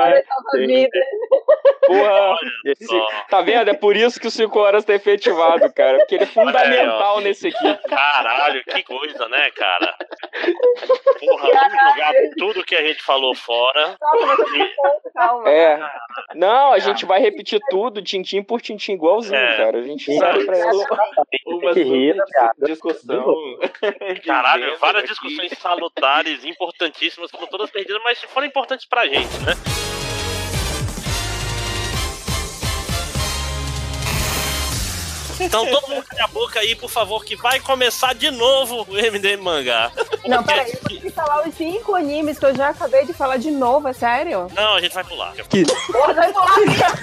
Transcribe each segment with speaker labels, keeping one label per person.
Speaker 1: horas salva vida.
Speaker 2: Porra, tá vendo? É por isso que o 5 horas tá efetivado, cara. Porque ele é fundamental nesse equipe.
Speaker 3: Caralho, que coisa, né, cara? Porra, vamos jogar tudo que a gente falou fora.
Speaker 1: Calma.
Speaker 2: Não, a gente vai repetir tudo, tintim por tintim, igualzinho, cara. A gente sabe pra isso.
Speaker 4: Uma discussão.
Speaker 3: Caralho, várias discussões salutares, importantíssimas, foram todas perdidas, mas foram importantes pra gente, né? Então todo mundo cala a boca aí, por favor, que vai começar de novo o MDM Mangá.
Speaker 1: Não, peraí, eu vou ter que falar os 5 animes que eu já acabei de falar de novo, é sério?
Speaker 3: Não, a gente vai pular.
Speaker 1: Porra, vai pular.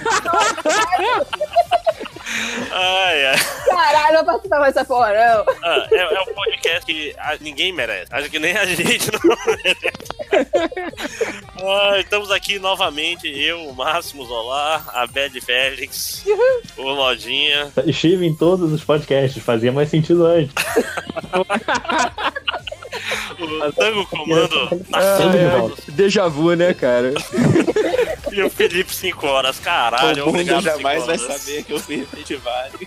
Speaker 3: Ai.
Speaker 1: Caralho, não vou participar mais dessa porra, não.
Speaker 3: É um podcast que ninguém merece. Acho que nem a gente não merece. Estamos aqui novamente, eu, o Máximo Zolar, a Bad Félix, o Lojinha.
Speaker 4: Estive em todos os podcasts, fazia mais sentido antes.
Speaker 3: O Tango Comando nascendo
Speaker 2: déjà vu, né, cara?
Speaker 3: E o Felipe 5 horas, caralho.
Speaker 5: O mundo jamais vai saber que eu fui efetivado.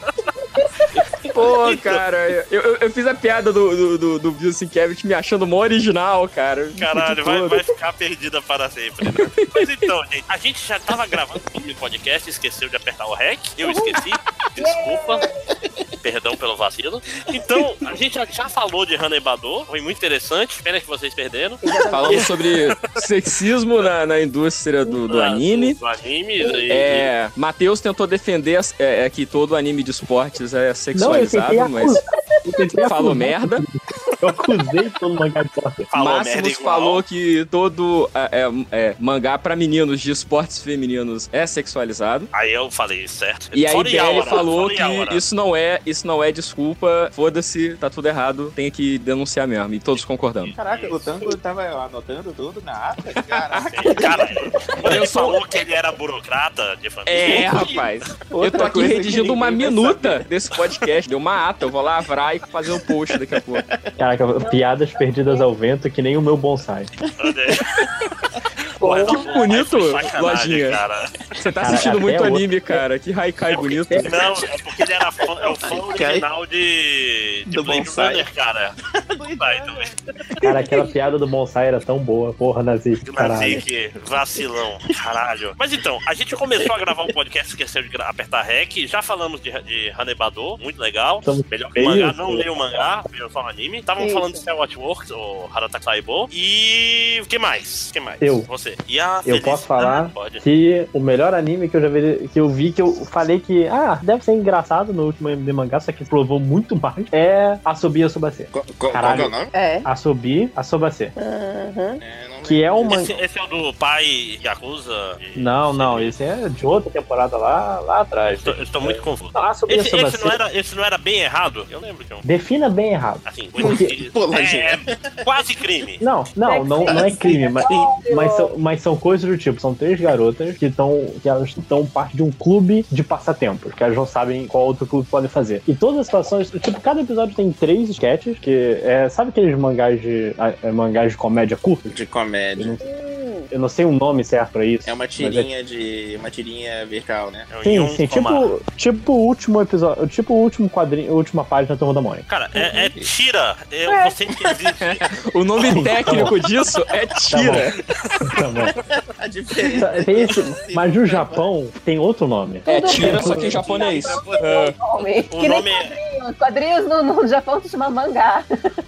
Speaker 2: Pô, cara, eu fiz a piada do Bill Sienkiewicz me achando mó original, cara.
Speaker 3: Caralho, vai ficar perdida para sempre, né? Mas então, gente, já tava gravando o podcast, esqueceu de apertar o REC, eu esqueci, desculpa. Perdão pelo vacilo. Então, a gente já falou de Hanebador, foi muito interessante, pena que vocês perderam.
Speaker 2: Falamos sobre sexismo na indústria do anime.
Speaker 3: Do anime.
Speaker 2: Matheus tentou defender que todo anime de esportes é sexualizado, mas falou merda.
Speaker 4: Eu acusei todo mangá de esporte.
Speaker 2: Máximos falou que todo mangá pra meninos de esportes femininos é sexualizado.
Speaker 3: Aí eu falei certo.
Speaker 2: E aí Belly falou que isso não é desculpa, foda-se, tá tudo errado, tem que denunciar mesmo. E todos concordando.
Speaker 5: Caraca, o Tango tava anotando tudo na ata. Caraca.
Speaker 3: Cara, quando ele falou que ele era burocrata de família.
Speaker 2: Rapaz. Eu tô aqui redigindo uma minuta desse podcast. Deu uma ata, eu vou lavrar e fazer um post daqui a pouco.
Speaker 4: Caraca, piadas perdidas ao vento que nem o meu bonsai.
Speaker 2: Porra, que bonito, Lojinha. Você tá assistindo muito anime, cara. Que haikai bonito.
Speaker 3: Não, é porque ele era o fã original de Blade Runner, cara. Vai também.
Speaker 4: Cara, aquela piada do bonsai era tão boa. Porra, Nazik, caralho.
Speaker 3: Nazik, vacilão, caralho. Mas então, a gente começou a gravar um podcast, esqueceu de apertar REC. Já falamos de Hanebador, muito legal. Melhor que o mangá, não leio o mangá, veio só o anime. Estavam falando de Cell Watchworks, ou Harata Kaibo. E o que mais? Você. E a
Speaker 4: eu posso falar que o melhor anime que eu já vi, que eu falei que deve ser engraçado no último MD Mangá, só que provou muito mais, é Asobi Asobase.
Speaker 5: Qual é o nome?
Speaker 4: Asobi Asobase. Que é uma...
Speaker 3: Esse é o do pai Yakuza?
Speaker 4: Não, esse é de outra temporada lá atrás.
Speaker 3: Eu estou muito confuso. Esse não era bem errado? Eu lembro de um.
Speaker 4: Defina bem errado.
Speaker 3: Assim, quase crime.
Speaker 4: Não é crime, mas são coisas do tipo, são 3 garotas que elas estão parte de um clube de passatempos, que elas não sabem qual outro clube podem fazer. E todas as situações, tipo, cada episódio tem 3 sketches, que sabe aqueles mangás de comédia curta?
Speaker 5: De comédia.
Speaker 4: Eu não sei o nome certo pra isso.
Speaker 5: É uma tirinha uma tirinha vertical, né?
Speaker 4: Sim, tipo o último episódio, tipo o último quadrinho, a última página da Turma da Mônica.
Speaker 3: Cara, é tira. Eu não sei que existe.
Speaker 2: O nome técnico disso é tira.
Speaker 4: Tá bom. A diferença. Tem esse, mas no Japão tem outro nome.
Speaker 2: É tira, só que em japonês.
Speaker 3: O nome é...
Speaker 1: Quadrinhos no Japão se chama mangá.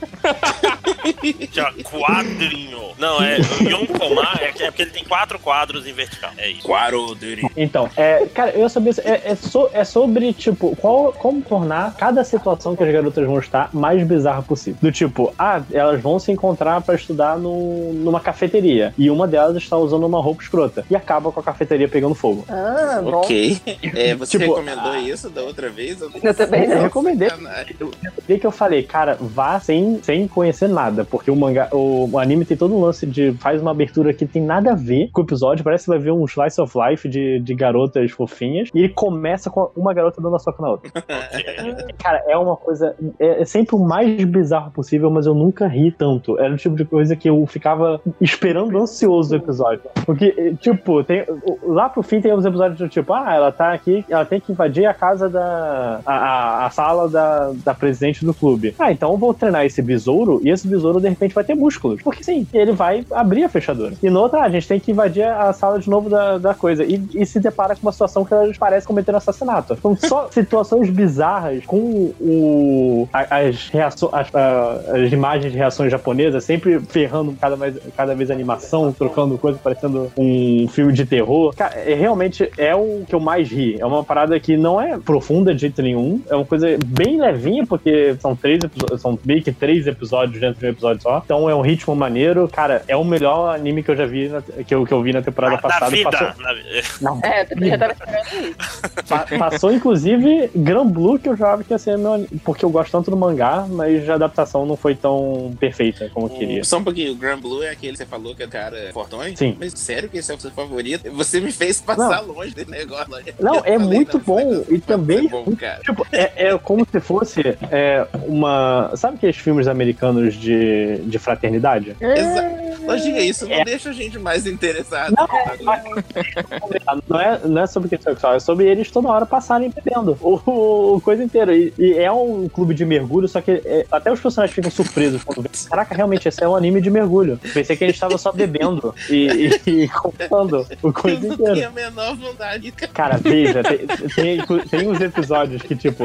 Speaker 3: Quadrinho. Não, Yonkoma é porque ele tem 4 quadros em vertical. É isso.
Speaker 5: Quadrinho.
Speaker 4: Então, cara, eu sabia. É sobre, tipo, como tornar cada situação que as garotas vão estar mais bizarra possível. Do tipo, elas vão se encontrar pra estudar numa cafeteria. E uma delas está usando uma roupa escrota. E acaba com a cafeteria pegando fogo.
Speaker 1: Bom.
Speaker 5: Ok. Você recomendou isso da outra vez?
Speaker 1: Eu também não.
Speaker 4: Eu recomendei. Que eu falei, cara, vá sem conhecer nada. nada, porque o anime tem todo um lance de faz uma abertura que tem nada a ver com o episódio, parece que vai ver um slice of life de garotas fofinhas, e ele começa com uma garota dando a soca na outra. Cara, é uma coisa, é sempre o mais bizarro possível, mas eu nunca ri tanto. Era o tipo de coisa que eu ficava esperando ansioso o episódio. Porque, tipo, lá pro fim tem os episódios do tipo, ela tá aqui, ela tem que invadir a casa a sala da presidente do clube. Então eu vou treinar esse besouro, e esse besouro de repente vai ter músculos. Porque sim, ele vai abrir a fechadura. E no outro, a gente tem que invadir a sala de novo da coisa. E se depara com uma situação que elas parecem cometer um assassinato. Então, só situações bizarras com as imagens de reações japonesas, sempre ferrando cada vez a animação, trocando coisa, parecendo um filme de terror. Cara, realmente é o que eu mais ri. É uma parada que não é profunda de jeito nenhum. É uma coisa bem levinha, porque são meio que 3 episódios dentro de um episódio só. Então é um ritmo maneiro. Cara, é o melhor anime que eu já vi, que eu vi na temporada passada. Não.
Speaker 1: Eu já tava esperando isso.
Speaker 4: Passou, inclusive, Gran Blue, que eu já achava que ia ser meu anime, porque eu gosto tanto do mangá, mas a adaptação não foi tão perfeita como eu queria.
Speaker 5: Só um pouquinho, o Gran Blue é aquele que você falou que é o cara fortões?
Speaker 4: Sim.
Speaker 5: Mas sério que esse é o seu favorito? Você me fez passar longe desse negócio.
Speaker 4: Não, é muito bom. E também,
Speaker 5: bom, cara.
Speaker 4: Tipo, é como se fosse sabe aqueles filmes americanos de fraternidade?
Speaker 5: Exato. Lojinha, isso não deixa a gente mais interessado.
Speaker 4: Não é sobre questão sexual, é sobre eles toda hora passarem bebendo. O coisa inteira. E é um clube de mergulho, só que até os personagens ficam surpresos quando vêem. Caraca, realmente, esse é um anime de mergulho. Pensei que a gente tava só bebendo e contando o coisa inteira.
Speaker 5: Eu tinha a menor vontade.
Speaker 4: Cara, veja, tem uns episódios que, tipo...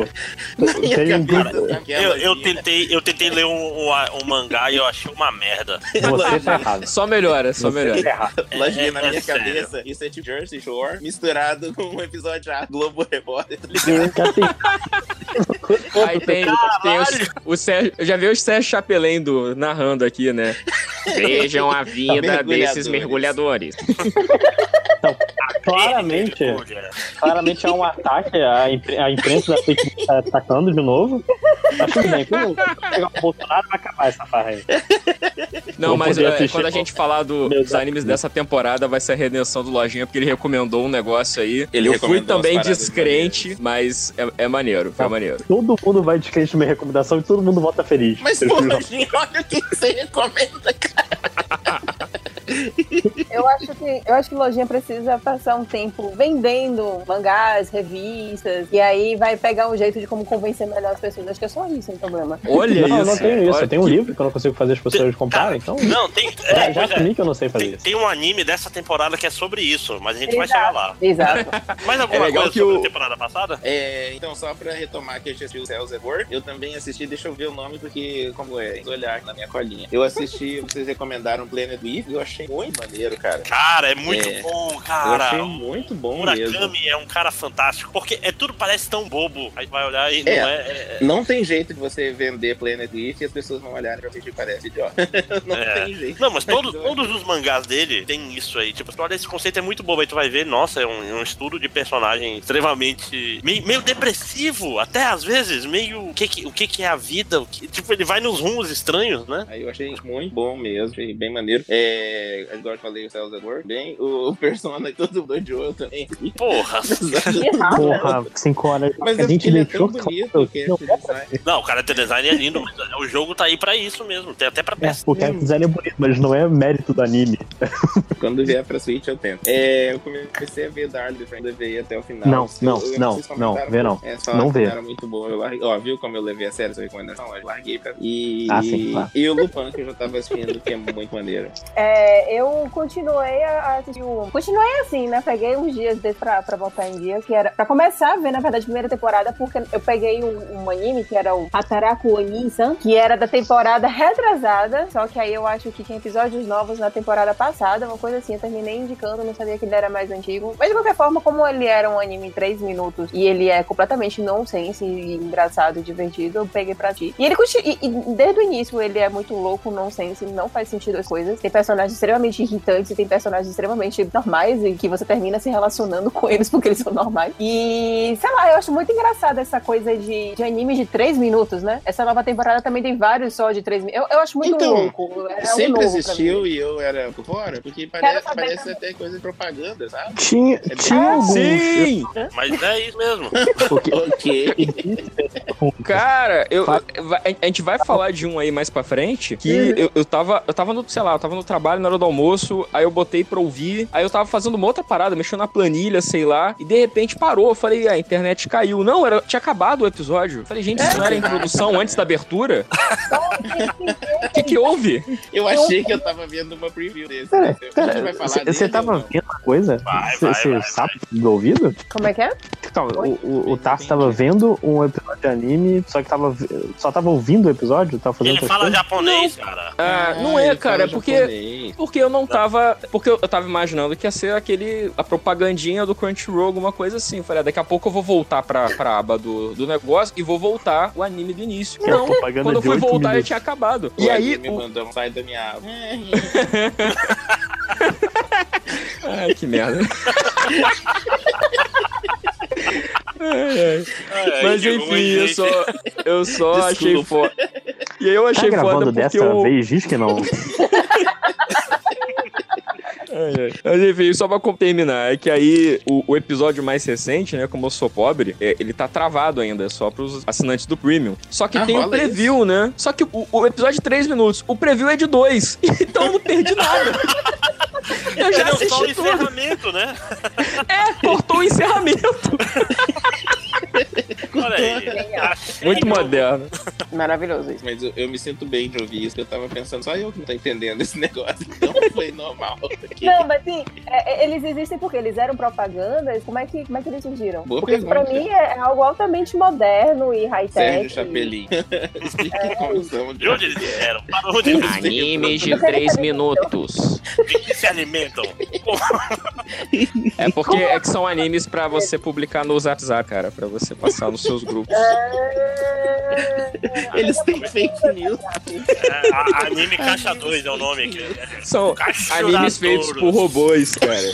Speaker 3: Eu tentei ler um mangá e eu achei uma merda.
Speaker 4: Você tá errado.
Speaker 2: Só melhora.
Speaker 5: Lojinha, na minha cabeça, isso é tipo Jersey Shore misturado com um episódio já Globo Repórter, tá ligado?
Speaker 2: Aí tem o Sérgio, eu já vi o Sérgio Chapelin narrando aqui, né? Vejam a vida desses mergulhadores.
Speaker 4: Então, claramente é um ataque, a imprensa da fake news tá atacando de novo. Acho que bem, quando pegar o Bolsonaro vai acabar essa farra aí.
Speaker 2: Não, mas quando a gente falar dos animes dessa temporada, vai ser a redenção do Lojinha, porque ele recomendou um negócio aí. Eu fui também descrente, mas é maneiro, foi maneiro.
Speaker 4: Todo mundo vai descrente na minha recomendação e todo mundo volta feliz.
Speaker 5: Mas, pô, Lojinha, olha o que você recomenda, cara.
Speaker 1: Eu acho que Lojinha precisa passar um tempo vendendo mangás, revistas, e aí vai pegar um jeito de como convencer melhor as pessoas. Acho que é só isso, não tem problema.
Speaker 2: Olha isso.
Speaker 4: Não, eu não tenho isso. Eu tenho um livro que eu não consigo fazer as pessoas comprarem, então...
Speaker 3: Não, tem...
Speaker 4: já assumi que eu não sei fazer isso.
Speaker 3: Tem um anime dessa temporada que é sobre isso, mas a gente vai chegar lá.
Speaker 1: Exato.
Speaker 3: Mais alguma coisa sobre a temporada passada?
Speaker 5: Então, só pra retomar que eu assisti o Cells at Work, eu também assisti, deixa eu ver o nome, porque como olhar na minha colinha. Eu assisti, vocês recomendaram Planet Weave, e eu achei muito maneiro, cara.
Speaker 3: Cara, é muito bom, cara.
Speaker 5: Eu achei muito bom
Speaker 3: Murakami
Speaker 5: mesmo.
Speaker 3: É um cara fantástico, porque tudo parece tão bobo. Aí vai olhar e
Speaker 5: não tem jeito de você vender Planet Weave e as pessoas vão olhar pra gente que parece idiota. Não tem jeito.
Speaker 3: Não, mas todos os mangás dele tem isso aí. Tipo, olha, esse conceito é muito bobo. Aí tu vai ver, nossa, é um estudo de personagem extremamente... meio depressivo, até às vezes. Meio... O que é a vida? Tipo, ele vai nos rumos estranhos, né?
Speaker 5: Aí eu achei muito bom mesmo. Achei bem maneiro. Agora eu falei o Cells at Work. Bem, o Persona que todo mundo odiou também.
Speaker 3: Porra!
Speaker 4: 5 horas.
Speaker 5: Mas a gente deixou tão bonito que
Speaker 3: Não, o character design é lindo, mas o jogo tá aí pra isso mesmo. Tem até pra
Speaker 4: PS. O character design é bonito, mas não é mérito do anime.
Speaker 5: Quando vier pra Switch eu tento. Eu comecei a ver Dark Defender, levei até o final.
Speaker 4: Não, vê não. Não vê.
Speaker 5: Era muito bom. Eu larguei, viu como eu levei a sério essa recomendação? Eu larguei pra...
Speaker 4: Sim, claro.
Speaker 5: E o Lupin, que eu já tava assistindo, que é muito maneiro.
Speaker 1: Eu continuei a assistir Continuei assim, né? Peguei uns dias desses pra botar em dia, que era pra começar a ver, na verdade, a primeira temporada, porque eu peguei um anime que era o Hataraku Oni-san, que era da temporada retrasada, só que aí eu acho que tinha episódios novos na temporada passada, uma coisa assim, eu terminei indicando, não sabia que ele era mais antigo. Mas de qualquer forma, como ele era um anime em 3 minutos e ele é completamente nonsense e engraçado e divertido, eu peguei pra ti. E ele desde o início ele é muito louco, nonsense, não faz sentido as coisas. Tem personagens extremamente irritantes e tem personagens extremamente normais e que você termina se relacionando com eles porque eles são normais. E, sei lá, eu acho muito engraçado essa coisa de anime de 3 minutos, né? Essa nova temporada também também tem vários só de 3 minutos. Eu acho muito louco.
Speaker 5: Sempre existiu e eu era por fora, porque parece até coisa de propaganda, sabe?
Speaker 4: Tinha alguns.
Speaker 2: Sim!
Speaker 3: Mas é isso mesmo.
Speaker 5: Ok.
Speaker 2: Cara, a gente vai falar de um aí mais pra frente, que eu tava no trabalho na hora do almoço, aí eu botei pra ouvir, aí eu tava fazendo uma outra parada, mexendo na planilha, sei lá, e de repente parou. Eu falei, a internet caiu. Não, tinha acabado o episódio. Eu falei, gente, isso não era a introdução antes da abertura? O que houve?
Speaker 5: Eu achei que eu tava vendo uma preview desse.
Speaker 4: Você tava vendo uma coisa? Você sabe do ouvido?
Speaker 1: Como é que é?
Speaker 4: Então, o Tarso tava vendo um episódio de anime, só que só tava ouvindo o episódio, tava fazendo.
Speaker 3: Ele fala japonês, cara.
Speaker 2: Não é, cara, é porque eu não tava. Porque eu tava imaginando que ia ser a propagandinha do Crunchyroll, alguma coisa assim. Eu falei, daqui a pouco eu vou voltar pra aba do negócio e vou voltar o anime do início. Não, quando eu fui voltar já tinha acabado. E aí.
Speaker 5: Me mandou sai da minha aba.
Speaker 2: Ai, que merda. Mas enfim, eu só achei foda. E aí eu achei foda porque
Speaker 4: dessa vez, diz que não.
Speaker 2: Mas enfim, só pra terminar, é que aí o episódio mais recente, né, como eu sou pobre, ele tá travado ainda, só pros assinantes do Premium. Só que tem o preview, isso, né? Só que o episódio de 3 minutos, o preview é de 2, então eu não perdi nada. Eu já assisti só o
Speaker 3: encerramento, né?
Speaker 2: Cortou o encerramento.
Speaker 3: Olha aí.
Speaker 2: Muito moderno.
Speaker 1: Maravilhoso isso.
Speaker 5: Mas eu me sinto bem de ouvir isso, eu tava pensando, só eu que não tô entendendo esse negócio, então foi normal.
Speaker 1: Não, mas sim, eles existem porque eles eram propagandas, como é que eles surgiram?
Speaker 5: Boa
Speaker 1: porque
Speaker 5: pergunta.
Speaker 1: Pra mim é algo altamente moderno e high-tech.
Speaker 5: Sérgio Chapelin.
Speaker 3: De onde eles vieram? Para onde eles vieram?
Speaker 2: Animes de 3 minutos.
Speaker 3: De que se alimentam?
Speaker 2: É porque que são animes pra você publicar no WhatsApp, cara, pra você passar nos seus grupos.
Speaker 5: Eles têm fake news.
Speaker 3: Anime Caixa 2 é o nome aqui.
Speaker 2: São animes feitos por robôs, cara.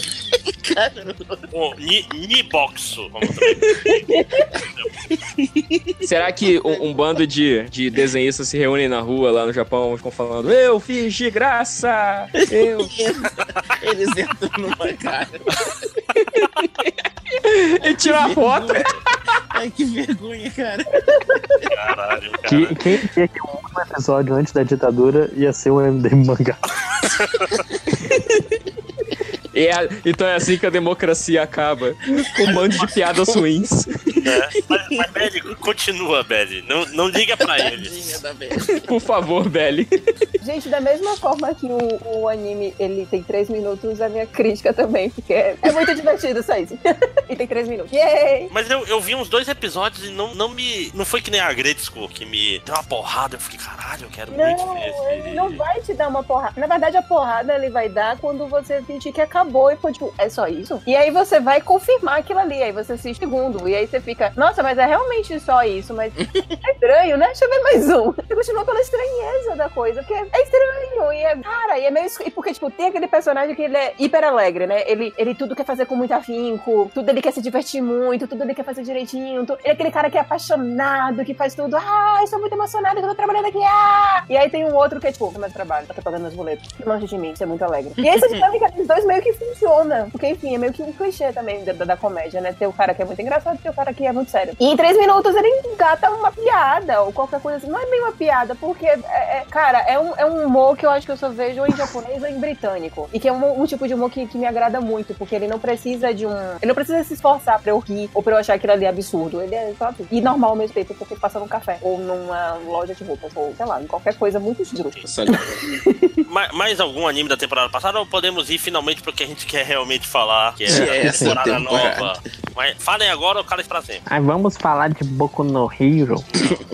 Speaker 3: Niboxo, vamos também.
Speaker 2: Será que um bando de desenhistas se reúnem na rua lá no Japão e ficam falando, eu fiz de graça,
Speaker 5: Eles entram numa cara.
Speaker 2: E tiram a foto.
Speaker 5: Ai, que vergonha, cara.
Speaker 3: Caralho, cara.
Speaker 4: Quem queria que o último episódio antes da ditadura ia ser um MDM mangá?
Speaker 2: Então é assim que a democracia acaba, com um bando de piadas ruins.
Speaker 3: Mas Belly, continua, Belly. Não diga pra eles.
Speaker 2: Por favor, Belly.
Speaker 1: Gente, da mesma forma que o anime ele tem 3 minutos, a minha crítica também, porque é muito divertido só isso. E tem 3 minutos. Yay!
Speaker 3: Mas eu vi uns 2 episódios e não foi que nem a Gretzko, que me deu uma porrada. Eu fiquei, caralho, eu quero muito ver esse.
Speaker 1: Ele não vai te dar uma porrada. Na verdade, a porrada ele vai dar quando você sentir que acabou e foi tipo, é só isso? E aí você vai confirmar aquilo ali, aí você assiste segundo, e aí você fica, nossa, mas é realmente só isso, mas é estranho, né? Deixa eu ver mais um. Você continua pela estranheza da coisa, porque é estranho, e é meio... E porque, tipo, tem aquele personagem que ele é hiper alegre, né? Ele tudo quer fazer com muito afinco, tudo ele quer se divertir muito, tudo ele quer fazer direitinho, ele é aquele cara que é apaixonado, que faz tudo, estou muito emocionado que eu tô trabalhando aqui, E aí tem um outro que é, tipo, meu trabalho, tá pagando meus boletos, longe de mim, você é muito alegre. E essa dinâmica dos dois meio que funciona, porque, enfim, é meio que um clichê também da comédia, né? Ter o cara que é muito engraçado e ter o cara que é muito sério. E em 3 minutos ele engata uma piada, ou qualquer coisa assim. Não é bem uma piada, porque, cara, é um humor que eu acho que eu só vejo ou em japonês ou em britânico. E que é um tipo de humor que me agrada muito, porque ele não precisa ele não precisa se esforçar pra eu rir, ou pra eu achar aquilo ali absurdo. Ele é só assim. E normal ao mesmo tempo, porque passa num café, ou numa loja de roupas, ou, sei lá, em qualquer coisa muito esdrúxula.
Speaker 3: Mais algum anime da temporada passada, ou podemos ir finalmente pro que a gente quer realmente falar, que é a temporada nova? Mas falem agora ou calem pra sempre.
Speaker 4: Vamos falar de Boku no Hero.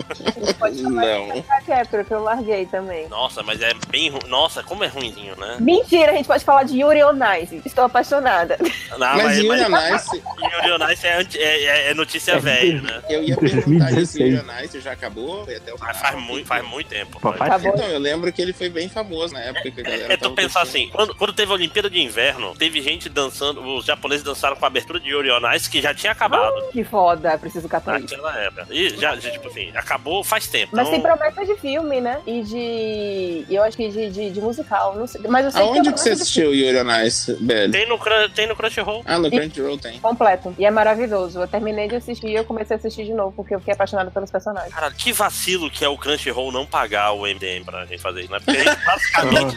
Speaker 5: Não.
Speaker 1: Que eu larguei também.
Speaker 3: Nossa, mas é bem ruim. Nossa, como é ruimzinho, né?
Speaker 1: Mentira, a gente pode falar de Yuri on Ice. Estou apaixonada.
Speaker 5: Não, mas Yuri on Ice...
Speaker 3: Yuri on Ice é notícia velha, né?
Speaker 5: Eu ia perguntar isso, Yuri on Ice já acabou? Foi até o final.
Speaker 3: Faz muito tempo.
Speaker 5: Então, eu lembro que ele foi bem famoso na época que a galera
Speaker 3: tu pensar assim, quando teve a Olimpíada de Inverno, teve gente dançando, os japoneses dançaram com a abertura de Yuri on Ice, que já tinha acabado.
Speaker 1: Que foda, preciso catar isso.
Speaker 3: Naquela época. E já, tipo assim, acabou faz tempo.
Speaker 1: Mas
Speaker 3: então...
Speaker 1: tem promessa de filme, né? E eu acho que de musical, não sei. Mas eu sei
Speaker 5: Aonde que você assistiu Yuri on Ice, velho?
Speaker 3: Tem no Crunchyroll.
Speaker 5: Ah, no Crunchyroll tem.
Speaker 1: Completo. E é maravilhoso. Eu terminei de assistir e eu comecei a assistir de novo, porque eu fiquei apaixonada pelos personagens.
Speaker 3: Cara, que vacilo que é o Crunchyroll não pagar o MDM pra gente fazer isso, né? Porque a gente basicamente...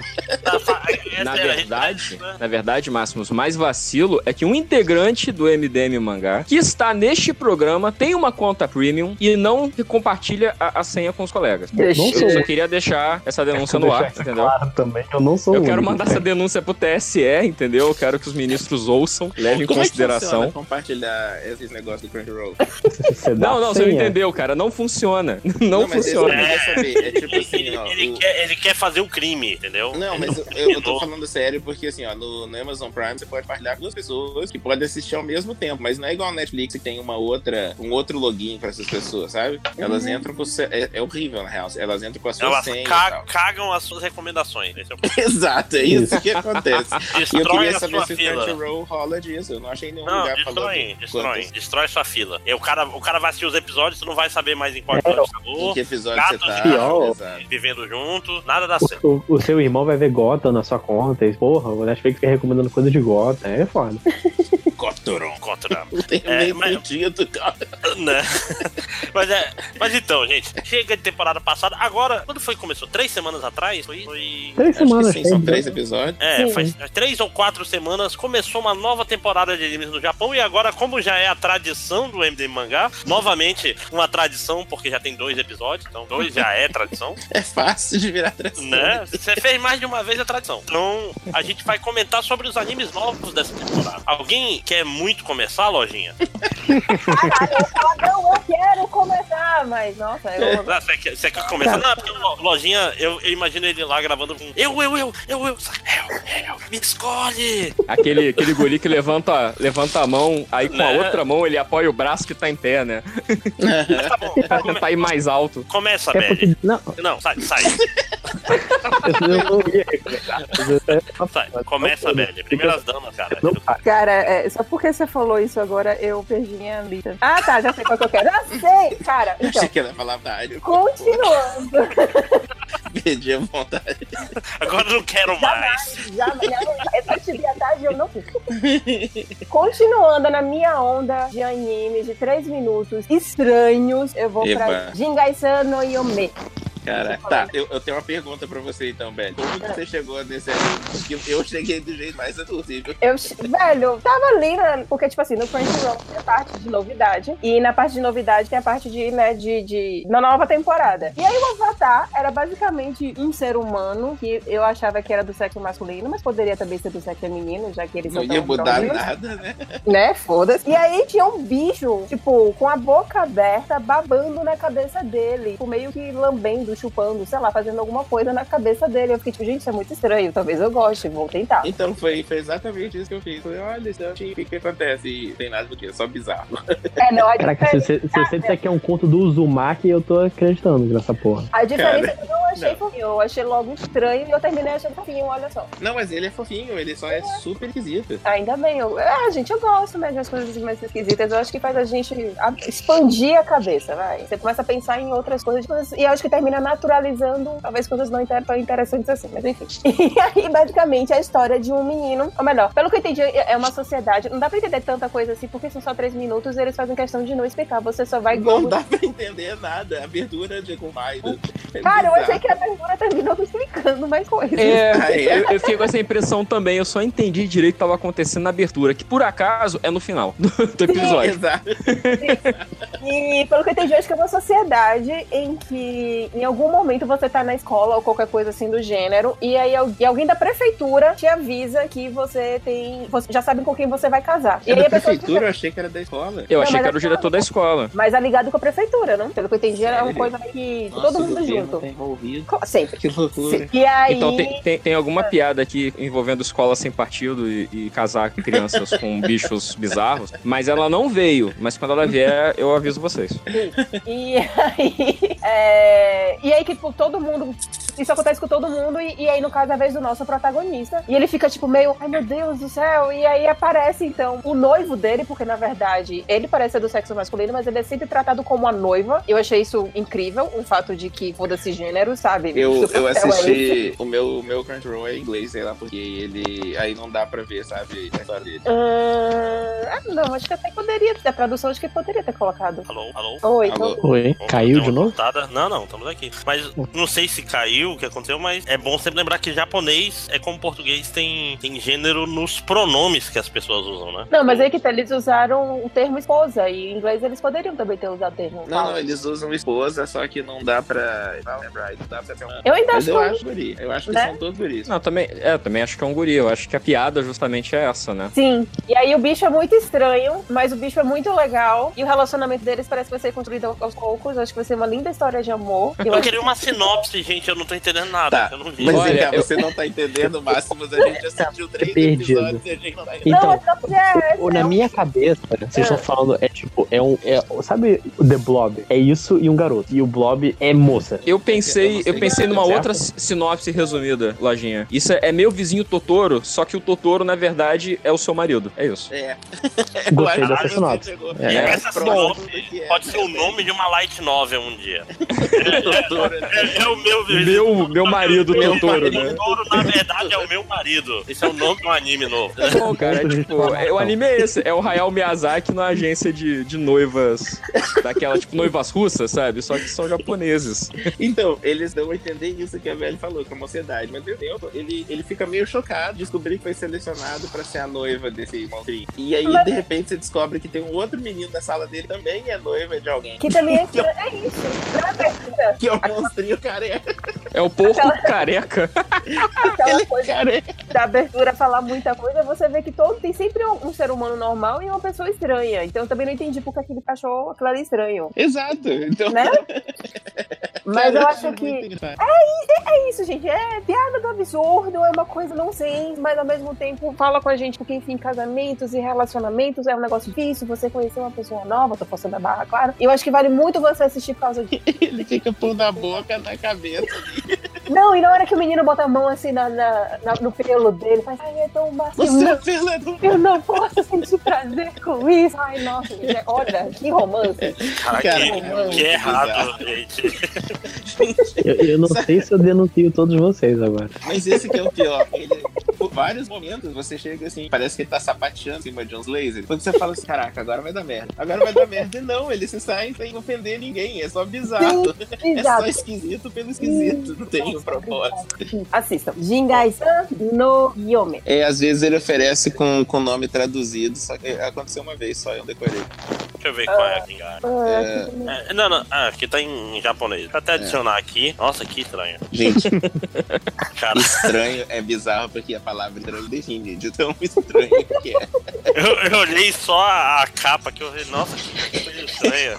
Speaker 2: Na verdade, Máximos, o mais vacilo é que um integrante do MDM Mangá, que está neste programa, tem uma conta premium e não compartilha a senha com os colegas. Eu só queria deixar essa denúncia no ar, entendeu?
Speaker 4: Claro, também, eu não sou.
Speaker 2: Eu quero mandar essa denúncia pro TSE, entendeu? Eu quero que os ministros ouçam, levem em consideração.
Speaker 5: Compartilhar esses negócios do Crunchyroll.
Speaker 2: Não, você não entendeu, cara. Não funciona. Não funciona.
Speaker 5: É tipo assim, ó.
Speaker 3: Ele quer fazer o crime, entendeu?
Speaker 5: Não, mas eu tô falando sério porque assim, ó, no Amazon Prime você pode partilhar com duas pessoas que podem assistir ao mesmo tempo, mas não é igual a Netflix que tem um outro login pra essas pessoas, sabe? Elas entram com é horrível, na real. Elas entram com a sua senha.
Speaker 3: Elas cagam as suas recomendações.
Speaker 5: Exato, é isso que acontece. E eu queria saber se o
Speaker 3: fila.
Speaker 5: Crunchyroll rola disso. Eu não achei nenhum lugar falando.
Speaker 3: Destrói sua fila. E o cara vai assistir os episódios, você não vai saber mais em qual episódio você falou.
Speaker 5: Em que episódio você tá.
Speaker 3: Vivendo junto, nada dá certo.
Speaker 4: O seu irmão vai ver Gotham na sua conta. E, porra, o Netflix fica recomendando coisa de Gotham. É foda.
Speaker 3: Gotham.
Speaker 5: Não tem nem sentido, cara.
Speaker 3: Né? Mas então, gente, chega de temporada passada. Agora, quando foi que começou? 3 semanas atrás? Foi
Speaker 4: 3 semanas.
Speaker 5: Sim, são 3 episódios.
Speaker 3: Faz 3 ou 4 semanas começou uma nova temporada de animes no Japão. E agora, como já é a tradição do MDM Mangá, novamente uma tradição, porque já tem 2 episódios, então 2 já é tradição.
Speaker 5: É fácil de virar tradição.
Speaker 3: Né? Você fez mais de uma vez a tradição. Então, a gente vai comentar sobre os animes novos dessa temporada. Alguém quer muito começar, Lojinha?
Speaker 1: Não, eu quero começar, mas nossa,
Speaker 3: Você quer começar? Não, porque o Lojinha, eu imagino ele lá gravando com eu, me escolhe!
Speaker 2: Aquele guri que levanta a mão, aí com a outra mão ele apoia o braço que tá em pé, né?
Speaker 3: Tá bom.
Speaker 2: Pra tentar ir mais alto.
Speaker 3: Começa, Belly. Não, sai. Começa, Belly. Primeiras damas, cara.
Speaker 1: Cara, só porque você falou isso agora, eu perdi minha lista. Ah, tá, já sei qual que eu quero. Já sei! Cara, então...
Speaker 5: Achei que ela ia falar Dário.
Speaker 1: Continuando.
Speaker 5: Perdi a vontade.
Speaker 3: Agora não quero mais.
Speaker 1: Essa atividade eu não fiz. Continuando na minha onda de animes de 3 minutos estranhos, eu vou pra Jingai-san no Yome.
Speaker 5: Caraca, tá, eu tenho uma pergunta pra você então, Belly. Como que você chegou nesse anime? Porque eu cheguei do jeito mais possível.
Speaker 1: Velho, eu tava ali, né? Porque, tipo assim, no Crunchyroll tem a parte de novidade. E na parte de novidade tem a parte na nova temporada. E aí o Avatar era basicamente um ser humano que eu achava que era do sexo masculino, mas poderia também ser do sexo feminino, já que eles
Speaker 5: não ia mudar nada, né?
Speaker 1: Né? Foda-se. E aí tinha um bicho, tipo, com a boca aberta, babando na cabeça dele. Tipo, meio que lambendo, chupando, sei lá, fazendo alguma coisa na cabeça dele. Eu fiquei tipo, gente, isso é muito estranho, talvez eu goste, vou tentar.
Speaker 5: Então foi exatamente isso que eu fiz. Falei, olha, isso o que acontece? E tem nada do que, é só bizarro.
Speaker 4: Caraca, se você disser que é um conto do Uzumaki, eu tô acreditando nessa porra.
Speaker 1: A diferença é que eu não achei fofinho, eu achei logo estranho e eu terminei achando fofinho, olha só.
Speaker 5: Não, mas ele é fofinho, ele só é super esquisito.
Speaker 1: Ainda bem, gente, eu gosto, né, das coisas mais esquisitas, eu acho que faz a gente expandir a cabeça, vai. Você começa a pensar em outras coisas, e eu acho que termina naturalizando, talvez coisas não tão interessantes assim, mas enfim. E aí, basicamente, a história de um menino, ou melhor, pelo que eu entendi, é uma sociedade, não dá pra entender tanta coisa assim, porque são só 3 minutos e eles fazem questão de não explicar, você só vai...
Speaker 5: Não dá pra entender nada, a abertura de Kumaido.
Speaker 1: Cara, eu achei que a abertura terminou explicando mais coisas.
Speaker 2: Eu fiquei com essa impressão também, eu só entendi direito o que tava acontecendo na abertura, que por acaso é no final do episódio.
Speaker 5: Exato.
Speaker 1: E pelo que eu entendi, eu acho que é uma sociedade em que em algum momento você tá na escola ou qualquer coisa assim do gênero, e aí alguém da prefeitura te avisa que você já sabe com quem você vai casar.
Speaker 5: E aí da prefeitura? Eu achei que era da escola.
Speaker 2: Eu achei que era o diretor da escola.
Speaker 1: Mas é ligado com a prefeitura, não? Pelo que eu entendi, era uma coisa que todo mundo junto.
Speaker 5: Tá envolvido.
Speaker 1: Sempre.
Speaker 5: Que loucura.
Speaker 1: E aí...
Speaker 2: Então tem alguma piada aqui envolvendo escola sem partido e casar crianças com bichos bizarros, mas ela não veio. Mas quando ela vier, eu aviso vocês.
Speaker 1: E aí... E aí que tipo, todo mundo isso acontece com todo mundo, e aí, no caso, é a vez do nosso protagonista. E ele fica, tipo, meio, ai meu Deus do céu. E aí aparece, então, o noivo dele, porque na verdade ele parece ser do sexo masculino, mas ele é sempre tratado como a noiva. Eu achei isso incrível, o fato de que foda-se gênero, sabe?
Speaker 5: Eu assisti, o meu Crunchyroll é em inglês, sei lá, porque ele aí não dá pra ver, sabe, a história dele.
Speaker 1: Não, acho que até poderia, a tradução acho que poderia ter colocado.
Speaker 3: Alô?
Speaker 1: Oi,
Speaker 5: Alô?
Speaker 4: Oi, caiu de novo?
Speaker 3: Cortada. Não, estamos aqui. Mas não sei se caiu, o que aconteceu, mas é bom sempre lembrar que japonês é como português, tem gênero nos pronomes que as pessoas usam, né?
Speaker 1: Não, mas aí que tá, eles usaram o termo esposa, e em inglês eles poderiam também ter usado o termo.
Speaker 5: Não, eles usam esposa, só que não dá pra lembrar, não dá pra ter um...
Speaker 1: Eu ainda
Speaker 5: Mas
Speaker 1: acho
Speaker 5: eu acho guri, eu acho que
Speaker 1: né?
Speaker 5: são todos guris.
Speaker 2: Não, também acho que é um guri. Eu acho que a piada justamente é essa, né?
Speaker 1: Sim, e aí o bicho é muito estranho, mas o bicho é muito legal, e o relacionamento deles parece que vai ser construído aos poucos. Acho que vai ser uma linda história de amor.
Speaker 3: Eu queria uma sinopse, gente, eu não tô entendendo nada.
Speaker 5: Tá,
Speaker 3: Eu não vi.
Speaker 5: mas
Speaker 2: Olha,
Speaker 5: você não tá entendendo, Máximos, a gente assistiu 3 episódios e a gente não tá entendendo.
Speaker 4: Então, na minha cabeça, vocês estão falando, sabe o The Blob? É isso e um garoto. E o Blob é moça.
Speaker 2: Eu pensei numa outra sinopse resumida, Lojinha. Isso é meu vizinho Totoro, só que o Totoro, na verdade, é o seu marido. É isso.
Speaker 5: É.
Speaker 4: Gostei dessa sinopse.
Speaker 3: Essa sinopse pode ser o nome de uma light novel um dia. É o meu vizinho.
Speaker 2: Meu marido Totoro, né?
Speaker 3: Totoro, na verdade, é o meu marido. Esse é o nome de um anime novo.
Speaker 2: É bom, cara. O anime é esse. É o Hayao Miyazaki na agência de noivas. Daquela, tipo, noivas russas, sabe? Só que são japoneses.
Speaker 5: Então, eles dão a entender isso que a Velha falou, que é uma sociedade. Mas, meu Deus, ele fica meio chocado de descobrir que foi selecionado pra ser a noiva desse monstrinho. E aí, de repente, você descobre que tem um outro menino na sala dele também é noiva de alguém.
Speaker 1: Que também é isso.
Speaker 5: Que é o monstrinho careca.
Speaker 2: É o porco careca.
Speaker 1: Aquela coisa da abertura falar muita coisa, você vê que tem sempre um ser humano normal e uma pessoa estranha. Então eu também não entendi porque aquele achou aquilo ali estranho.
Speaker 5: Exato. Então...
Speaker 1: Né? Mas eu acho que... É isso, gente. É piada do absurdo, é uma coisa nonsense, mas ao mesmo tempo fala com a gente, porque enfim, casamentos e relacionamentos é um negócio difícil, você conhecer uma pessoa nova, tô forçando a barra, claro. E eu acho que vale muito você assistir por causa disso.
Speaker 5: Ele fica pondo a boca na cabeça ali.
Speaker 1: Não, e na hora que o menino bota a mão assim no pelo dele, faz, ai, é tão macio. Eu não posso sentir prazer com isso. Ai, nossa, gente, olha, que romance.
Speaker 3: Cara, que errado, gente.
Speaker 4: Eu não sei se eu denuncio todos vocês agora.
Speaker 5: Mas esse que é o pior. Por vários momentos você chega assim, parece que ele tá sapateando em cima de uns lasers. Quando você fala assim, caraca, agora vai dar merda. Agora vai dar merda. E não, ele se sai sem ofender ninguém. É só bizarro.
Speaker 1: Sim,
Speaker 5: é só esquisito pelo esquisito. Não tem um propósito.
Speaker 1: Assistam. Jingai-san no Yome.
Speaker 5: Às vezes ele oferece com o nome traduzido, só que aconteceu uma vez só, eu decorei.
Speaker 3: Deixa eu ver qual é aqui, cara. Não. Aqui tá em japonês. Vou até adicionar aqui. Nossa, que estranho.
Speaker 5: Gente,
Speaker 3: cara.
Speaker 5: Estranho é bizarro porque a palavra estranho define de tão estranho que é.
Speaker 3: Eu olhei só a capa que eu falei, nossa, que coisa estranha.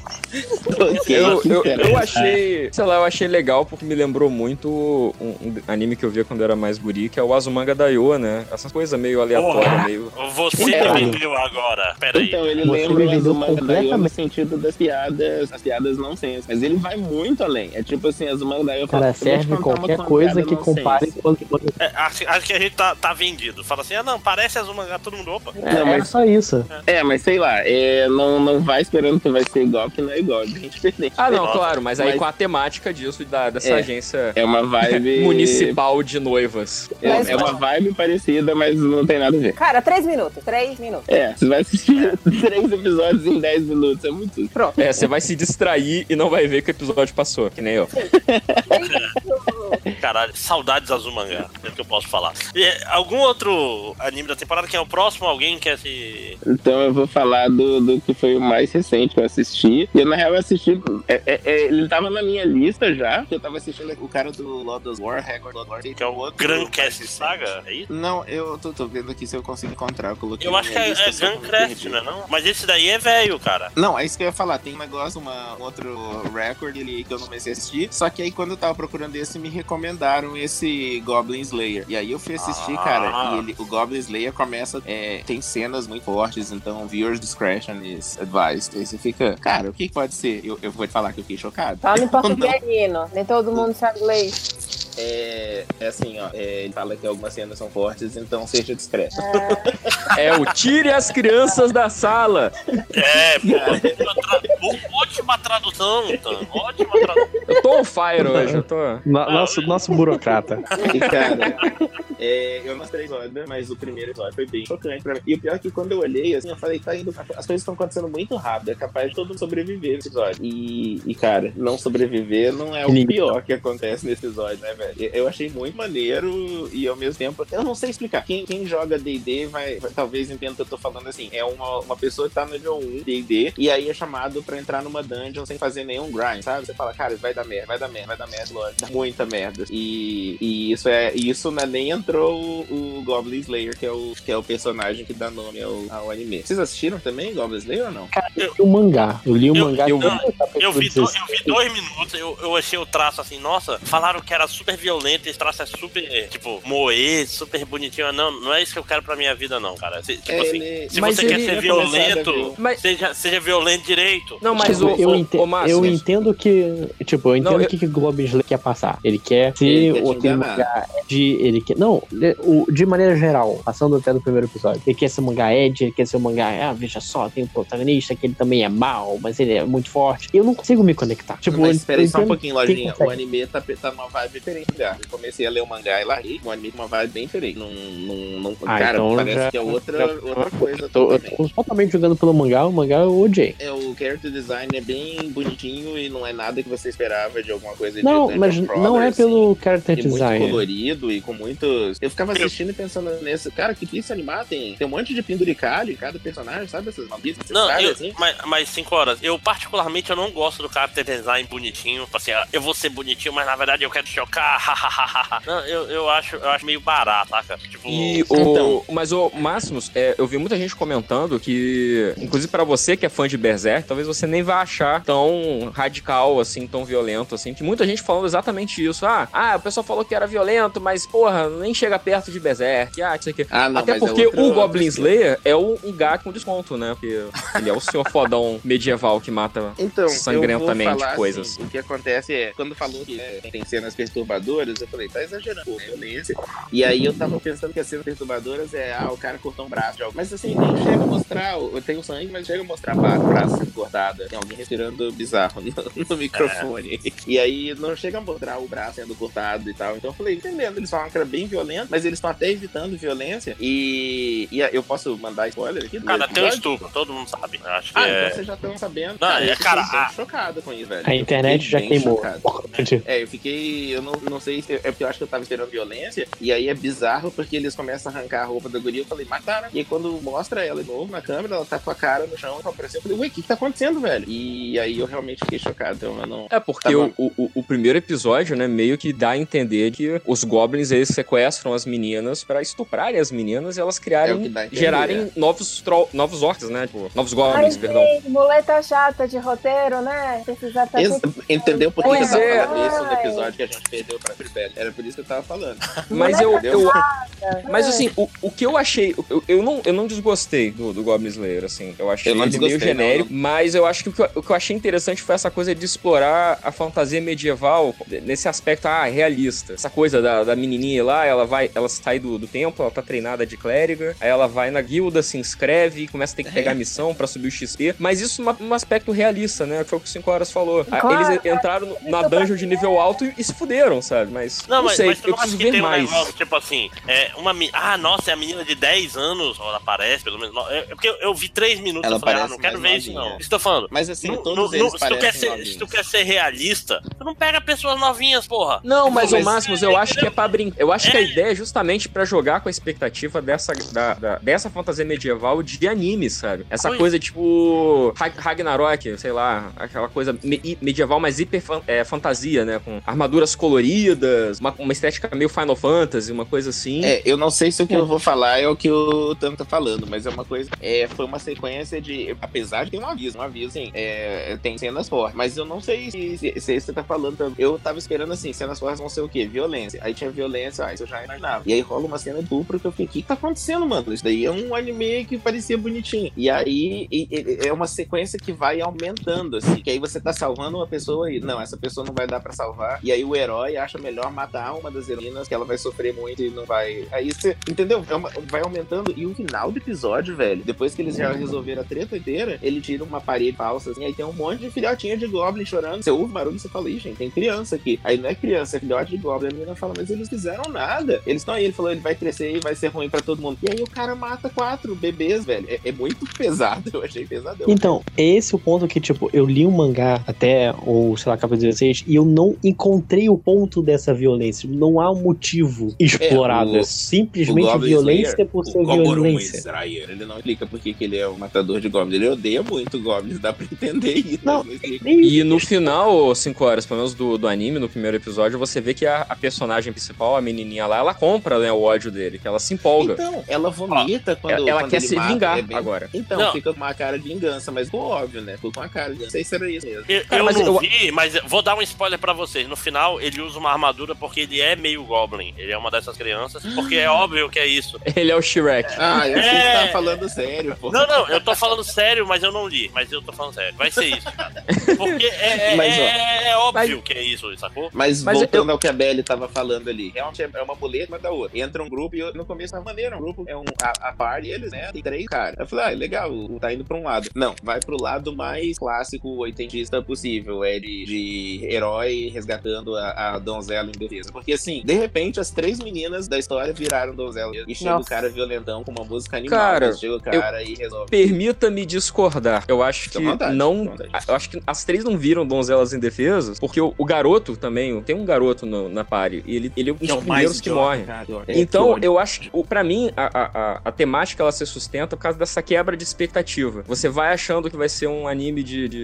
Speaker 2: Eu achei, sei lá, eu achei legal porque me lembrou muito um anime que eu via quando eu era mais guri, que é o Azumanga Daioh, né? Essas coisas meio aleatórias, meio...
Speaker 3: Você entendeu agora. Pera aí.
Speaker 5: Então, ele lembra o Azumanga Daioh no sentido das piadas não sensas. Mas ele vai muito além. É tipo assim, Azumanga Daioh...
Speaker 4: Cara, serve qualquer coisa que compare com...
Speaker 3: Acho que a gente tá vendido. Fala assim, não, parece Azumanga, todo mundo, opa.
Speaker 4: Mas só isso.
Speaker 5: Mas sei lá, não vai esperando que vai ser igual, que não é igual, é bem diferente.
Speaker 2: Não, claro, mas aí com a temática disso, dessa agência
Speaker 5: é uma vibe
Speaker 2: municipal de noivas.
Speaker 5: É uma vibe parecida, mas não tem nada a ver.
Speaker 1: Cara, 3 minutos.
Speaker 5: Você vai assistir 3 episódios em 10 minutos, é muito...
Speaker 1: Pronto.
Speaker 2: Você vai se distrair e não vai ver que o episódio passou, que nem eu.
Speaker 3: Caralho, saudades Azumanga, é o que eu posso falar. E, algum outro anime da temporada que é o próximo? Alguém quer se...
Speaker 5: Então eu vou falar do que foi o mais recente que eu assisti. E eu, na real, eu assisti... ele tava na minha lista já, que eu tava assistindo o cara do Lotus War, Record War, que é o outro...
Speaker 3: Grand Cast Saga, é isso?
Speaker 5: Não, eu tô vendo aqui se eu consigo encontrar.
Speaker 3: Eu acho que é Grand Craft, não? Mas esse daí é velho, cara.
Speaker 5: Não, é isso que eu ia falar. Tem um negócio, um outro Record que eu não comecei a assistir. Só que aí quando eu tava procurando esse, me recomendaram esse Goblin Slayer. E aí eu fui assistir, cara, e o Goblin Slayer começa... tem cenas muito fortes, então viewers discretion is advised. Aí você fica, cara, o que pode ser? Eu vou te falar que eu fiquei chocado.
Speaker 1: Fala em português, Nino. Nem todo mundo sabe inglês.
Speaker 5: é assim, ó. Ele fala que algumas cenas são fortes, então seja discreto.
Speaker 2: O tire as crianças da sala.
Speaker 3: Ótima tradução, então. Ótima tradução.
Speaker 2: Eu tô on fire hoje, eu tô...
Speaker 4: Nosso burocrata.
Speaker 5: E, cara, eu não três episódios, mas o primeiro episódio foi bem chocante pra mim. E o pior é que quando eu olhei, assim, eu falei, as coisas estão acontecendo muito rápido, é capaz de todo mundo sobreviver nesse episódio. E, cara, não sobreviver não é o pior que acontece nesse episódio, né, velho? Eu achei muito maneiro e, ao mesmo tempo, eu não sei explicar. Quem joga D&D vai talvez entenda o que eu tô falando assim. É uma pessoa que tá no nível 1 D&D e aí é chamado pra entrar numa dungeon sem fazer nenhum grind, sabe? Você fala, cara, vai dar merda, lógico. Dá muita merda. E isso né, nem entrou o Goblin Slayer, que é o personagem que dá nome ao anime. Vocês assistiram também Goblin Slayer ou não?
Speaker 4: Cara, eu li o mangá.
Speaker 3: Eu vi 2 minutos, eu achei o traço assim, nossa, falaram que era super violento, esse traço é super, tipo, moe, super bonitinho. Não é isso que eu quero pra minha vida, não, cara. Se você quer ser violento, seja violento direito.
Speaker 2: Não, mas
Speaker 4: eu entendo que, tipo, o que o Goblin Slayer quer passar. Ele quer ser aquele mangá ele quer, não, de maneira geral, passando até do primeiro episódio. Ele quer ser um mangá Edge, ele quer ser um mangá, veja só, tem um protagonista que ele também é mau, mas ele é muito forte. Eu não consigo me conectar. Tipo,
Speaker 5: mas espera aí só um pouquinho, Lojinha. O anime tá numa vibe diferente, cara. Eu comecei a ler o mangá e larguei. O anime tá uma vibe bem diferente. Cara, então parece que é outra coisa. Eu tô totalmente jogando pelo mangá, o mangá eu odiei. O character design é bem bonitinho e não é nada que você esperava de alguma coisa de
Speaker 4: Não, mas não é pelo character design.
Speaker 5: Muito colorido e com muitos... Eu ficava assistindo e pensando nesse... Cara, que difícil animar. Tem um monte de penduricalho em cada personagem, sabe? Essas malditas.
Speaker 3: Não, assim? mas 5 horas. Eu particularmente eu não gosto do character design bonitinho. Assim, eu vou ser bonitinho, mas na verdade eu quero chocar. Não, eu acho meio barato, saca? Tipo...
Speaker 2: Mas o Máximos, eu vi muita gente comentando que, inclusive pra você que é fã de Berserk, talvez você nem vá achar tão radical, assim, tão violento, assim, que muita gente falando exatamente isso. O pessoal falou que era violento, mas, porra, nem chega perto de Berserk. Isso aqui.
Speaker 5: Não,
Speaker 2: até porque o Goblin Slayer é um gato com desconto, né? Porque ele é o senhor fodão medieval que mata sangrentamente coisas.
Speaker 5: Assim, o que acontece é, quando falou que tem cenas perturbadoras, eu falei, tá exagerando, violência. E aí eu tava pensando que as cenas perturbadoras o cara cortou um braço de algo. Mas assim, nem chega a mostrar, tem o sangue, mas chega a mostrar o braço sendo cortado. Tem alguém respirando bizarro no microfone. E aí não chega a mostrar o braço sendo cortado e tal. Então eu falei, entendendo, eles falam que era bem violento, mas eles estão até evitando violência. E eu posso mandar spoiler aqui?
Speaker 3: Cara, tem um estupro, todo mundo sabe. Acho que
Speaker 5: então vocês já estão sabendo.
Speaker 3: Não,
Speaker 5: eu fiquei chocado com isso, velho.
Speaker 4: A internet já queimou.
Speaker 5: Eu fiquei, eu não sei se é porque eu acho que eu tava esperando violência, e aí é bizarro porque eles começam a arrancar a roupa da guria, eu falei, mataram. E aí quando mostra ela de novo na câmera, ela tá com a cara no chão, apareceu, eu falei, ué, o que tá acontecendo, velho? E aí eu realmente fiquei chocado, então eu não...
Speaker 2: Porque o primeiro episódio, né, meio que dá a entender que os goblins, eles sequestram as meninas pra estuprarem as meninas e elas gerarem novos orcs, né, tipo, novos goblins, perdão.
Speaker 1: Muleta chata de roteiro, né?
Speaker 5: Entendeu por que eu tava falando isso no episódio que a gente perdeu pra Pripel? Era por isso que eu tava falando.
Speaker 2: Mas assim, o que eu achei, eu não desgostei do Goblin Slayer, assim, eu achei ele meio genérico, mas eu acho que o que eu achei interessante foi essa coisa de explorar a fantasia medieval nesse aspecto realista. Essa coisa da menininha lá, ela sai do templo, ela tá treinada de clériga, aí ela vai na guilda, se inscreve, começa a ter que pegar missão pra subir o XP, mas isso num aspecto realista, né, que foi o que o 5 horas falou. Eles entraram na dungeon de nível alto e se fuderam, sabe, mas não sei,
Speaker 3: mas
Speaker 2: eu preciso ver mais.
Speaker 3: Negócio, tipo assim, nossa, é a menina de 10 anos, ela aparece, pelo menos, porque eu vi 3 minutos,
Speaker 5: ela
Speaker 3: eu falei, não quero ver isso não. Isso tô falando.
Speaker 5: Mas assim, todos eles
Speaker 3: se tu quer ser realista, tu não pega pessoas novinhas, porra.
Speaker 2: Não, mas o Máximos, eu acho que é pra brincar. Eu acho que a ideia é justamente pra jogar com a expectativa dessa fantasia medieval de anime, sabe? Essa coisa tipo Ragnarok, sei lá, aquela coisa medieval, mas hiper fantasia, né? Com armaduras coloridas, uma estética meio Final Fantasy, uma coisa assim.
Speaker 5: Eu não sei se o que eu vou falar é o que o Tanto tá falando, mas é uma coisa. Foi uma sequência de. Apesar de ter um aviso, assim, tem cenas fortes, mas eu não sei se isso que você tá falando. Eu tava esperando assim, cenas fortes vão ser o quê? Violência. Aí tinha violência, isso eu já imaginava. E aí rola uma cena dupla que eu fiquei, o que tá acontecendo, mano? Isso daí é um anime que parecia bonitinho. E aí é uma sequência que vai aumentando, assim, que aí você tá salvando uma pessoa e não, essa pessoa não vai dar pra salvar. E aí o herói acha melhor matar uma das heroínas, que ela vai sofrer muito e não vai... Aí você, entendeu? Vai aumentando. E o final do episódio, velho, depois que eles já resolveram a treta inteira, ele tira uma parede falsa, assim, aí tem um monte de filhotinha de Goblin chorando. Você ouve barulho e você fala, ih, gente, tem criança aqui. Aí não é criança, é filhote de Goblin. A menina fala, mas eles fizeram nada. Eles estão aí, ele falou, ele vai crescer e vai ser ruim pra todo mundo. E aí o cara mata 4 bebês, velho. É muito pesado, eu achei pesadão.
Speaker 4: Então, esse é o ponto que, tipo, eu li um mangá até, ou sei lá, capítulo 16, e eu não encontrei o ponto dessa violência. Não há um motivo explorado. É simplesmente violência Slayer, por ser violência.
Speaker 5: Israel, ele não explica por que ele é um matador de Goblins. Ele odeia muito Goblins, dá pra entender isso.
Speaker 4: Não,
Speaker 2: e no final, 5 horas, pelo menos do anime, no primeiro episódio, você vê que a personagem principal, a menininha lá, ela compra, né, o ódio dele, que ela se empolga.
Speaker 5: Então, ela vomita quando
Speaker 2: ela
Speaker 5: quando
Speaker 2: quer
Speaker 5: ele
Speaker 2: se
Speaker 5: mata,
Speaker 2: vingar agora.
Speaker 5: Então,
Speaker 3: não.
Speaker 5: fica com uma cara de vingança, mas ficou óbvio, né? Ficou com uma cara de... Não sei se era isso mesmo.
Speaker 3: Eu não vi, mas vou dar um spoiler pra vocês. No final, ele usa uma armadura porque ele é meio Goblin. Ele é uma dessas crianças, porque é óbvio que é isso.
Speaker 2: Ele é o Shrek.
Speaker 5: Ah, eu achei que você tava falando sério, pô.
Speaker 3: Não, eu tô falando sério, mas eu não li. Mas eu tô falando sério. Vai ser isso, cara. Porque é óbvio que é isso, sacou?
Speaker 5: Mas voltando ao que a Belly tava falando ali, realmente é uma muleta, mas da outra. Entra um grupo e no começo tava maneiro, um grupo é a par e eles, né, tem 3 caras. Eu falei, legal, tá indo pra um lado. Não, vai pro lado mais clássico, oitentista possível, é de herói resgatando a donzela em defesa. Porque assim, de repente, as 3 meninas da história viraram donzela e chega o cara violentão com uma música animal,
Speaker 2: cara,
Speaker 5: chega o cara e resolve.
Speaker 2: Permita-me discordar. Eu acho que eu acho que as 3 não viram donzelas indefesas, porque o garoto também, tem um garoto na party, e ele é um dos primeiros que morre. Então, eu acho que, pra mim, a temática ela se sustenta por causa dessa quebra de expectativa. Você vai achando que vai ser um anime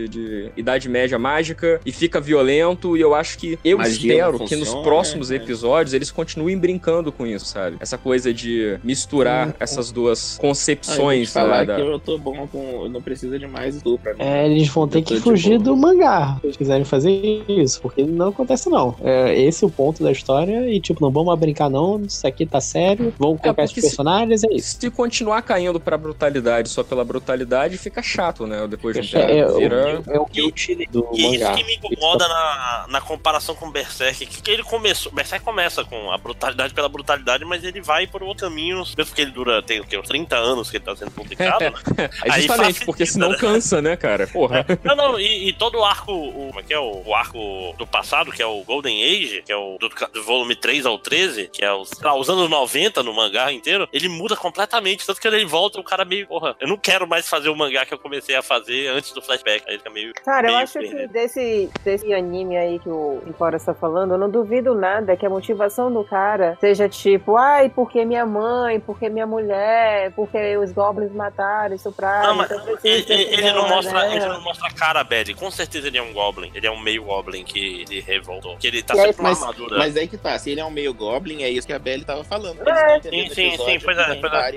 Speaker 2: de Idade Média mágica e fica violento, e eu acho que espero que nos próximos episódios eles continuem brincando com isso, sabe? Essa coisa de misturar essas duas concepções.
Speaker 5: Que eu tô bom com... Não precisa de mais estupro.
Speaker 4: Eles vão ter que fugir do mangá se eles quiserem fazer isso, porque não acontece não. Esse é o ponto da história e, tipo, não vamos brincar não, isso aqui tá sério, vamos colocar esses personagens, é isso.
Speaker 2: Se continuar caindo pra brutalidade só pela brutalidade, fica chato, né? Depois de um tempo.
Speaker 4: É o que eu tirei do mangá.
Speaker 3: E isso que me incomoda na comparação com Berserk, que ele começou... Berserk começa com a brutalidade pela brutalidade, mas ele vai por outro caminho, mesmo porque ele tem uns 30 anos que ele tá sendo publicado.
Speaker 2: É justamente, porque senão cansa, né, cara? Porra.
Speaker 3: Não, e todo o arco, como é que é? O arco do passado, que é o Golden Age, que é o do volume 3 ao 13, que é os anos 90 no mangá inteiro, ele muda completamente, tanto que ele volta o cara meio, porra, eu não quero mais fazer o mangá que eu comecei a fazer antes do flashback, aí fica meio...
Speaker 1: Cara, eu acho que desse anime aí que o Fora está falando, eu não duvido nada que a motivação do cara seja tipo, porque minha mãe, porque minha mulher, porque os goblins mataram, estupraram.
Speaker 3: Não, mas ele não mostra a cara, Belly. Com certeza ele é um goblin. Ele é um meio goblin que ele revoltou. Que ele tá sempre com uma armadura.
Speaker 5: Mas aí que tá, se ele é um meio goblin, é isso que a Belly tava falando.
Speaker 3: Sim, pois é.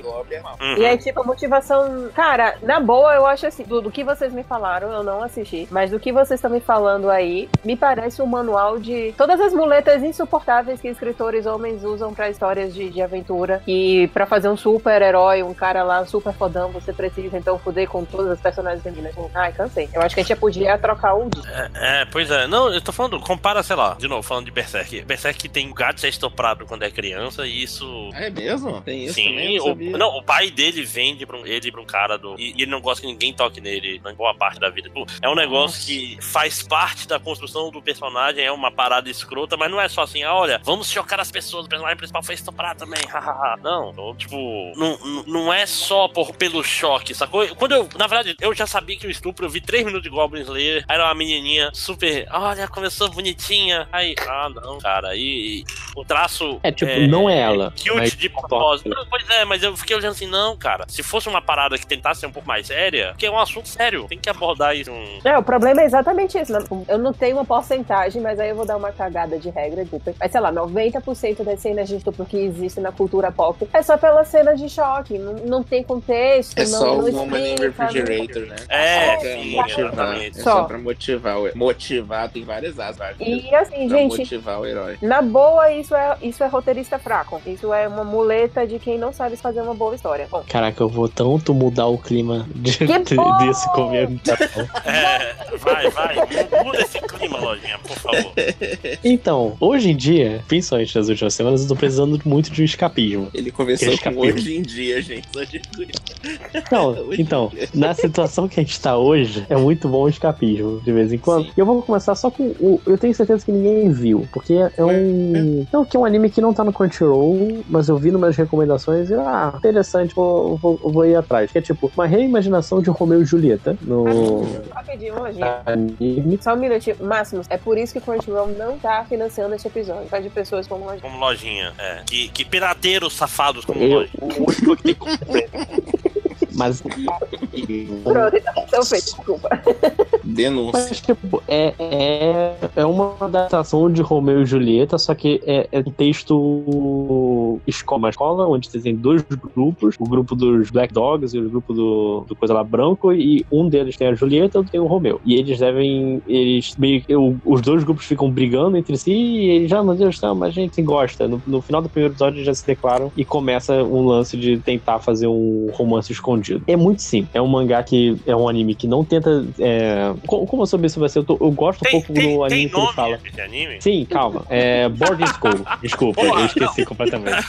Speaker 1: E aí, tipo, a motivação... Cara, na boa, eu acho assim, do que vocês me falaram, eu não assisti, mas do que vocês estão me falando aí, me parece um manual de todas as muletas insuportáveis que escritores homens usam pra histórias de aventura. E pra fazer um super-herói, um cara lá super fodão, você precisa então foder com todas as personagens femininas. Ai, cansei. Eu acho que a gente já podia trocar o disco.
Speaker 3: Pois é. Não, eu tô falando, compara, sei lá, de novo, falando de Berserk. Berserk tem o gato ser estuprado quando é criança e isso...
Speaker 5: É mesmo? Tem isso?
Speaker 3: Sim, o pai dele vende ele pra um cara e ele não gosta que ninguém toque nele na boa parte da vida. É um negócio que faz parte da construção do personagem, é uma parada escrota, mas não é só assim, olha, vamos chocar as pessoas, o personagem principal foi estuprado também, hahaha. Não, tipo, não é só pelo choque, sacou? Na verdade, eu já sabia que o estupro, eu vi 3 minutos de Goblin Slayer, aí era uma menininha super, olha, começou bonitinha, aí, não, cara, aí o traço...
Speaker 4: não é ela.
Speaker 3: Cute de propósito. Pois é, mas eu fiquei olhando assim, não, cara, se fosse uma parada que tentasse ser um pouco mais séria, porque é um assunto sério, tem que abordar isso.
Speaker 1: O problema é exatamente isso, eu não tenho uma porcentagem, mas aí eu vou dar uma cagada de regra, mas sei lá, 90% das cenas de estupro que existem na cultura pop é só pela cena de choque, não tem contexto,
Speaker 5: é
Speaker 1: não
Speaker 5: só o
Speaker 1: explica,
Speaker 5: Woman in Refrigerator, né?
Speaker 3: Exatamente.
Speaker 5: É só pra motivar, tem várias asas.
Speaker 1: E assim, gente,
Speaker 5: motivar o herói.
Speaker 1: Na boa, isso é roteirista fraco. Isso é uma muleta de quem não sabe fazer uma boa história. Bom.
Speaker 4: Caraca, eu vou tanto mudar o clima desse comentário.
Speaker 3: Vai, muda esse clima, Lojinha, por favor.
Speaker 4: Então, hoje em dia, principalmente nas últimas semanas, eu tô precisando muito de um escapismo.
Speaker 5: Ele começou com hoje em dia, gente.
Speaker 4: Não, então, na situação que a gente tá hoje, é muito bom o escapismo, de vez em quando. Sim. E eu vou começar só com o... Eu tenho certeza que ninguém viu, porque é um... Não, que é um anime que não tá no Crunchyroll, mas eu vi numas recomendações e, interessante, vou ir atrás. Que é tipo, uma reimaginação de Romeu e Julieta no...
Speaker 1: Rapidinho, anime. Só um minutinho. Máximos, é por isso que o Crunchyroll não tá financiando esse episódio. Faz de pessoas como Lojinha.
Speaker 3: Como Lojinha, é. Que pirateiros safados como Lojinha.
Speaker 4: Mas...
Speaker 1: Pronto, então feito, desculpa.
Speaker 5: Denúncia.
Speaker 4: Mas, tipo, é uma adaptação de Romeu e Julieta, só que é um texto uma escola, onde tem dois grupos, o grupo dos Black Dogs e o grupo do coisa lá branco, e um deles tem a Julieta e outro tem o Romeu. E eles os dois grupos ficam brigando entre si, e eles meu Deus, mas a gente se gosta. No final do primeiro episódio eles já se declaram e começa um lance de tentar fazer um romance escondido. É muito simples. É um mangá que é um anime que não tenta... Como eu soube isso vai ser? Eu gosto um pouco do anime que ele fala.
Speaker 3: Esse anime?
Speaker 4: Sim, calma. Boarding School. Desculpa, eu esqueci completamente.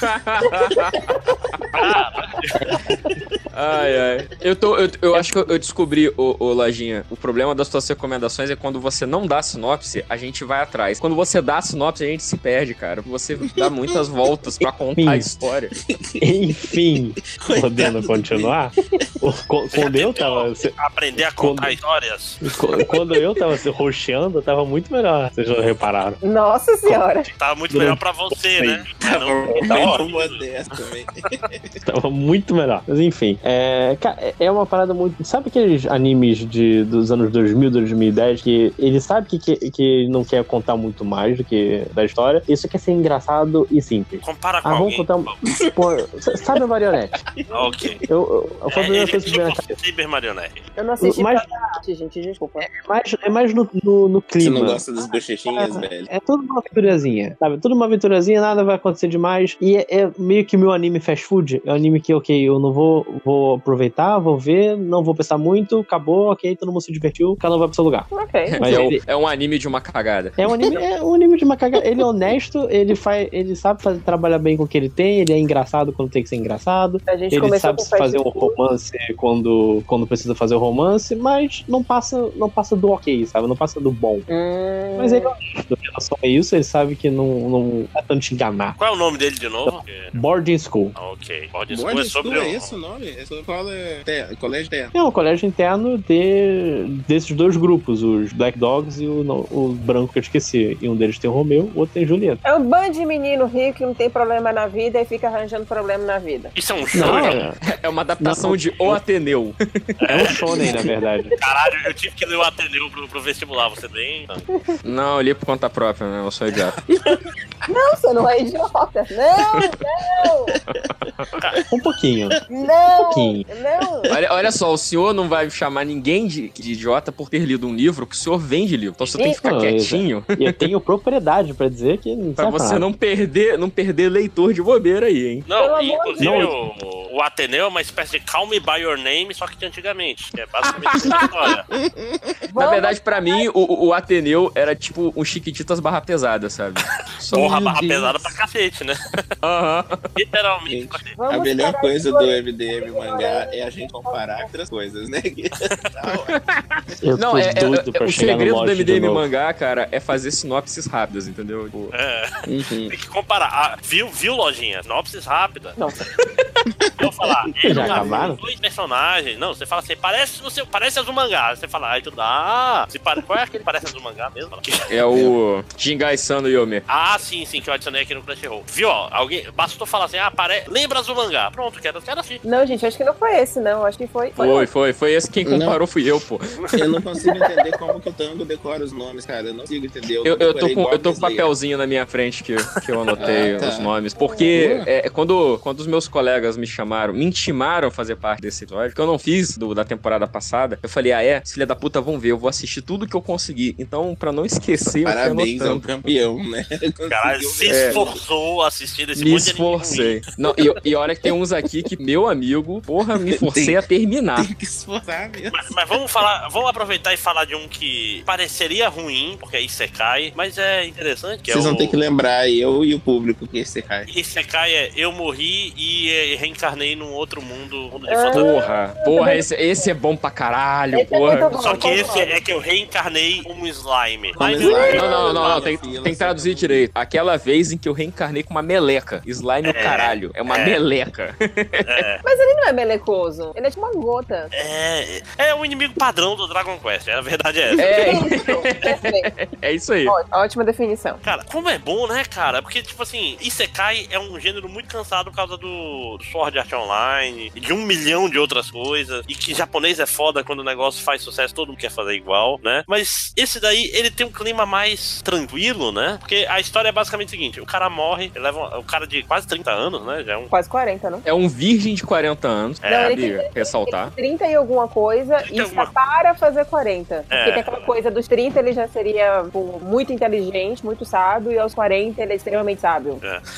Speaker 2: Ai. Eu acho que eu descobri, ô Lajinha, o problema das suas recomendações é quando você não dá sinopse, a gente vai atrás. Quando você dá sinopse, a gente se perde, cara. Você dá muitas voltas pra contar a história.
Speaker 4: Enfim, podendo continuar, quando eu tava...
Speaker 3: Aprender a contar histórias?
Speaker 4: Quando eu tava se roxeando, tava muito melhor. Vocês já repararam?
Speaker 1: Nossa senhora.
Speaker 3: Tava muito melhor pra você, né?
Speaker 4: Tava muito melhor. Mas enfim, é uma parada muito... Sabe aqueles animes dos anos 2000, 2010, que ele sabe que não quer contar muito mais do que da história, isso quer ser engraçado e simples.
Speaker 3: Compara com alguém.
Speaker 4: Vamos contar... Sabe a Marionete?
Speaker 3: Ok.
Speaker 4: Foi a primeira coisa que veio na
Speaker 3: cabeça. Cyber Marionete.
Speaker 1: Eu não assisti pra arte, gente, desculpa.
Speaker 4: É mais no clima.
Speaker 5: Você não gosta das bochechinhas, velho?
Speaker 4: É tudo uma aventurazinha, sabe? Tudo uma aventurazinha, nada vai acontecer demais. E é meio que o meu anime fast food. É um anime que, eu não vou aproveitar, vou ver, não vou pensar muito, acabou, ok, todo mundo se divertiu, cada um vai pro seu lugar.
Speaker 1: Ok.
Speaker 2: Mas é um anime de uma cagada.
Speaker 4: É um anime de uma cagada. Ele é honesto, ele sabe trabalhar bem com o que ele tem, ele é engraçado quando tem que ser engraçado. Ele sabe fazer um romance quando precisa fazer o romance, mas não passa do ok, sabe? Não passa do bom. Mas ele é honesto em relação a isso, ele sabe que não é tanto te enganar.
Speaker 3: Qual é o nome dele de novo?
Speaker 4: Boarding School.
Speaker 3: Ok. Boarding School é sobre
Speaker 5: é esse o nome? É sobre colégio interno.
Speaker 4: É um colégio interno desses dois grupos, os Black Dogs e o branco que eu esqueci. E um deles tem o Romeu, o outro tem Julieta.
Speaker 1: É um bando de menino rico que não tem problema na vida e fica arranjando problema na vida.
Speaker 3: Isso é um show?
Speaker 2: É uma adaptação de O Ateneu.
Speaker 4: É um shonen, na verdade.
Speaker 3: Caralho, eu tive que ler o Ateneu pro vestibular, você bem?
Speaker 2: Não, eu li por conta própria, né? Eu sou idiota.
Speaker 1: Não, você não é idiota. Não!
Speaker 4: Um pouquinho.
Speaker 1: Não!
Speaker 2: Olha só, o senhor não vai chamar ninguém de idiota por ter lido um livro que o senhor vende livro. Então você tem que ficar quietinho.
Speaker 4: E eu tenho propriedade pra dizer que...
Speaker 2: Pra você não perder leitor de bobeira aí, hein?
Speaker 3: Não, inclusive o Ateneu é uma espécie de Call Me By Your Name, só que de antigamente. Que é basicamente essa história.
Speaker 2: Na verdade, pra mim, o Ateneu era tipo um Chiquititas barra pesada, sabe?
Speaker 3: Porra, barra pesada pra cacete, né? Literalmente.
Speaker 5: A melhor coisa do MDM mangá é a gente comparar com outras coisas, né?
Speaker 2: Não, o segredo do MDM mangá, cara, é fazer sinopses rápidas, entendeu?
Speaker 3: Tem que comparar. Viu, Lojinha? Sinopses rápidas.
Speaker 1: Não.
Speaker 3: Eu vou falar,
Speaker 4: já acabaram?
Speaker 3: Dois personagens. Não, você fala assim, parece as do mangá. Você fala, qual é aquele que parece as do mangá mesmo?
Speaker 2: É o Jingai-san no Yomi.
Speaker 3: Ah, sim, que eu adicionei aqui no Crunchyroll. Viu, ó, bastou falar assim, lembra as do mangá. Pronto, quero assim.
Speaker 1: Não, gente, acho que não foi esse, não. Acho que foi.
Speaker 2: Foi esse quem comparou, fui eu, pô.
Speaker 5: Eu não consigo entender como que o Tango decora os nomes, cara. Eu não consigo entender.
Speaker 2: Eu tô com um papelzinho na minha frente que eu anotei os nomes. Porque quando os meus colegas caras me intimaram a fazer parte desse episódio, que eu não fiz da temporada passada. Eu falei, filha da puta, vão ver, eu vou assistir tudo que eu conseguir. Então, pra não esquecer,
Speaker 5: parabéns ao campeão, né?
Speaker 3: Caralho, se esforçou assistindo esse
Speaker 2: me esforcei. Não, e olha que tem uns aqui que, meu amigo, porra, me forcei a terminar.
Speaker 5: Tem que esforçar mesmo.
Speaker 3: Mas vamos aproveitar e falar de um que pareceria ruim, porque é Isekai, mas é interessante. Que
Speaker 5: Vocês vão ter que lembrar, eu e o público, que é Isekai.
Speaker 3: Isekai é eu morri e reencarnei num outro mundo de fantasia.
Speaker 2: Porra, esse é bom pra caralho, porra.
Speaker 3: Só que esse é que eu reencarnei como slime.
Speaker 2: Não, tem que traduzir direito. Aquela vez em que eu reencarnei com uma meleca. Slime o caralho. É uma meleca.
Speaker 1: Mas ele não é melecoso. Ele é tipo uma gota.
Speaker 3: É o inimigo padrão do Dragon Quest. A verdade é essa.
Speaker 2: É isso aí.
Speaker 1: Ótima definição.
Speaker 3: Cara, como é bom, né, cara? Porque, tipo assim, Isekai é um gênero muito cansado por causa do Sword Art Online e de 1 milhão de outras coisas. E que japonês é foda quando o negócio faz sucesso, todo mundo quer fazer igual, né? Mas esse daí, ele tem um clima mais tranquilo, né? Porque a história é basicamente o seguinte: o cara morre, ele leva o cara de quase 30 anos, né? Já é
Speaker 1: quase 40, não?
Speaker 2: É um virgem de 40 anos. Ressaltar.
Speaker 1: 30 e alguma coisa e está para fazer 40. Porque tem aquela coisa dos 30 ele já seria muito inteligente, muito sábio, e aos 40 ele é extremamente sábio.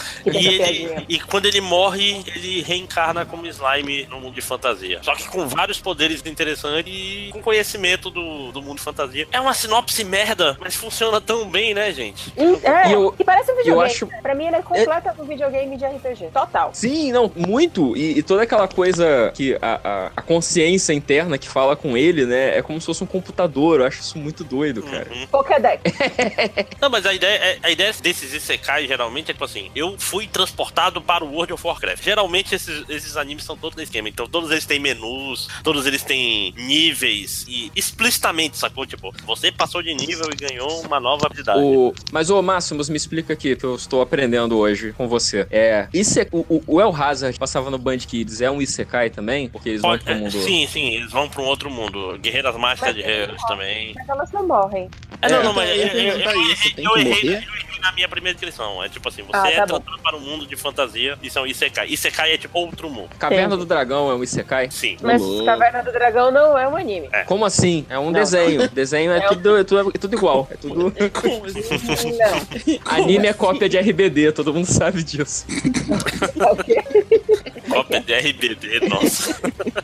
Speaker 3: E quando ele morre, ele reencarna como slime no mundo de fantasia. Só que com vários poderes interessantes e com conhecimento do mundo de fantasia. É uma sinopse merda, mas funciona tão bem, né, gente?
Speaker 1: E parece um videogame. Pra mim ele é completo um videogame de RPG. Total.
Speaker 2: Sim, não, muito. E toda aquela coisa que a consciência interna que fala com ele, né, é como se fosse um computador. Eu acho isso muito doido, cara.
Speaker 1: Pokédex.
Speaker 3: Não, mas a ideia desses Isekai, geralmente, é tipo assim, eu fui transportado para o World of Warcraft. Geralmente, esses animes são todos nesse esquema. Então, todos eles têm menus, todos eles têm níveis, e explicitamente, sacou? Tipo, você passou de nível e ganhou uma nova habilidade.
Speaker 2: Mas, Máximos, me explica aqui, que eu estou aprendendo hoje com você. O El Hazard passava no Band Kids, é um Isekai também? Porque eles vão pro mundo...
Speaker 3: Sim, eles vão para um outro mundo. Guerreiras Mágicas de Heroes também.
Speaker 1: Mas elas não morrem.
Speaker 3: Eu errei na minha primeira descrição. É tipo assim, você é tratado para um mundo de fantasia, isso é um Isekai. Isekai é tipo outro mundo.
Speaker 2: Caverna do Dragão é um Isekai?
Speaker 3: Sim.
Speaker 1: Mas Caverna do Dragão não é um anime.
Speaker 2: Como assim? É um desenho. Desenho é tudo igual. É tudo...
Speaker 1: Não.
Speaker 2: Anime é cópia de RBD, todo mundo sabe disso.
Speaker 3: Cópia de RBD, nossa.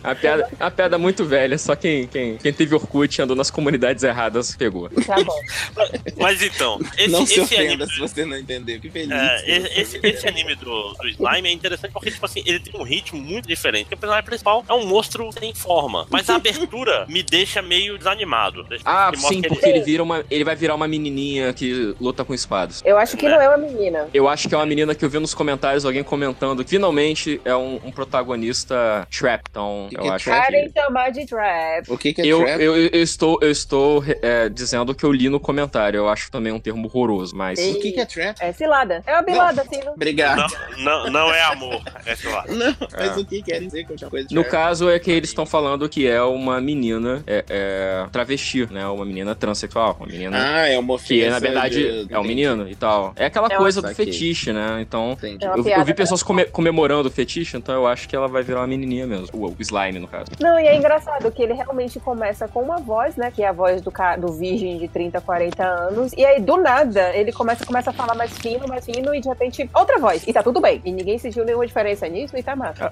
Speaker 2: A piada muito velha, só quem teve Orkut e andou nas comunidades erradas pegou.
Speaker 1: Tá bom.
Speaker 3: Mas então,
Speaker 5: esse ofenda
Speaker 3: anime...
Speaker 5: se você não entender, que feliz.
Speaker 3: Esse anime do Slime é interessante porque, tipo assim, ele tem um ritmo muito diferente. Porque o personagem principal é um monstro sem forma. Mas a abertura me deixa meio desanimado.
Speaker 2: Sim, porque ele vai virar uma menininha que luta com espadas.
Speaker 1: Eu acho que não é uma menina.
Speaker 2: Eu acho que é uma menina que eu vi nos comentários alguém comentando que finalmente é um protagonista trap. Então, eu acho que...
Speaker 1: Querem chamar de trap.
Speaker 5: O que é trap?
Speaker 2: Eu estou dizendo que eu li no comentário. Eu acho também um termo horroroso, mas...
Speaker 5: O que é trap?
Speaker 1: É cilada. É uma bilada, assim. Não...
Speaker 5: Obrigado.
Speaker 3: Não é amor, é cilada.
Speaker 5: Não, mas o que querem dizer com essa coisa de
Speaker 2: No
Speaker 5: trap?
Speaker 2: caso é que eles estão falando que é uma menina travesti, né? Uma menina transexual. Uma menina...
Speaker 5: é uma ofensa.
Speaker 2: Que, na verdade, é um menino e tal. É aquela coisa do fetiche, né? Então, eu vi pessoas comemorando o fetiche, então eu acho que ela vai virar uma menininha mesmo. O slime, no caso.
Speaker 1: Não, e é engraçado que ele realmente começa com uma voz, né? Que é a voz do virgem de 30, 40 anos. E aí, do nada, ele começa a falar mais fino, e de repente, outra voz. E tá tudo bem. E ninguém sentiu nenhuma diferença nisso e tá massa.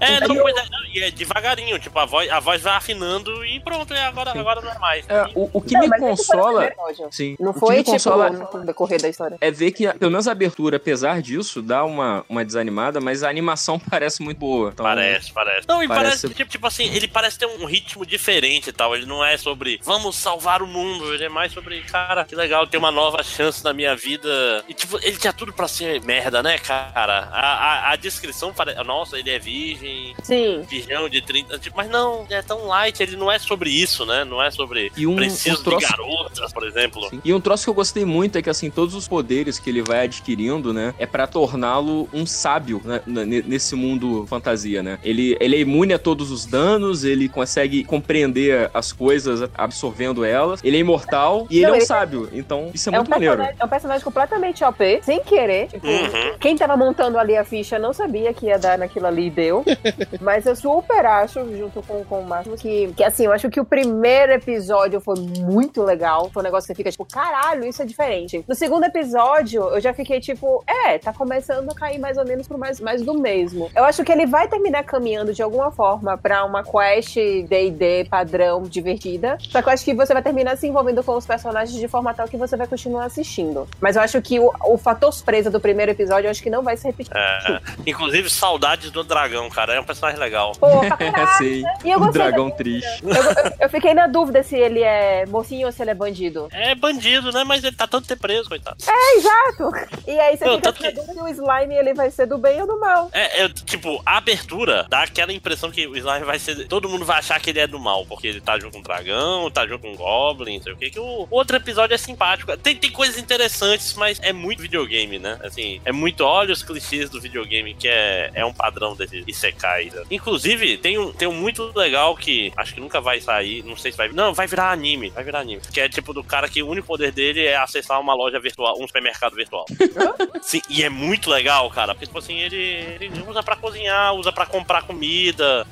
Speaker 3: E é devagarinho. Tipo, a voz vai afinando e pronto, agora não é mais.
Speaker 2: O que me consola... Sim.
Speaker 1: Não foi, no decorrer da história.
Speaker 2: É ver que, pelo menos a abertura, apesar disso, dá uma desanimada, mas a animação parece muito boa. Então,
Speaker 3: parece. Não, e parece tipo assim, ele parece ter um ritmo diferente e tal. Ele não é sobre vamos salvar o mundo, ele é mais sobre, cara, que legal, ter uma nova chance na minha vida. E tipo, ele tinha tudo pra ser merda, né, cara? A descrição parece, nossa, ele é virgem.
Speaker 1: Sim.
Speaker 3: Virgão de 30, tipo, mas não, é tão light, ele não é sobre isso, né? Não é sobre preciso de garotas, por exemplo.
Speaker 2: Sim. E um troço que eu gostei muito é que, assim, todos os poderes que ele vai adquirindo, né, é pra torná-lo um sábio, né, nesse mundo mundo fantasia, né? Ele é imune a todos os danos, ele consegue compreender as coisas absorvendo elas, ele é imortal e ele é um sábio, então isso é muito maneiro.
Speaker 1: É um personagem completamente OP, sem querer, tipo, quem tava montando ali a ficha não sabia que ia dar naquilo ali e deu, mas eu super acho, junto com o Máximo, que assim, eu acho que o primeiro episódio foi muito legal, foi um negócio que você fica tipo, caralho, isso é diferente. No segundo episódio, eu já fiquei tipo, tá começando a cair mais ou menos pro mais do mesmo. Eu acho que ele vai terminar caminhando de alguma forma pra uma quest D&D padrão divertida, só que eu acho que você vai terminar se envolvendo com os personagens de forma tal que você vai continuar assistindo. Mas eu acho que o fator surpresa do primeiro episódio, eu acho que não vai se repetir.
Speaker 3: Inclusive, saudades do dragão, cara. É um personagem legal.
Speaker 1: Pô, pra caralho.
Speaker 2: Sim,
Speaker 1: E eu
Speaker 2: um dragão triste.
Speaker 1: Eu fiquei na dúvida se ele é mocinho ou se ele é bandido.
Speaker 3: É bandido, né? Mas ele tá tanto tempo preso, coitado.
Speaker 1: Exato. E aí você fica na dúvida se o slime ele vai ser do bem ou do mal.
Speaker 3: Tipo, a abertura dá aquela impressão que o slime vai ser... Todo mundo vai achar que ele é do mal, porque ele tá junto com um dragão, tá junto com um goblin, não sei o que. Que o outro episódio é simpático. Tem coisas interessantes, mas é muito videogame, né? Assim, é muito... Olha os clichês do videogame, que é um padrão desse Isekai. Né? Inclusive, tem um muito legal que acho que nunca vai sair, não sei se vai... Não, vai virar anime. Que é tipo do cara que o único poder dele é acessar uma loja virtual, um supermercado virtual. Sim, e é muito legal, cara, porque tipo assim, ele usa pra cozinhar, usa pra comprar comida.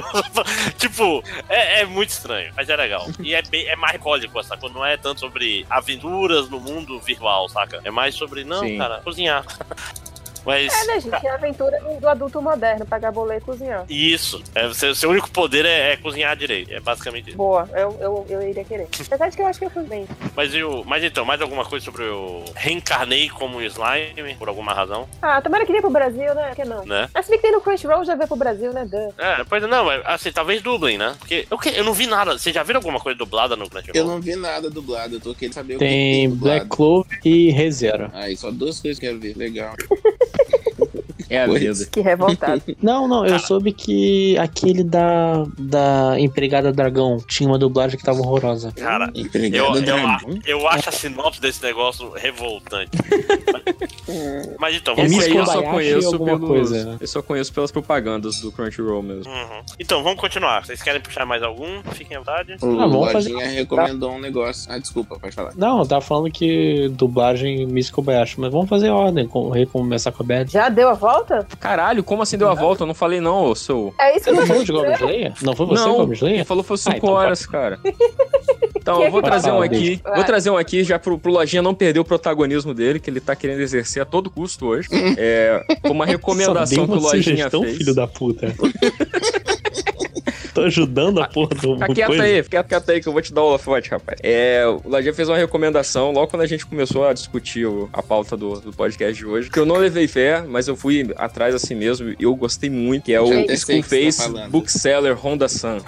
Speaker 3: Tipo, é muito estranho, mas é legal. E é mais código, saca? Não é tanto sobre aventuras no mundo virtual, saca? É mais sobre, Sim. cara, cozinhar. Mas,
Speaker 1: né, gente? É a aventura do adulto moderno, pagar boleto e cozinhar.
Speaker 3: Isso. Seu único poder é cozinhar direito. É basicamente isso.
Speaker 1: Boa, eu iria querer. Apesar de que eu acho que eu fui bem.
Speaker 3: Mas então, mais alguma coisa sobre eu reencarnei como slime, por alguma razão?
Speaker 1: Tomara que venha pro Brasil, né? Que não.
Speaker 3: Né?
Speaker 1: Mas se bem que tem no Crunchyroll, já veio pro Brasil, né?
Speaker 3: Pois não, mas assim, talvez dublem, né? Porque eu não vi nada. Vocês já viram alguma coisa dublada no Crunchyroll?
Speaker 5: Eu não vi nada dublado, eu tô querendo saber o que
Speaker 4: tem Black Clover e ReZero.
Speaker 5: Só duas coisas que eu quero ver. Legal.
Speaker 2: É a vida.
Speaker 1: Que revoltado.
Speaker 4: Não, eu soube que aquele da Empregada Dragão tinha uma dublagem que tava horrorosa.
Speaker 3: Cara, eu acho a sinopse desse negócio revoltante. Mas então, vamos
Speaker 2: esse aí eu só conheço
Speaker 4: coisa.
Speaker 2: Eu só conheço pelas propagandas do Crunchyroll mesmo.
Speaker 3: Então, vamos continuar. Vocês querem puxar mais algum? Fiquem à vontade.
Speaker 5: O Lojinha recomendou um negócio. Desculpa, pode falar.
Speaker 4: Não, eu tava falando que dublagem Miss Kobayashi, mas vamos fazer ordem, recomeçar com a Bad.
Speaker 1: Já deu a volta?
Speaker 2: Caralho, como assim deu a volta? Eu não falei não, seu...
Speaker 1: É isso que
Speaker 4: eu não falou de Goblin Slayer? Não foi você, Goblin Slayer?
Speaker 2: Ele falou que foi 5 horas, cara. Então, eu vou trazer um aqui. Vou trazer um aqui já pro Lojinha não perder o protagonismo dele, que ele tá querendo exercer a todo custo hoje. Uma recomendação que o Lojinha fez.
Speaker 4: Filho da puta. Tô ajudando a porra do
Speaker 2: Fica quieto aí que eu vou te dar o holofote, rapaz. O Lojinha fez uma recomendação logo quando a gente começou a discutir a pauta do podcast de hoje, que eu não levei fé, mas eu fui atrás assim mesmo e eu gostei muito, que é o Skullface Bookseller Honda-san.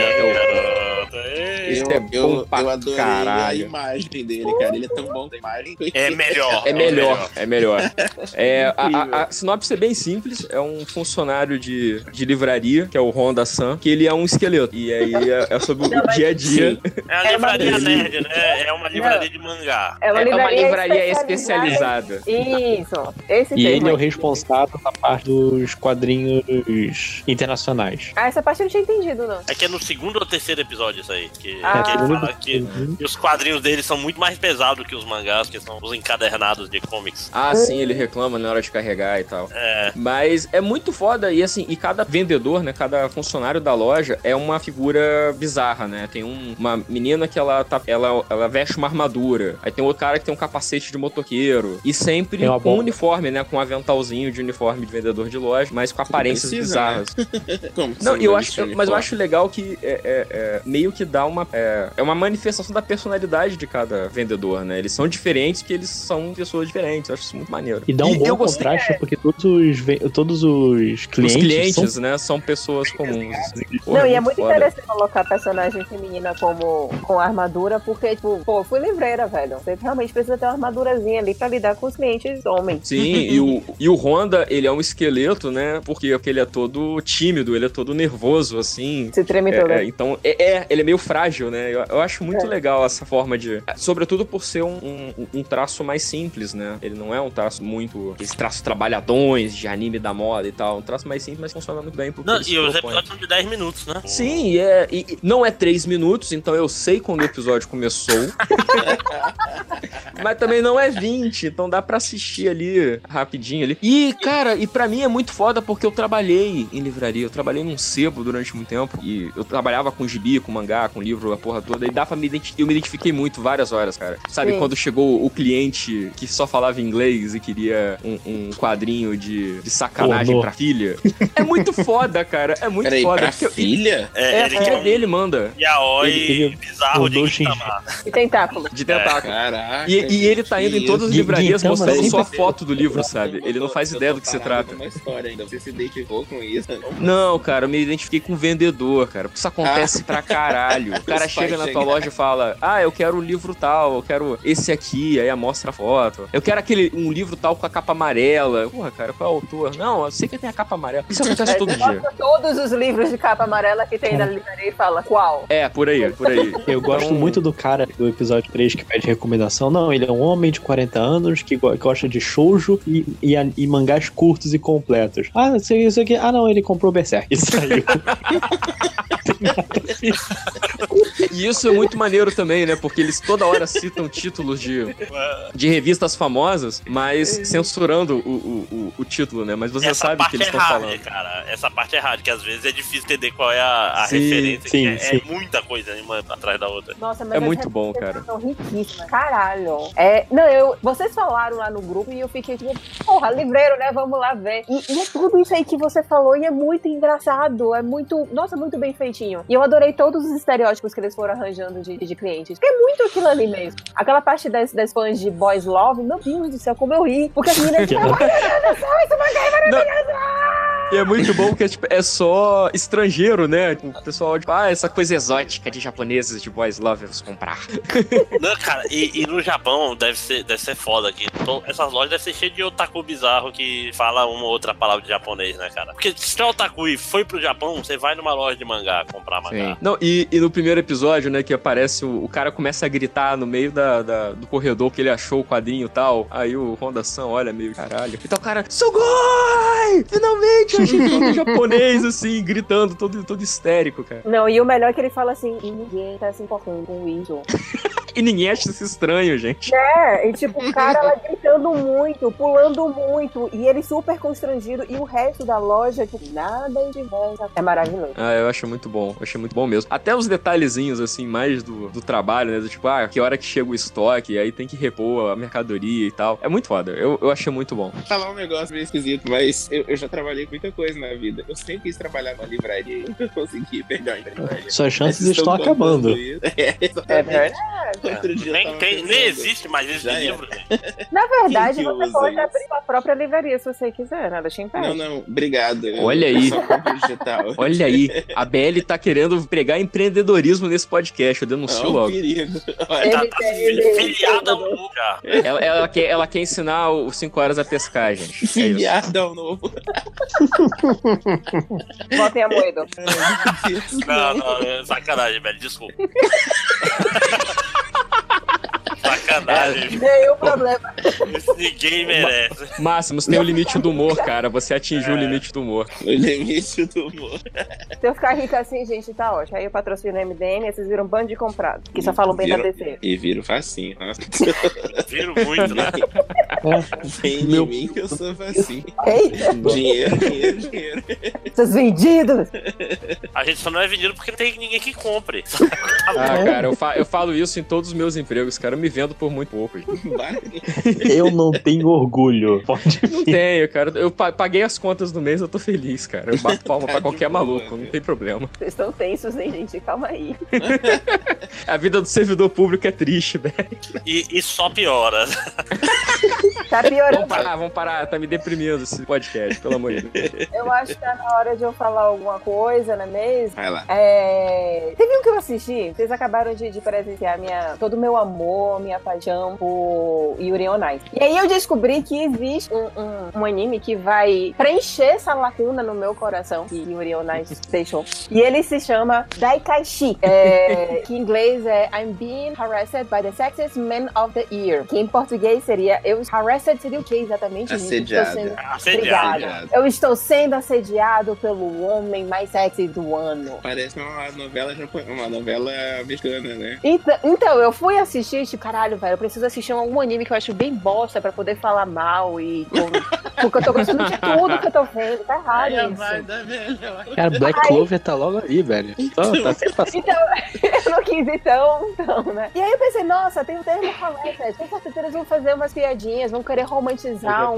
Speaker 5: Eu adorei a imagem dele, cara. Ele é tão bom da imagem.
Speaker 3: É
Speaker 2: melhor. A sinopse é bem simples. É um funcionário de livraria, que é o Honda-san, que ele é um esqueleto. E aí é sobre o dia a dia.
Speaker 3: É uma livraria nerd, né? É uma livraria de mangá.
Speaker 1: É uma livraria
Speaker 2: especializada.
Speaker 1: Isso.
Speaker 4: E ele é o responsável da parte dos quadrinhos internacionais.
Speaker 1: Essa parte eu não tinha entendido, não.
Speaker 3: É que é no segundo ou terceiro episódio isso aí. Que ele fala que os quadrinhos dele são muito mais pesados que os mangás, que são os encadernados de comics.
Speaker 2: Sim, ele reclama na hora de carregar e tal. Mas é muito foda, e assim, cada vendedor, né, cada funcionário da loja é uma figura bizarra, né? Tem uma menina que ela veste uma armadura, aí tem outro cara que tem um capacete de motoqueiro, e sempre com uniforme, né, com um aventalzinho de uniforme de vendedor de loja, mas com aparências bizarras.
Speaker 5: Como
Speaker 2: não, eu acho legal que meio que dá uma manifestação da personalidade de cada vendedor, né? Eles são diferentes porque eles são pessoas diferentes. Eu acho isso muito maneiro.
Speaker 4: E dá um bom contraste, porque todos os clientes
Speaker 2: né, são pessoas comuns. Assim.
Speaker 1: Não, e é muito interessante colocar personagem feminina com armadura, porque, tipo, fui livreira, velho. Você realmente precisa ter uma armadurazinha ali pra lidar com os clientes homens.
Speaker 2: Sim, e o Honda, ele é um esqueleto, né? Porque ele é todo tímido, ele é todo nervoso, assim.
Speaker 1: Se treme todo.
Speaker 2: Então, ele é meio frágil, ágil, né? Eu acho muito legal essa forma de... Sobretudo por ser um traço mais simples, né? Ele não é um traço muito... Esse traço trabalhadões de anime da moda e tal. Um traço mais simples, mas funciona muito bem.
Speaker 3: Não, e os episódios são de 10 minutos, né?
Speaker 2: Sim, e não é 3 minutos, então eu sei quando o episódio começou. Mas também não é 20, então dá pra assistir ali rapidinho ali. E, cara, pra mim é muito foda porque eu trabalhei em livraria, eu trabalhei num sebo durante muito tempo, e eu trabalhava com gibi, com mangá, com livro, a porra toda, e dá pra eu me identifiquei muito várias horas, cara. Sabe, quando chegou o cliente que só falava inglês e queria um quadrinho de sacanagem pra filha? É muito foda, cara, é muito foda.
Speaker 5: Pra filha?
Speaker 2: A filha dele manda.
Speaker 3: Yaoi bizarro de
Speaker 1: Gintama. E tentáculo.
Speaker 2: De tentáculo.
Speaker 5: Caraca.
Speaker 2: E ele tá indo em todas as livrarias mostrando só a foto do livro, sabe? Ele não faz ideia do que se trata.
Speaker 5: Uma história ainda. Você se identificou com isso?
Speaker 2: Não, cara, eu me identifiquei com o vendedor, cara. Porque isso acontece pra caralho. O cara chega na tua loja e fala: eu quero o livro tal, eu quero esse aqui, aí mostra a foto. Eu quero um livro tal com a capa amarela. Porra, cara, qual é o autor? Não, eu sei que tem a capa amarela. Isso acontece todo dia.
Speaker 1: Mostra todos os livros de capa amarela que tem na livraria e fala qual.
Speaker 2: Por aí.
Speaker 4: Eu gosto muito do cara do episódio 3 que pede recomendação. Não, ele é um homem de 40 anos que gosta de shoujo e mangás curtos e completos. Isso aqui. Não, ele comprou Berserk e saiu.
Speaker 2: E isso é muito maneiro também, né? Porque eles toda hora citam títulos de revistas famosas, mas censurando o título, né? Mas você sabe o que eles estão falando.
Speaker 3: Cara, essa parte é rara, que às vezes é difícil entender qual é a referência. Sim. É muita coisa uma atrás da outra.
Speaker 1: Nossa, mas
Speaker 2: é muito bom, cara.
Speaker 1: São riquíssimas. Caralho. Vocês falaram lá no grupo e eu fiquei tipo, porra, livreiro, né? Vamos lá ver. E é tudo isso aí que você falou e é muito engraçado. É muito, muito bem feitinho. E eu adorei todos os estereótipos que eles foram arranjando de clientes. Porque é muito aquilo ali mesmo. Aquela parte das fãs de Boys Love, meu Deus do céu, como eu ri. Porque as meninas estavam isso mangá é maravilhoso!
Speaker 2: E é muito bom porque é só estrangeiro, né? O pessoal, essa coisa exótica de japoneses de Boys Love, vamos comprar.
Speaker 3: Não, cara, e no Japão deve ser foda aqui. Essas lojas devem ser cheias de otaku bizarro que fala uma ou outra palavra de japonês, né, cara? Porque se você é otaku e foi pro Japão, você vai numa loja de mangá comprar mangá.
Speaker 2: Sim. Não, e no primeiro episódio, né, que aparece o cara começa a gritar no meio do corredor que ele achou o quadrinho e tal. Aí o Honda-san olha meio caralho. Então o cara, Sugoi! Finalmente! Todo japonês, assim, gritando, todo histérico, cara.
Speaker 1: Não, e o melhor é que ele fala assim, e ninguém tá se importando com isso.
Speaker 2: E ninguém acha isso estranho, gente.
Speaker 1: E tipo, o cara lá gritando muito, pulando muito, e ele super constrangido, e o resto da loja, tipo, nada de volta. É maravilhoso.
Speaker 2: Eu acho muito bom, achei muito bom mesmo. Até os detalhezinhos, assim, mais do trabalho, né, do tipo, que hora que chega o estoque, aí tem que repor a mercadoria e tal. É muito foda, eu achei muito bom.
Speaker 5: Falar um negócio meio esquisito, mas eu já trabalhei com muita coisa na vida. Eu sempre quis trabalhar numa livraria e nunca consegui pegar uma livraria.
Speaker 4: Suas chances estão acabando.
Speaker 1: É verdade.
Speaker 3: Nem existe mais esse livro.
Speaker 1: Na verdade, você pode abrir sua própria livraria se você quiser, nada te impede.
Speaker 5: Não, obrigado.
Speaker 2: Olha aí.
Speaker 5: Só compro digital.
Speaker 2: Olha aí. A BL tá querendo pregar empreendedorismo nesse podcast, eu denuncio logo.
Speaker 5: Perigo.
Speaker 3: Tá filiada ao novo já.
Speaker 2: Ela quer ensinar os 5 horas a pescar, gente.
Speaker 5: Filiada ao novo.
Speaker 1: Botem a moeda.
Speaker 3: Não, sacanagem, velho, desculpa. Sacanagem.
Speaker 1: Nenhum problema.
Speaker 3: Isso ninguém merece.
Speaker 2: Máximos, tem o limite do humor, cara. Você atingiu o limite do humor.
Speaker 5: O limite do humor.
Speaker 1: Se eu ficar rica assim, gente, tá ótimo. Aí eu patrocino o MDM e vocês viram um bando de comprado. Que só falam bem da DC.
Speaker 5: E viro facinho, né?
Speaker 3: Viro muito, né?
Speaker 5: Vem de mim que eu sou facinho.
Speaker 1: Eita!
Speaker 5: Dinheiro.
Speaker 1: Seus vendidos!
Speaker 3: A gente só não é vendido porque não tem ninguém que compre.
Speaker 2: Cara, eu falo isso em todos os meus empregos, cara. Eu me vendo por muito pouco.
Speaker 4: Eu não tenho orgulho.
Speaker 2: Não tenho, cara. Eu paguei as contas do mês, eu tô feliz, cara. Eu bato palma pra qualquer maluco, não tem problema.
Speaker 1: Vocês estão tensos, hein, gente? Calma aí.
Speaker 2: A vida do servidor público é triste, velho.
Speaker 3: E só piora.
Speaker 1: Tá piorando.
Speaker 2: Vamos parar, tá me deprimindo esse podcast, pelo amor de Deus.
Speaker 1: Eu acho que tá na hora de eu falar alguma coisa, não é mesmo?
Speaker 5: Vai lá.
Speaker 1: Teve um que eu assisti, vocês acabaram de presenciar todo o meu amor, minha paixão por Yuri on Ice. E aí eu descobri que existe um anime que vai preencher essa lacuna no meu coração que Yuri on Ice deixou. E ele se chama Daikaishi, que em inglês é I'm being harassed by the sexiest man of the year. Que em português seria harassed seria o que exatamente?
Speaker 5: Assediado.
Speaker 1: Obrigada. Eu estou sendo assediado pelo homem mais sexy do ano.
Speaker 5: Parece uma novela mexicana, né?
Speaker 1: Então, eu fui assistir, tipo, caralho, velho, eu preciso assistir algum anime que eu acho bem bosta pra poder falar mal e... Porque eu tô gostando de tudo que eu tô vendo, tá errado isso.
Speaker 4: Cara, Black Clover tá logo aí, velho. Então, tá sempre passando.
Speaker 1: Então, eu não quis ir tão, né? E aí eu pensei, nossa, tem um termo harassed, com certeza eles vão fazer umas piadinhas, vão querer romantizar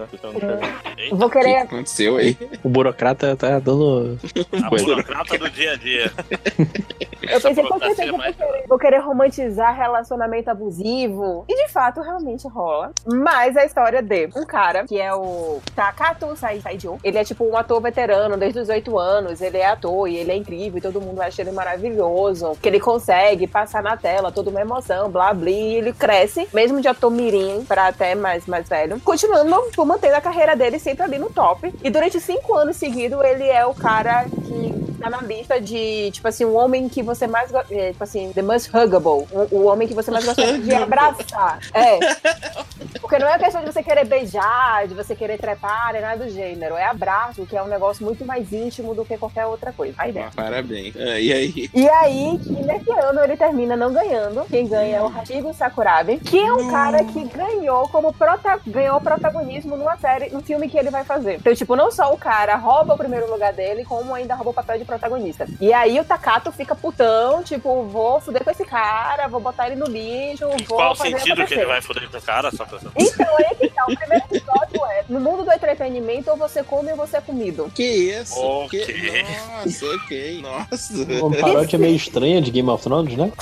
Speaker 1: vou querer...
Speaker 5: O que aconteceu aí?
Speaker 4: O burocrata tá dando...
Speaker 3: A burocrata do dia a dia.
Speaker 1: Eu pensei, com certeza vou querer romantizar relacionamento abusivo. E de fato, realmente rola. Mas a história de um cara, que é o Takato Saijo, ele é tipo um ator veterano desde os 18 anos. Ele é ator e ele é incrível e todo mundo acha ele maravilhoso. Que ele consegue passar na tela toda uma emoção, blá blá. E ele cresce, mesmo de ator mirim pra até mais velho, continuando mantendo a carreira dele sempre ali no top. E durante 5 anos seguidos, ele é o cara que tá na lista de, tipo assim, um homem que você mais gosta, tipo assim, the most huggable, o homem que você mais gosta de abraçar. Porque não é questão de você querer beijar, de você querer trepar, nem nada do gênero. É abraço, que é um negócio muito mais íntimo do que qualquer outra coisa. A ideia.
Speaker 5: Parabéns. E aí?
Speaker 1: E aí, que nesse ano ele termina não ganhando. Quem ganha é o Hashigo Sakurabe, que é um cara que ganhou ganhou protagonismo numa série, num filme que ele vai fazer. Então, tipo, não só o cara rouba o primeiro lugar dele, como ainda rouba o papel de protagonista. E aí o Takato fica putão, tipo, vou fuder com esse cara, vou botar ele no lixo, vou
Speaker 3: Qual o
Speaker 1: fazer
Speaker 3: sentido que ele vai fuder com o cara? Só pra...
Speaker 1: Então, aí que tá. O primeiro episódio é: no mundo do entretenimento, ou você come ou você é comido.
Speaker 5: Que isso?
Speaker 3: Ok.
Speaker 5: Nossa, ok. Nossa.
Speaker 4: Uma paródia meio estranha de Game of Thrones, né?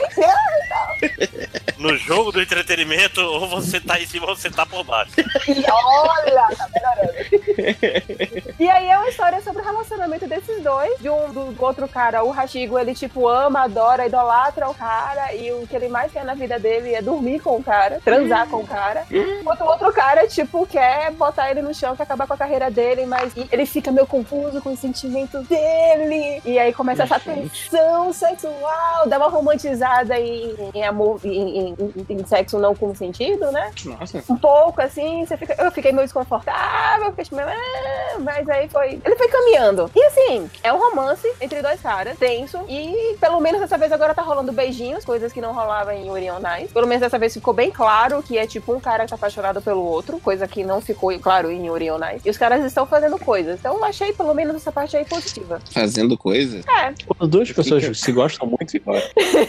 Speaker 3: No jogo do entretenimento, ou você tá em cima ou você tá por baixo.
Speaker 1: E olha, tá melhorando. E aí é uma história sobre o relacionamento desses dois. Do outro cara, o Hashigo, ele tipo ama, adora, idolatra o cara. E o que ele mais quer na vida dele é dormir com o cara, transar com o cara. Enquanto o outro cara, tipo, quer botar ele no chão, quer acabar com a carreira dele, mas ele fica meio confuso com os sentimentos dele. E aí começa essa tensão sexual, dá uma romantizada em amor, em sexo não consentido, né?
Speaker 5: Nossa.
Speaker 1: Um pouco assim, eu fiquei meio desconfortável, mas aí ele foi caminhando. E assim, é um romance entre dois caras, tenso, e pelo menos dessa vez agora tá rolando beijinhos, coisas que não rolavam em Yuri on Ice. Pelo menos dessa vez ficou bem claro que é tipo um cara que tá apaixonado pelo outro, coisa que não ficou claro em Yuri on Ice. E os caras estão fazendo coisas. Então eu achei pelo menos essa parte aí positiva.
Speaker 5: Fazendo coisa?
Speaker 1: É.
Speaker 4: Quando duas pessoas se gostam muito, se gostam.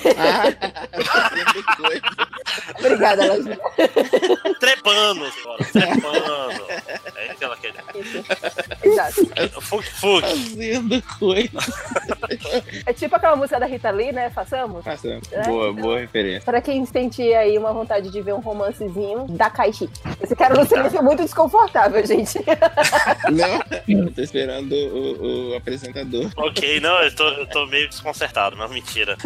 Speaker 5: Fazendo coisa.
Speaker 1: Obrigada, Lajinha.
Speaker 3: Trepando. É isso que ela quer dizer.
Speaker 1: Exato.
Speaker 3: Fuk.
Speaker 5: Fazendo coisa.
Speaker 1: É tipo aquela música da Rita Lee, né? Façamos?
Speaker 5: Passando.
Speaker 1: É?
Speaker 5: Boa referência.
Speaker 1: Pra quem sente aí uma vontade de ver um romancezinho da Kaishi. Esse cara no silêncio é muito desconfortável, gente.
Speaker 5: Não, tô esperando o apresentador.
Speaker 3: Ok, não, eu tô meio desconcertado, mas mentira.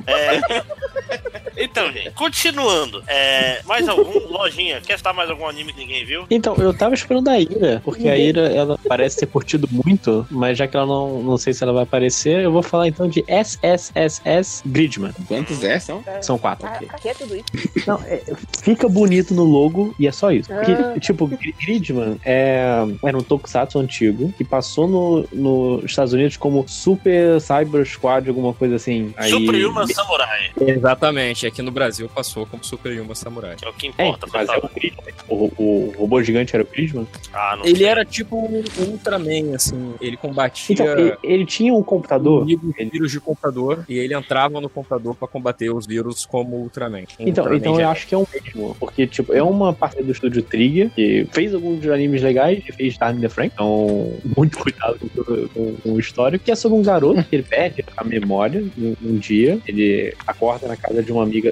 Speaker 3: Então, gente, continuando. Mais algum? Lojinha, quer citar mais algum anime que ninguém viu?
Speaker 4: Então, eu tava esperando a Ira, porque a Ira, ela parece ter curtido muito, mas já que ela não sei se ela vai aparecer, eu vou falar então de SSSS Gridman.
Speaker 5: Quantos são?
Speaker 4: São 4. Okay.
Speaker 1: Aqui é tudo isso.
Speaker 4: Não, fica bonito no logo e é só isso. Porque, tipo, Gridman era um tokusatsu antigo que passou nos Estados Unidos como Super Cyber Squad, alguma coisa assim. Aí...
Speaker 3: Super Yuma Samurai.
Speaker 2: Exatamente, aqui no Brasil passou como Super Yuma Samurai.
Speaker 3: É o que importa.
Speaker 4: Mas é o Gridman. O robô gigante era o Gridman?
Speaker 3: Não
Speaker 2: ele
Speaker 3: sei.
Speaker 2: era tipo um Ultraman, assim. Ele combatia...
Speaker 4: Então, ele tinha um computador?
Speaker 2: Vírus de computador, e ele entrava no computador pra combater os vírus como Ultraman.
Speaker 4: Então eu acho que é um mesmo, porque tipo, é uma parte do estúdio Trigger, que fez alguns animes legais, e fez Darling the Frank, então muito cuidado com o histórico, que é sobre um garoto que ele perde a memória um dia, ele acorda na casa de uma amiga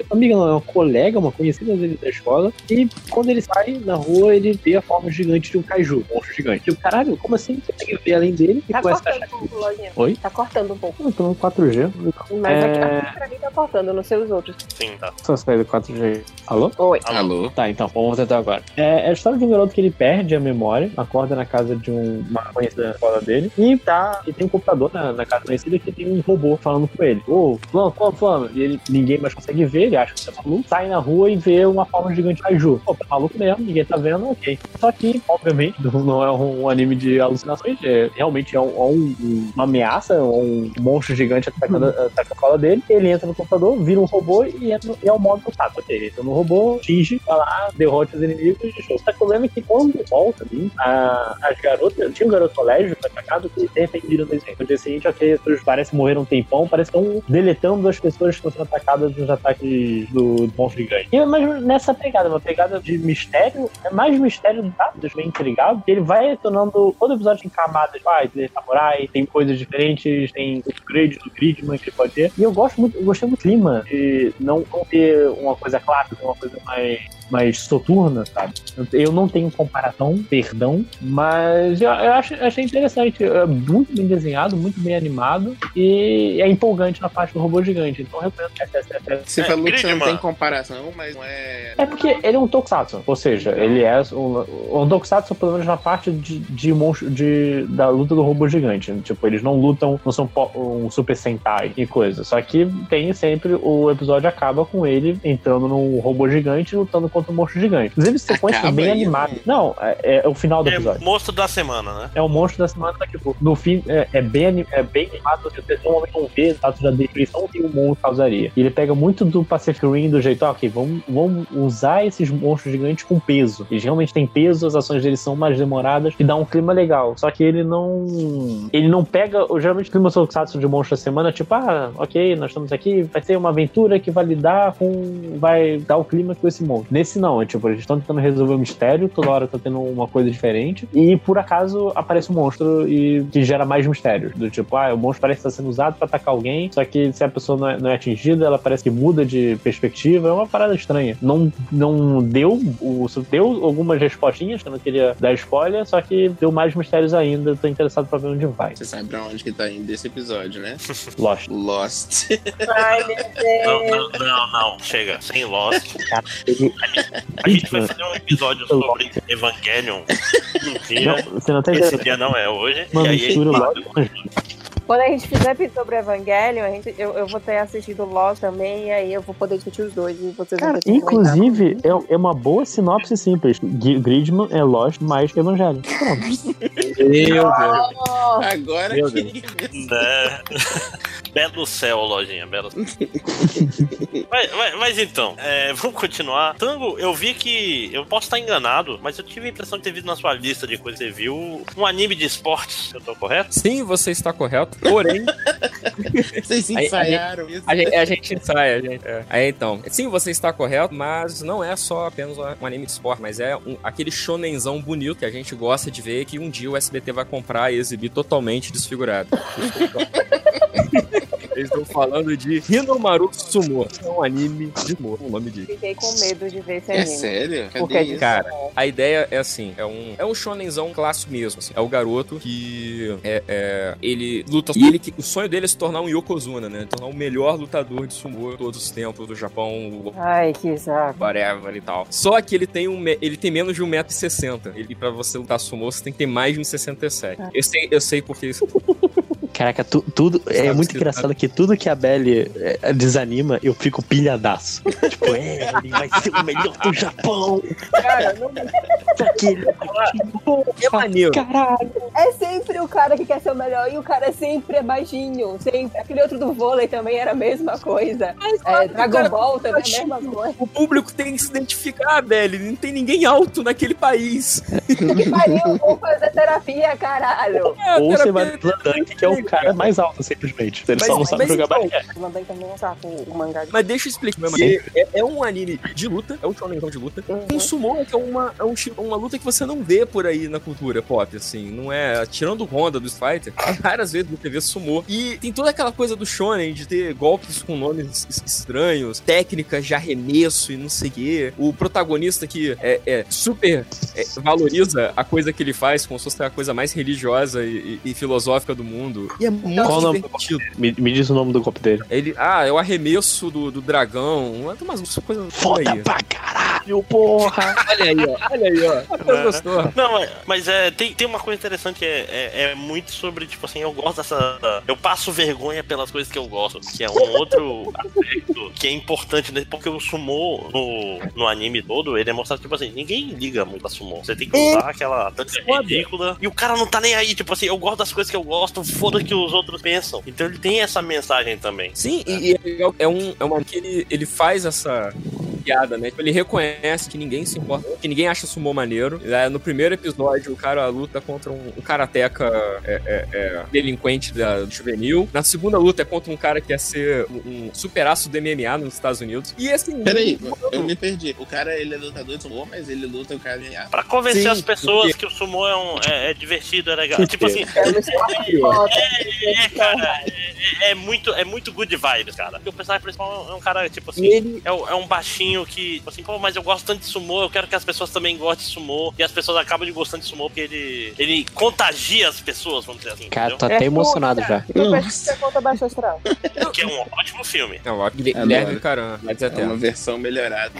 Speaker 4: amiga não, é uma colega, uma conhecida dele da escola, e quando ele sai na rua, ele vê a forma gigante de um kaiju, um monstro gigante. Tipo, caralho, como assim? Você tem que ver além dele e começa a achar que... Oi?
Speaker 1: Tá cortando um pouco.
Speaker 4: Eu tô no 4G.
Speaker 1: Mas aqui pra mim tá cortando, não sei os outros.
Speaker 3: Sim, tá.
Speaker 4: Só sair do 4G. Alô?
Speaker 1: Oi.
Speaker 5: Alô?
Speaker 4: Tá, então, vamos tentar agora. É a história de um garoto que ele perde a memória, acorda na casa de uma conhecida da escola dele, e tem um computador na casa conhecida que tem um robô falando com ele. Fulano. E ninguém mais consegue ver, ele acha que você é maluco, sai na rua e vê uma forma gigante de kaiju. Pô, tá maluco mesmo, ninguém tá vendo, ok. Só que, obviamente, não é um anime de alucinações, realmente é uma ameaça, um monstro gigante atacando a escola dele. Ele entra no computador, vira um robô e é o modo do tato. Ele entra no robô, finge, vai lá, derrote os inimigos e show. Só que o problema é que quando ele volta ali, as garotas, tinha um garoto colégio atacado que de repente vira no desenho. No dia seguinte, ok, as pessoas parecem morrer um tempão, parece que estão deletando as pessoas que estão sendo atacadas nos ataques do monstro gigante. Mas nessa pegada, uma pegada de mistério, é mais mistério do tato, deixa bem intrigado, que ele vai tornando, todo episódio tem camadas, tem samurai, tem coisas diferentes, tem o upgrade do Gridman que ele pode ter. E eu gostei muito do clima de não ter uma coisa clássica, uma coisa mais soturna, sabe? Eu não tenho comparação, perdão, mas eu achei interessante. É muito bem desenhado, muito bem animado e é empolgante na parte do robô gigante. Então eu recomendo que
Speaker 5: você falou que você não tem comparação, mas não é...
Speaker 4: É porque ele é um tokusatsu, ou seja, ele é um tokusatsu pelo menos na parte da luta do robô gigante. Tipo, eles não lutam, não são um Super Sentai e coisa. Só que tem sempre, o episódio acaba com ele entrando num robô gigante e lutando contra um monstro gigante. Inclusive, sequência bem animada. Não, é o final do episódio.
Speaker 3: É o monstro da semana, né?
Speaker 4: É o monstro da semana, tipo, no fim, é bem animado, você normalmente não vê status da destruição que o monstro causaria. E ele pega muito do Pacific Rim, do jeito, ok, vamos usar esses monstros gigantes com peso. Eles realmente têm peso, as ações deles são mais demoradas e dá um clima legal. Só que ele não pega, geralmente o clima tokusatsu de monstro da semana, tipo, ok, nós estamos aqui, vai ser uma aventura que vai dar o clima com esse monstro. Nesse não, tipo, eles estão tentando resolver um mistério, toda hora tá tendo uma coisa diferente, e por acaso aparece um monstro que gera mais mistérios, do tipo, o monstro parece estar sendo usado pra atacar alguém, só que se a pessoa não é atingida, ela parece que muda de perspectiva, é uma parada estranha. Não deu algumas respostinhas, que eu não queria dar spoiler, só que deu mais mistérios ainda, tô interessado pra ver onde vai.
Speaker 5: Você sabe pra onde que tá indo esse episódio, né?
Speaker 4: Lost.
Speaker 1: Ai, meu Deus.
Speaker 3: Não, chega, sem Lost. A gente vai fazer um episódio sobre Evangelion. Mentira.
Speaker 4: Você não tá
Speaker 3: esse dia não é hoje.
Speaker 4: Uma
Speaker 3: e aí
Speaker 4: mistura
Speaker 1: Quando a gente fizer sobre Evangelion, eu vou ter assistido Lost também, e aí eu vou poder discutir os dois. E vocês vão ter que
Speaker 4: inclusive, é uma boa sinopse simples. Gridman é Lost mais Evangelion. Pronto.
Speaker 2: Meu Deus.
Speaker 5: Agora
Speaker 2: Meu
Speaker 5: que...
Speaker 3: Belo céu, lojinha, belo céu. mas então, vamos continuar. Tango, eu vi que... Eu posso estar enganado, mas eu tive a impressão de ter visto na sua lista de coisas que você viu um anime de esportes. Eu tô correto?
Speaker 2: Sim, você está correto. Porém...
Speaker 5: Vocês ensaiaram isso?
Speaker 2: A gente ensaia, gente. Aí então, sim, você está correto, mas não é só apenas um anime de esporte, mas é aquele shonenzão bonito que a gente gosta de ver, que um dia o SBT vai comprar e exibir totalmente desfigurado. Eles estão falando de Hinomaru Sumo. É um anime de humor, o nome disso.
Speaker 1: Fiquei com medo de ver esse anime.
Speaker 5: É sério? Cadê
Speaker 1: Porque,
Speaker 5: isso?
Speaker 2: Cara, a ideia é assim, é um shonenzão clássico mesmo, assim. É o garoto que ele luta, e o sonho dele é se tornar um Yokozuna, né? Tornar o melhor lutador de sumo de todos os tempos do Japão.
Speaker 1: Ai, que saco.
Speaker 2: Whatever e tal. Só que ele tem menos de 1,60 m. E pra você lutar sumo, você tem que ter mais de 1,67 m. Eu sei porque isso...
Speaker 4: Caraca, tudo é muito engraçado que tudo que a Belly desanima, eu fico pilhadaço. Tipo, ele vai ser o melhor do Japão.
Speaker 1: Cara, não...
Speaker 2: É maneiro.
Speaker 4: Caralho.
Speaker 1: É sempre o cara que quer ser o melhor e o cara sempre é baixinho. Sempre. Aquele outro do vôlei também era a mesma coisa. Dragon Ball também é a mesma coisa.
Speaker 2: O público tem que se identificar, Belly. Não tem ninguém alto naquele país.
Speaker 1: Que pariu, vou fazer terapia, caralho.
Speaker 4: Ou você vai no Dunk, que é o cara mais alto, simplesmente. Ele só não sabe jogar basquete.
Speaker 1: Eu mandei também um saco o mangá.
Speaker 2: Mas deixa eu explicar. É um anime de luta, é um shonenzão de luta. Um sumo que é uma luta que você não vê por aí na cultura pop, assim. Não é... Tirando o Honda do Street Fighter, raras vezes você vê sumô. E tem toda aquela coisa do shonen de ter golpes com nomes estranhos, técnicas de arremesso e não sei o quê. O protagonista que super valoriza a coisa que ele faz como se fosse a coisa mais religiosa e filosófica do mundo. E é muito divertido.
Speaker 4: Me diz o nome do golpe dele.
Speaker 2: É o arremesso do dragão. Umas coisas
Speaker 4: foda
Speaker 2: aí.
Speaker 4: Pra caralho, porra!
Speaker 2: Olha aí, ó. Até gostou.
Speaker 3: Não, mas tem uma coisa interessante, é muito sobre, tipo assim, eu gosto dessa... Eu passo vergonha pelas coisas que eu gosto, que é um outro aspecto que é importante, né? Porque o sumô no anime todo, ele é mostrado, tipo assim, ninguém liga muito a sumô. Você tem que usar aquela tanque ridícula, e o cara não tá nem aí, tipo assim, eu gosto das coisas que eu gosto, foda o que os outros pensam. Então ele tem essa mensagem também.
Speaker 2: Sim, e é uma que ele faz essa piada, né? Ele reconhece que ninguém se importa, que ninguém acha sumô maneiro. No primeiro episódio, o cara luta contra um karateca delinquente do juvenil. Na segunda luta é contra um cara que ia ser um superaço do MMA nos Estados Unidos. E assim...
Speaker 5: Peraí, eu me perdi. O cara, ele é lutador de sumô, mas ele luta o cara MMA.
Speaker 3: Pra convencer as pessoas que o sumô é divertido, é legal. Tipo assim... Cara, é muito good vibes, cara. Porque o personagem principal é um cara, tipo assim, é um baixinho que, tipo assim, pô, mas eu gosto tanto de sumô, eu quero que as pessoas também gostem de sumô. E as pessoas acabam de gostando de sumô porque ele contagia as pessoas, vamos dizer assim.
Speaker 4: Cara, tô até emocionado já.
Speaker 1: Você conta Baixo Astral.
Speaker 3: Que é um ótimo filme.
Speaker 2: É um Guilherme Caran.
Speaker 5: É uma versão melhorada.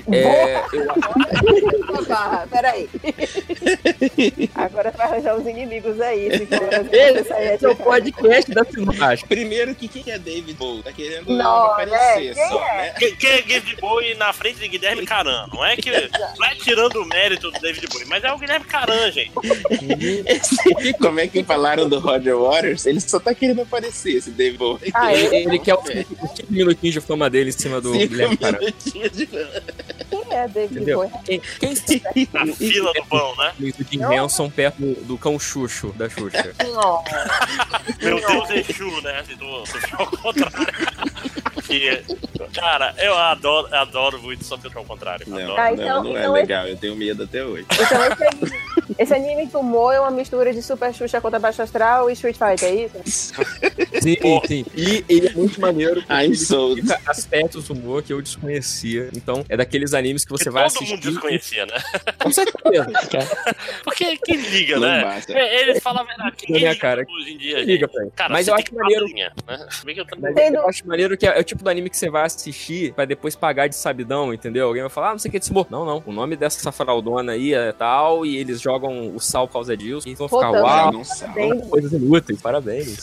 Speaker 1: Peraí. Agora vai arranjar os inimigos aí.
Speaker 2: Esse é o podcast da filmagem.
Speaker 5: Primeiro, quem é David Bowie? Tá querendo aparecer só, né?
Speaker 3: Quem é David Bowie na frente de Guilherme Caran? Não é tirando o mérito do David Bowie, mas é o Guilherme Caran, gente.
Speaker 5: Como é que falaram do Roger Waters? Ele só tá querendo aparecer, esse David Bowie.
Speaker 2: Ele quer os 5 minutinhos de fama dele em cima do Guilherme Caran.
Speaker 1: Quem é David Bowie?
Speaker 2: Quem
Speaker 3: na fila do pão, né?
Speaker 2: O Jim Henson perto do cão Xuxo da Xuxa.
Speaker 3: Meu Deus, Exu, né? Do ao contrário. Cara, eu adoro muito só pelo contrário.
Speaker 5: Não é legal, eu tenho medo até hoje.
Speaker 1: Então esse anime Sumô é uma mistura de Super Xuxa contra Baixo Astral e Street Fighter, é isso?
Speaker 2: Sim. E ele é muito maneiro porque
Speaker 5: ele
Speaker 2: explica aspectos do humor que eu desconhecia. Então, é daqueles animes que você vai assistir.
Speaker 3: Todo mundo desconhecia, né?
Speaker 2: Com certeza.
Speaker 3: Porque quem liga,
Speaker 5: não
Speaker 3: né?
Speaker 5: Basta.
Speaker 3: Eles falam a verdade. Quem liga
Speaker 2: cara,
Speaker 3: hoje em dia?
Speaker 2: Liga pra ele.
Speaker 3: Cara,
Speaker 2: mas eu acho maneiro.
Speaker 3: Né?
Speaker 2: Eu acho maneiro que é o tipo do anime que você vai assistir pra depois pagar de sabidão, entendeu? Alguém vai falar, não sei o que de sumô. Não. O nome dessa fraldona aí é tal, e eles jogam o sal por causa disso, e vão ficar, uau, coisas inúteis, parabéns.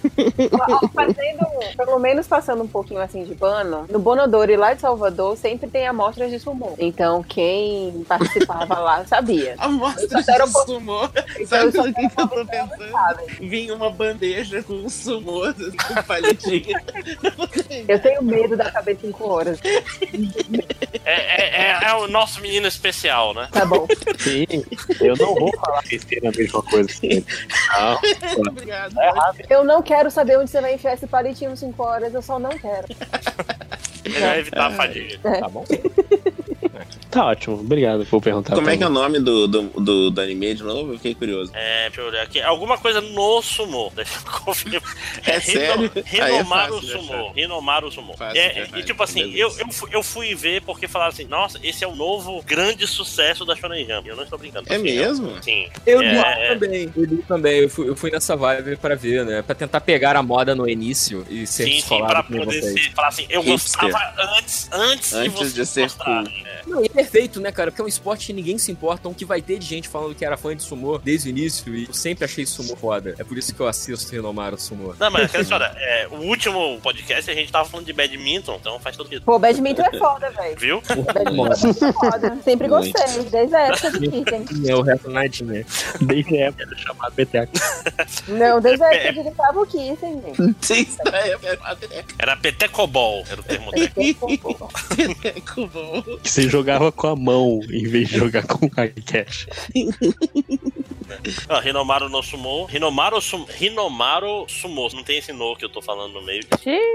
Speaker 1: Pelo menos passando um pouquinho assim de pano, no Bonodori lá de Salvador sempre tem amostras de sumô. Então quem participava lá sabia.
Speaker 5: Amostras de sumô? Sabe o que eu tô pensando? Vinha uma bandeja com um sumô, com palitinho.
Speaker 1: Eu tenho medo da cabeça 5 horas.
Speaker 3: É o nosso menino especial, né?
Speaker 1: Tá bom.
Speaker 4: Sim, eu não vou falar que seria a mesma coisa que ele. Não.
Speaker 5: Obrigado.
Speaker 1: Eu não quero saber onde você vai enfiar esse palitinho 5 horas, eu só não quero.
Speaker 3: Melhor evitar a fadiga.
Speaker 2: Tá bom?
Speaker 4: Tá ótimo, obrigado por perguntar.
Speaker 5: Como é que é o nome do anime de novo? Eu fiquei curioso.
Speaker 3: Deixa eu olhar aqui. Alguma coisa no sumô. Deixa eu confirmar.
Speaker 5: Sério?
Speaker 3: Rinomaru Sumô. Rinomaru Sumô. E tipo assim, eu fui ver porque falaram assim, nossa, esse é o novo grande sucesso da Shonen Jump. Eu não estou brincando.
Speaker 5: É mesmo?
Speaker 3: Sim.
Speaker 2: Eu li também. Eu fui nessa vibe pra ver, né? Pra tentar pegar a moda no início e ser
Speaker 3: pra poder falar assim, eu gostava antes
Speaker 5: de ser cool.
Speaker 2: Não, é perfeito, né, cara? Porque é um esporte que ninguém se importa, que vai ter de gente falando que era fã de sumô desde o início, e eu sempre achei sumô foda. É por isso que eu assisto Rinomaru Sumô.
Speaker 3: Não, mas aquela história, o último podcast a gente tava falando de badminton, então faz todo sentido.
Speaker 1: Pô, badminton é foda, velho.
Speaker 3: Viu?
Speaker 1: Badminton é foda. Sempre gostei, desde a época de Kissen.
Speaker 2: É o resto nadinha.
Speaker 4: Desde a época chamado Beteco.
Speaker 1: Não, desde a época que tava o Kissen, gente.
Speaker 5: Sim,
Speaker 3: era petecobol, era o termo técnico.
Speaker 4: Que você jogava com a mão em vez de jogar com o cash.
Speaker 3: Hinomaru no Sumo. Hinomaru Sumo. Não tem esse no que eu tô falando no meio.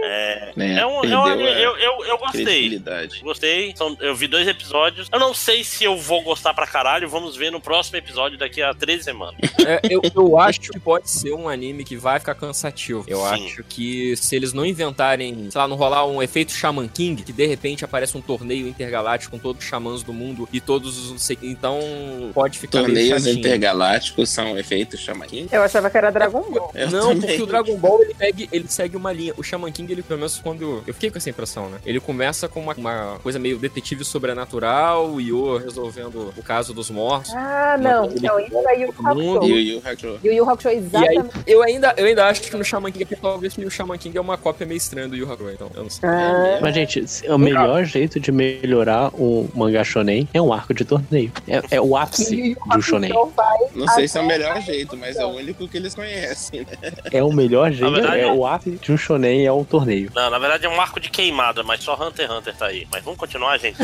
Speaker 3: Eu gostei. Gostei. Eu vi 2 episódios. Eu não sei se eu vou gostar pra caralho. Vamos ver no próximo episódio daqui a 13 semanas.
Speaker 2: Eu acho que pode ser um anime que vai ficar cansativo. Eu acho que se eles não inventarem, sei lá, não rolar um efeito Shaman King, que de repente aparece um torneio intergaláctico com todos os xamãs do mundo e todos os... Então pode ficar
Speaker 5: torneios intergalácticos são efeitos Shaman King?
Speaker 1: Eu achava que era Dragon Ball.
Speaker 2: Porque o Dragon Ball ele segue uma linha. O Shaman King, ele começa quando... Eu fiquei com essa impressão, né? Ele começa com uma coisa meio detetive sobrenatural, o Yo resolvendo o caso dos mortos.
Speaker 1: Não, isso é Yu Yu Hakusho, exatamente.
Speaker 2: E aí, eu ainda acho que no Shaman King, talvez o Shaman King é uma cópia meio estranha do Yu Hakusho, então eu não sei.
Speaker 4: Mas, gente, o melhor jeito de melhorar um mangá shonen é um arco de torneio. É o ápice do shonen.
Speaker 5: Não sei se é o melhor jeito, mas é o único que eles conhecem, né?
Speaker 4: É o melhor jeito, verdade, o ápice de um shonen é o torneio.
Speaker 3: Não, na verdade é um arco de queimada, mas só Hunter x Hunter tá aí. Mas vamos continuar, gente.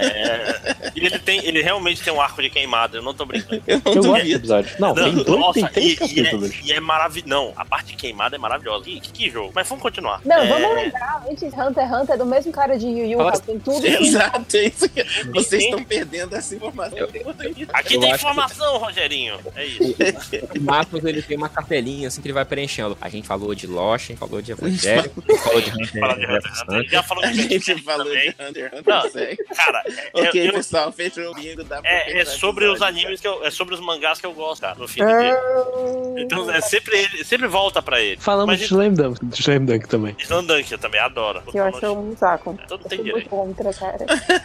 Speaker 3: Ele realmente tem um arco de queimada, eu não tô brincando.
Speaker 4: Eu gosto desse episódio. Não, tem 3 capítulos.
Speaker 3: E é maravilhoso. Não, a parte de queimada é maravilhosa. Que jogo. Mas vamos continuar.
Speaker 1: Não, vamos lembrar, antes Hunter x Hunter é do mesmo cara de Yu Yu Hakusho, tem tudo.
Speaker 5: Exato, é isso que vocês estão perdendo essa informação.
Speaker 3: Aqui tem informação, Rogerinho. É isso.
Speaker 2: O Matos, ele tem uma capelinha assim que ele vai preenchendo. A gente falou de Lost, a gente falou de Evangélico, a gente falou de Hunter x Hunter.
Speaker 3: Já falou de
Speaker 5: Hunter x Hunter.
Speaker 3: Cara,
Speaker 5: ok, pessoal, fecha o bingo da
Speaker 3: é sobre os animes é sobre os mangás que eu gosto, cara, no fim do dia. Então sempre volta pra ele.
Speaker 4: Falamos de Slam Dunk também.
Speaker 3: Slam Dunk eu também adoro.
Speaker 1: Eu acho um saco.
Speaker 3: Todo tem direito.
Speaker 1: Contra, cara.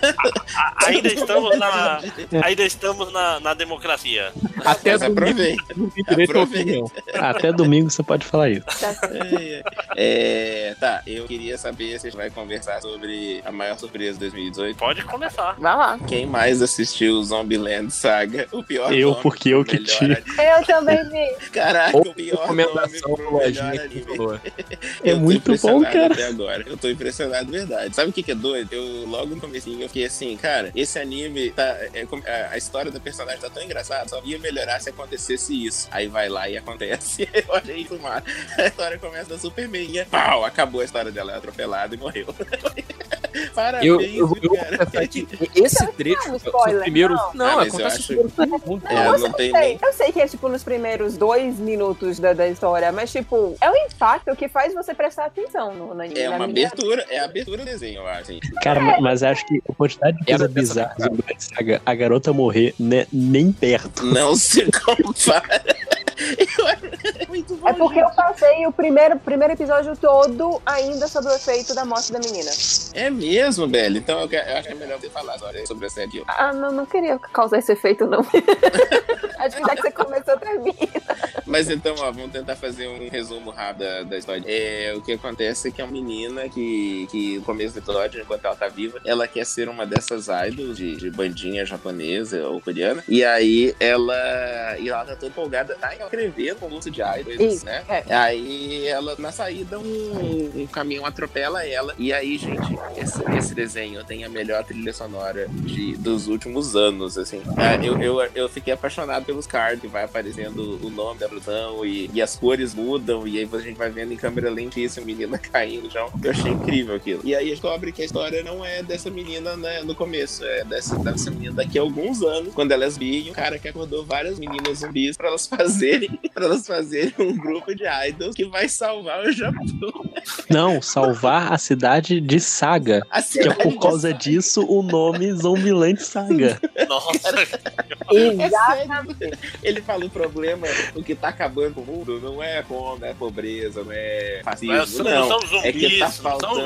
Speaker 3: Ainda estamos na democracia.
Speaker 2: Até
Speaker 5: aproveita.
Speaker 4: Até domingo você pode falar isso.
Speaker 5: Tá, eu queria saber se a gente vai conversar sobre a maior surpresa de 2018.
Speaker 3: Pode começar.
Speaker 1: Vai lá.
Speaker 5: Quem mais assistiu Zombieland Saga? O pior nome,
Speaker 4: porque eu que tinha.
Speaker 1: Eu também vi.
Speaker 5: Caraca, o pior nome
Speaker 2: pro melhor anime.
Speaker 4: É muito bom, cara.
Speaker 5: Até agora. Eu tô impressionado, verdade. Sabe o que é doido? Eu logo no comecinho eu fiquei assim, cara, esse anime tá... a história do personagem tá tão engraçada, só ia melhorar se acontecesse isso. Aí vai lá e acontece. Eu achei isso massa. A história começa da Supermaninha. Pau! Acabou a história dela, é atropelada e morreu. Parabéns,
Speaker 2: eu
Speaker 5: cara.
Speaker 2: Que esse trecho, os primeiros... Não, acontece todo mundo.
Speaker 5: Não tem nem...
Speaker 1: Eu sei que é tipo nos primeiros 2 minutos da história, mas tipo, é o impacto que faz você prestar atenção no anime.
Speaker 5: É uma abertura, é a abertura do desenho, eu acho.
Speaker 4: Cara, mas acho que a quantidade de coisa bizarra sobre a garota morrer, né, nem perto.
Speaker 5: Não se compara. Muito bom,
Speaker 1: é porque eu passei o primeiro episódio todo ainda sobre o efeito da morte da menina.
Speaker 5: É mesmo, Belle? Então eu acho que é melhor você falar sobre essa aqui.
Speaker 1: Não queria causar esse efeito, não. Acho que já que você começou, termina.
Speaker 5: Mas então, vamos tentar fazer um resumo rápido da história. O que acontece é que é uma menina que no começo do episódio, enquanto ela tá viva, ela quer ser uma dessas idols de bandinha japonesa ou coreana. E aí ela tá toda empolgada, tá escrevendo com concurso de idols, né? Aí ela, na saída, um caminhão atropela ela. E aí, gente, esse desenho tem a melhor trilha sonora dos últimos anos, assim. Eu fiquei apaixonado pelos cards, que vai aparecendo o nome da produção e as cores mudam, e aí a gente vai vendo em câmera lentíssima a menina caindo já. Eu achei incrível aquilo. E aí a gente descobre que a história não é dessa menina, né, no começo, é dessa menina daqui a alguns anos, quando elas viam, o cara que acordou várias meninas zumbis pra elas fazerem um grupo de idols que vai salvar o Japão.
Speaker 4: Não, salvar a cidade de Saga. Que é por causa disso o nome Zombieland Saga.
Speaker 3: Nossa.
Speaker 1: Exatamente.
Speaker 5: Ele fala o problema, o que tá acabando com o mundo não é fome, não é pobreza, não é fascismo, não.
Speaker 3: São zumbis,
Speaker 5: é que tá faltando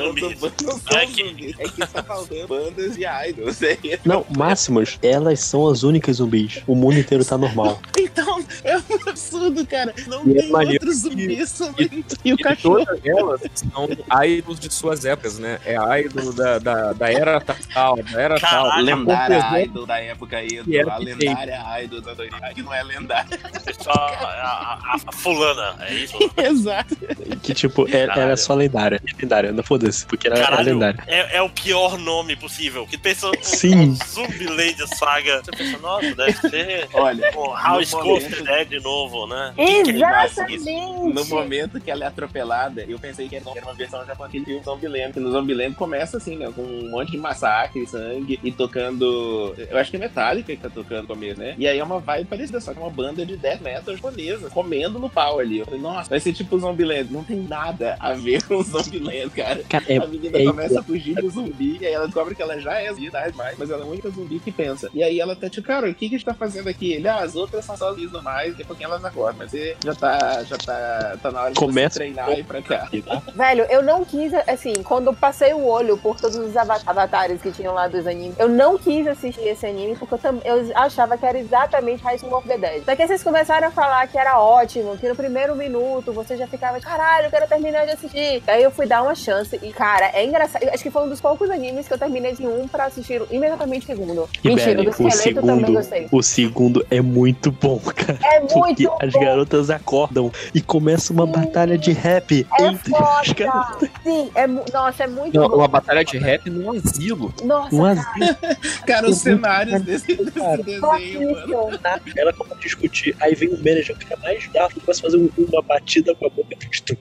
Speaker 3: é
Speaker 5: que tá faltando bandas de idols.
Speaker 4: Não, Máximos, elas são as únicas zumbis. O mundo inteiro tá normal.
Speaker 5: Então, é um absurdo, cara. Não tem outros zumbis.
Speaker 2: E o cachorro. Todas elas são idols de suas épocas, né? É idol da era tal, da era tal.
Speaker 5: A lendária idol da época aí, a lendária idol da doidade, que não é lendária.
Speaker 3: Só a fulana, é isso?
Speaker 5: Exato.
Speaker 4: Que tipo, era só lendária. Lendária, não foda-se, porque era lendária.
Speaker 3: É o pior nome possível. Que pensa
Speaker 4: Sim.
Speaker 3: Zombieland Saga. Você pensa, nossa, deve ser.
Speaker 5: Olha,
Speaker 3: House Coaster Dead novo, né?
Speaker 1: Exatamente!
Speaker 5: No momento que ela é atropelada, eu pensei que era uma versão já com aquele filme Zombieland, que no Zombieland começa assim, né? Com um monte de massacre, sangue, e tocando... Eu acho que é Metallica que tá tocando no começo, né? E aí é uma vibe parecida, só que é uma banda de death metal japonesa, comendo no pau ali. Eu falei, nossa, vai ser tipo Zombieland. Não tem nada a ver com Zombieland, cara. A menina começa a fugir do zumbi, e aí ela descobre que ela já é zumbi, mas ela é a única zumbi que pensa. E aí ela tá tipo, cara, o que a gente tá fazendo aqui? Ele, as outras são só zumbis normais, depois que elas acordam, mas você já tá na hora de você treinar e ir pra cá.
Speaker 1: Velho, eu não quis, assim, quando eu passei o olho por todos os avatares que tinham lá dos animes, eu não quis assistir esse anime, porque eu achava que era exatamente High School of the Dead. Só que vocês começaram a falar que era ótimo, que no primeiro minuto você já ficava, caralho, eu quero terminar de assistir. Aí eu fui dar uma chance e, cara, é engraçado. Eu acho que foi um dos poucos animes que eu terminei de um pra assistir imediatamente o segundo.
Speaker 4: E
Speaker 1: Mentira, do esqueleto também gostei.
Speaker 4: O segundo é muito bom, cara.
Speaker 1: É muito bom.
Speaker 4: As garotas acordam e começa uma batalha de rap entre as garotas.
Speaker 1: Sim, nossa, é muito bom.
Speaker 2: Uma batalha de rap num asilo.
Speaker 1: Nossa,
Speaker 5: Cara, os cenários desse desenho, mano.
Speaker 4: Ela começa a discutir, aí vem o manager, o cara mais gato, começa a fazer uma batida com a boca.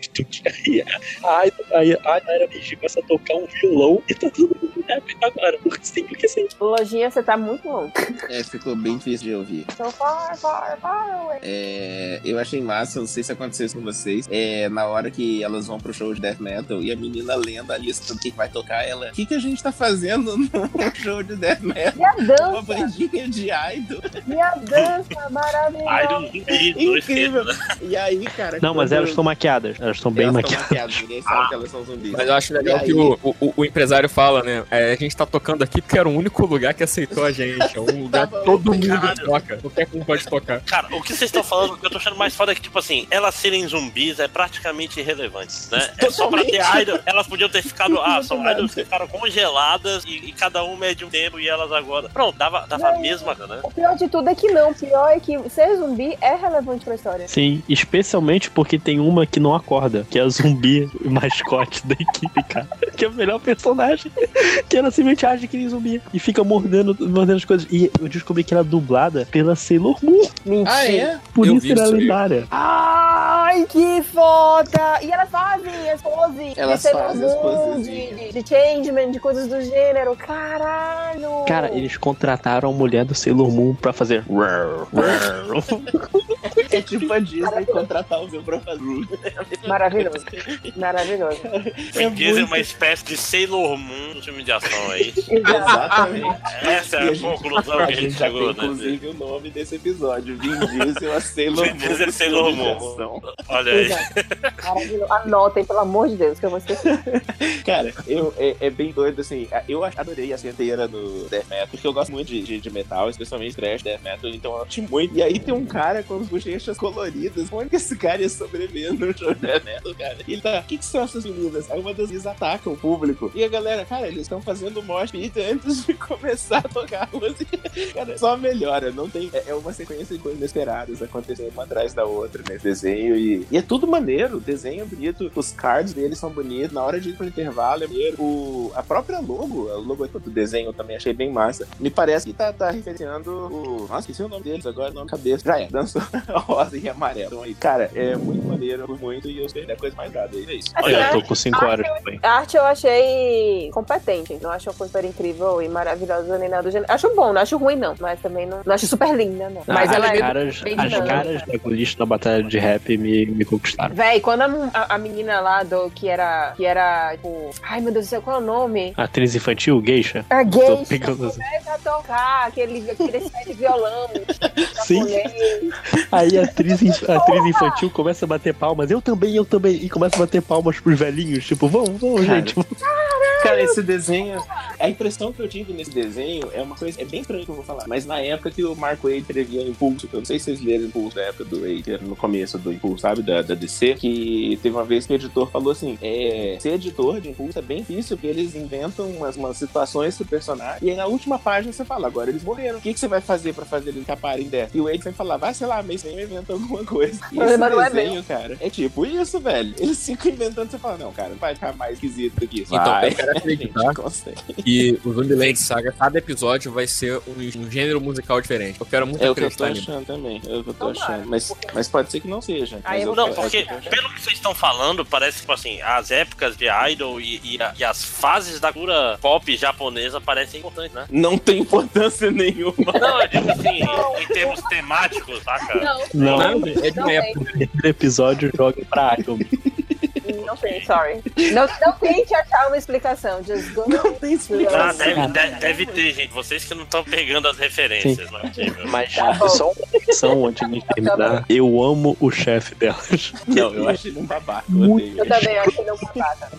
Speaker 4: Aí a Naira Miji começa a tocar um violão e tá todo mundo rap agora. Porque assim.
Speaker 1: Lojinha, você tá muito longe.
Speaker 5: Ficou bem difícil de ouvir.
Speaker 1: So far away.
Speaker 5: Eu achei massa, não sei se aconteceu isso com vocês. Na hora que elas vão pro show de death metal e a menina lendo a lista do que vai tocar, ela, o que a gente tá fazendo no show de death metal?
Speaker 1: E a dança?
Speaker 5: Uma bandinha de idol.
Speaker 1: E a dança maravilhosa.
Speaker 5: Incrível. E aí, cara...
Speaker 4: Não, mas elas estão maquiadas. Elas estão bem maquiadas.
Speaker 5: Ninguém sabe que elas são zumbis.
Speaker 2: Mas eu acho legal que o empresário fala, né? A gente tá tocando aqui porque era o único lugar que aceitou a gente. É um lugar que todo mundo toca. Qualquer um pode tocar.
Speaker 3: Cara, o que vocês estão falando, o que eu tô achando mais foda é que, tipo assim, elas serem zumbis é praticamente irrelevante, né? É só pra ter idol. Elas podiam ter ficado, são idols que ficaram congeladas e cada uma é de um tempo e elas agora. Pronto, dava a mesma, né?
Speaker 1: O pior de tudo é que não. O pior é que ser zumbi é relevante pra história.
Speaker 4: Sim, especialmente porque tem uma que não acorda, que é a zumbi mascote da equipe, cara. Que é o melhor personagem. Que ela simplesmente age que nem zumbi. E fica mordendo as coisas. E eu descobri que ela é dublada pela Sailor Moon.
Speaker 1: Mentira.
Speaker 5: Ah, é?
Speaker 4: Por isso ela é lendária.
Speaker 1: Ai, que foda! E elas fazem as poses.
Speaker 5: Elas fazem as poses
Speaker 1: de Changeman, de coisas do gênero. Caralho!
Speaker 4: Cara, eles contrataram a mulher do Sailor Moon pra fazer...
Speaker 5: É tipo a Disney contratar o meu pra fazer.
Speaker 1: Maravilhoso. Maravilhoso.
Speaker 3: Disney é uma espécie de Sailor Moon do filme de ação aí.
Speaker 5: Exatamente.
Speaker 3: Essa é a conclusão que a gente chegou, né?
Speaker 5: Inclusive o nome desse episódio, Vin Diesel a Sailor Moon.
Speaker 3: Vin Diesel Sailor Moon. Olha aí.
Speaker 1: Maravilhoso. Anotem, pelo amor de Deus, que eu vou esquecer.
Speaker 5: Cara, é bem doido, assim. Eu adorei a centeira do Death Metal, porque eu gosto muito de metal, especialmente thrash, Death Metal, então eu acho muito. E aí tem um cara com as bochechas coloridas. Como é que esse cara ia sobreviver no show de Death Metal, cara? E ele tá, o que são essas meninas? Aí uma das meninas ataca o público. E a galera, cara, eles estão fazendo mosh pit antes de começar a tocar a música. Cara, só melhora, não tem... É uma sequência de coisas inesperadas acontecendo uma atrás da outra nesse desenho. E é tudo maneiro, o desenho é bonito, os cards deles são bonitos, na hora de ir pro intervalo é maneiro. A própria logo, a logo do desenho eu também achei bem massa. Me parece que tá referenciando o... Nossa, esqueci o nome deles agora, o nome de cabeça. Já é, dançou rosa e amarelo. Então, aí, cara, é muito maneiro, muito, e eu sei da coisa mais nada. É isso.
Speaker 4: Eu tô com 5 horas também.
Speaker 1: A arte eu achei competente. Não acho uma coisa incrível e maravilhosa nem nada do gênero. Acho bom, não acho ruim, não. Mas também não acho super linda, não. Mas ela
Speaker 4: as caras da Gullish na batalha de rap me conquistaram.
Speaker 1: Véi, quando a menina lá que era, tipo... Ai, meu Deus do céu, qual é o nome?
Speaker 4: Atriz infantil, Geisha?
Speaker 1: A Geisha.
Speaker 4: Tô pegando assim.
Speaker 1: Começa a tocar aquele de violão.
Speaker 4: Sim. Aí a atriz infantil começa a bater palmas. Eu também. E começa a bater palmas pros velhinhos. Tipo, vamos, gente.
Speaker 5: Cara, esse desenho... A impressão que eu tive nesse desenho é uma coisa... É bem franco que eu vou falar. Mas na época que o Mark Waid previa Impulso, eu não sei se vocês leram Impulso da época do Waid, que era no começo do Impulso, sabe? Da DC, que teve uma vez que o editor falou assim, ser editor de Impulso é bem difícil, porque eles inventam umas situações pro personagem, e aí na última página você fala, agora eles morreram. O que você vai fazer pra fazer eles escaparem dessa? E o Waid sempre falava, sei lá, mês sem inventa alguma coisa. E esse desenho, cara, é tipo isso, velho. Eles ficam inventando, você fala, não, cara, não vai ficar mais esquisito do que isso.
Speaker 2: Então, quero acreditar que o Zombieland Saga, cada episódio vai ser um gênero musical diferente. Eu quero muito acreditar nisso.
Speaker 5: Eu tô achando também. É o que eu tô achando. Mas pode ser que não seja.
Speaker 3: Não, porque pelo que vocês estão falando, parece tipo assim, as épocas de Idol e as fases da cultura pop japonesa parecem importantes, né?
Speaker 5: Não tem importância nenhuma.
Speaker 3: Não, eu digo assim, em termos temáticos, saca?
Speaker 4: Não,
Speaker 2: é de uma época.
Speaker 4: primeiro episódio joga pra Idol.
Speaker 1: Não tem, sorry. Não tente achar uma explicação. Just go.
Speaker 5: Não tem explicação.
Speaker 3: Deve ter, gente. Vocês que não estão pegando as referências. Não é possível.
Speaker 4: Mas só uma questão antes de terminar. Eu amo o chefe delas.
Speaker 5: Não, eu acho ele um babaca.
Speaker 1: Eu também acho ele um babaca.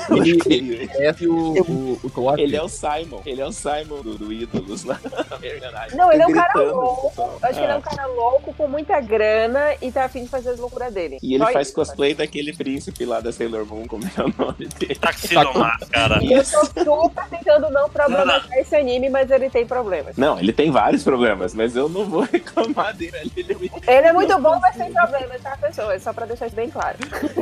Speaker 5: Ele é o Simon. Ele é o Simon do Ídolos lá.
Speaker 1: Não, ele é um cara louco. Acho que ele é um cara louco com muita grana e tá afim de fazer as loucuras dele.
Speaker 5: E ele faz cosplay daquele príncipe lá da Sailor Moon, como é o nome dele?
Speaker 3: Taxidomar, cara.
Speaker 1: Eu tô super tentando não problematizar esse anime, mas ele tem problemas.
Speaker 5: Não, ele tem vários problemas, mas eu não vou reclamar dele.
Speaker 1: Ele é muito bom, mas tem problemas, tá, pessoas? Só pra deixar isso bem claro.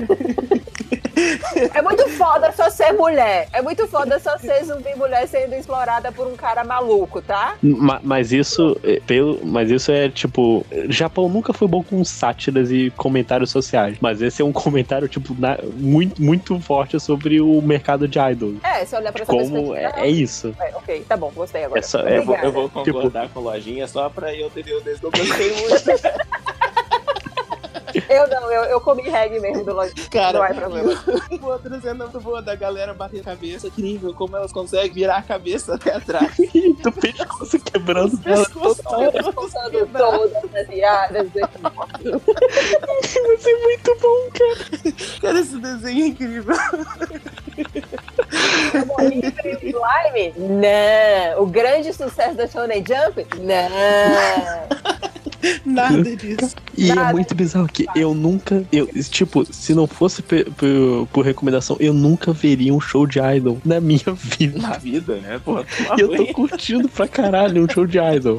Speaker 1: É muito foda só ser mulher. É muito foda só ser zumbi mulher sendo explorada por um cara maluco, tá?
Speaker 4: Mas isso é tipo... Japão nunca foi bom com sátiras e comentários sociais. Mas esse é um comentário, tipo, muito, muito forte sobre o mercado de idol.
Speaker 1: Se olhar pra essa
Speaker 4: como é isso.
Speaker 1: Ok, tá bom, gostei agora.
Speaker 5: Eu vou concordar com Lojinha só pra eu ter o dedo. Eu gostei muito.
Speaker 1: Eu comi reggae mesmo do Lojinha.
Speaker 5: Cara,
Speaker 1: não é problema.
Speaker 5: Outra cena muito boa da galera bater a cabeça. Incrível como elas conseguem virar a cabeça até atrás.
Speaker 4: Do pescoço quebrando.
Speaker 1: Todas as piadas.
Speaker 4: Vai ser muito bom, cara.
Speaker 5: Cara, esse desenho é incrível.
Speaker 1: Slime? Não. O grande sucesso da Shonen Jump? Não.
Speaker 5: Nada disso.
Speaker 4: E é muito bizarro que eu nunca... tipo, se não fosse por recomendação, eu nunca veria um show de idol na minha vida.
Speaker 5: Na vida, né? Porra,
Speaker 4: e eu tô curtindo pra caralho um show de idol.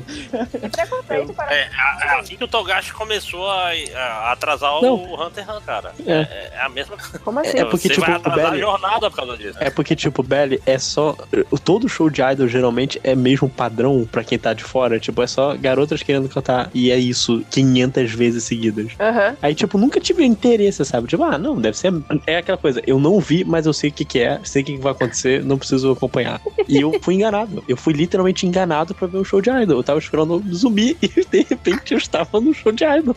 Speaker 3: Assim que o Togashi começou a atrasar o Hunter x Hunter, cara. É a mesma coisa.
Speaker 1: Como assim?
Speaker 4: É porque,
Speaker 3: você
Speaker 4: tipo,
Speaker 3: vai atrasar
Speaker 4: Belly,
Speaker 3: a jornada por causa disso.
Speaker 4: É porque, tipo, Belly, é só... Todo show de idol, geralmente, é mesmo padrão pra quem tá de fora. Tipo, é só garotas querendo cantar. E é isso 500 vezes seguidas.
Speaker 1: Uhum.
Speaker 4: Aí, tipo, nunca tive interesse, sabe? Tipo, não, deve ser... É aquela coisa, eu não vi, mas eu sei o que é, sei o que vai acontecer, não preciso acompanhar. E eu fui enganado. Eu fui literalmente enganado pra ver um show de idol. Eu tava esperando um zumbi e, de repente, eu estava no show de idol.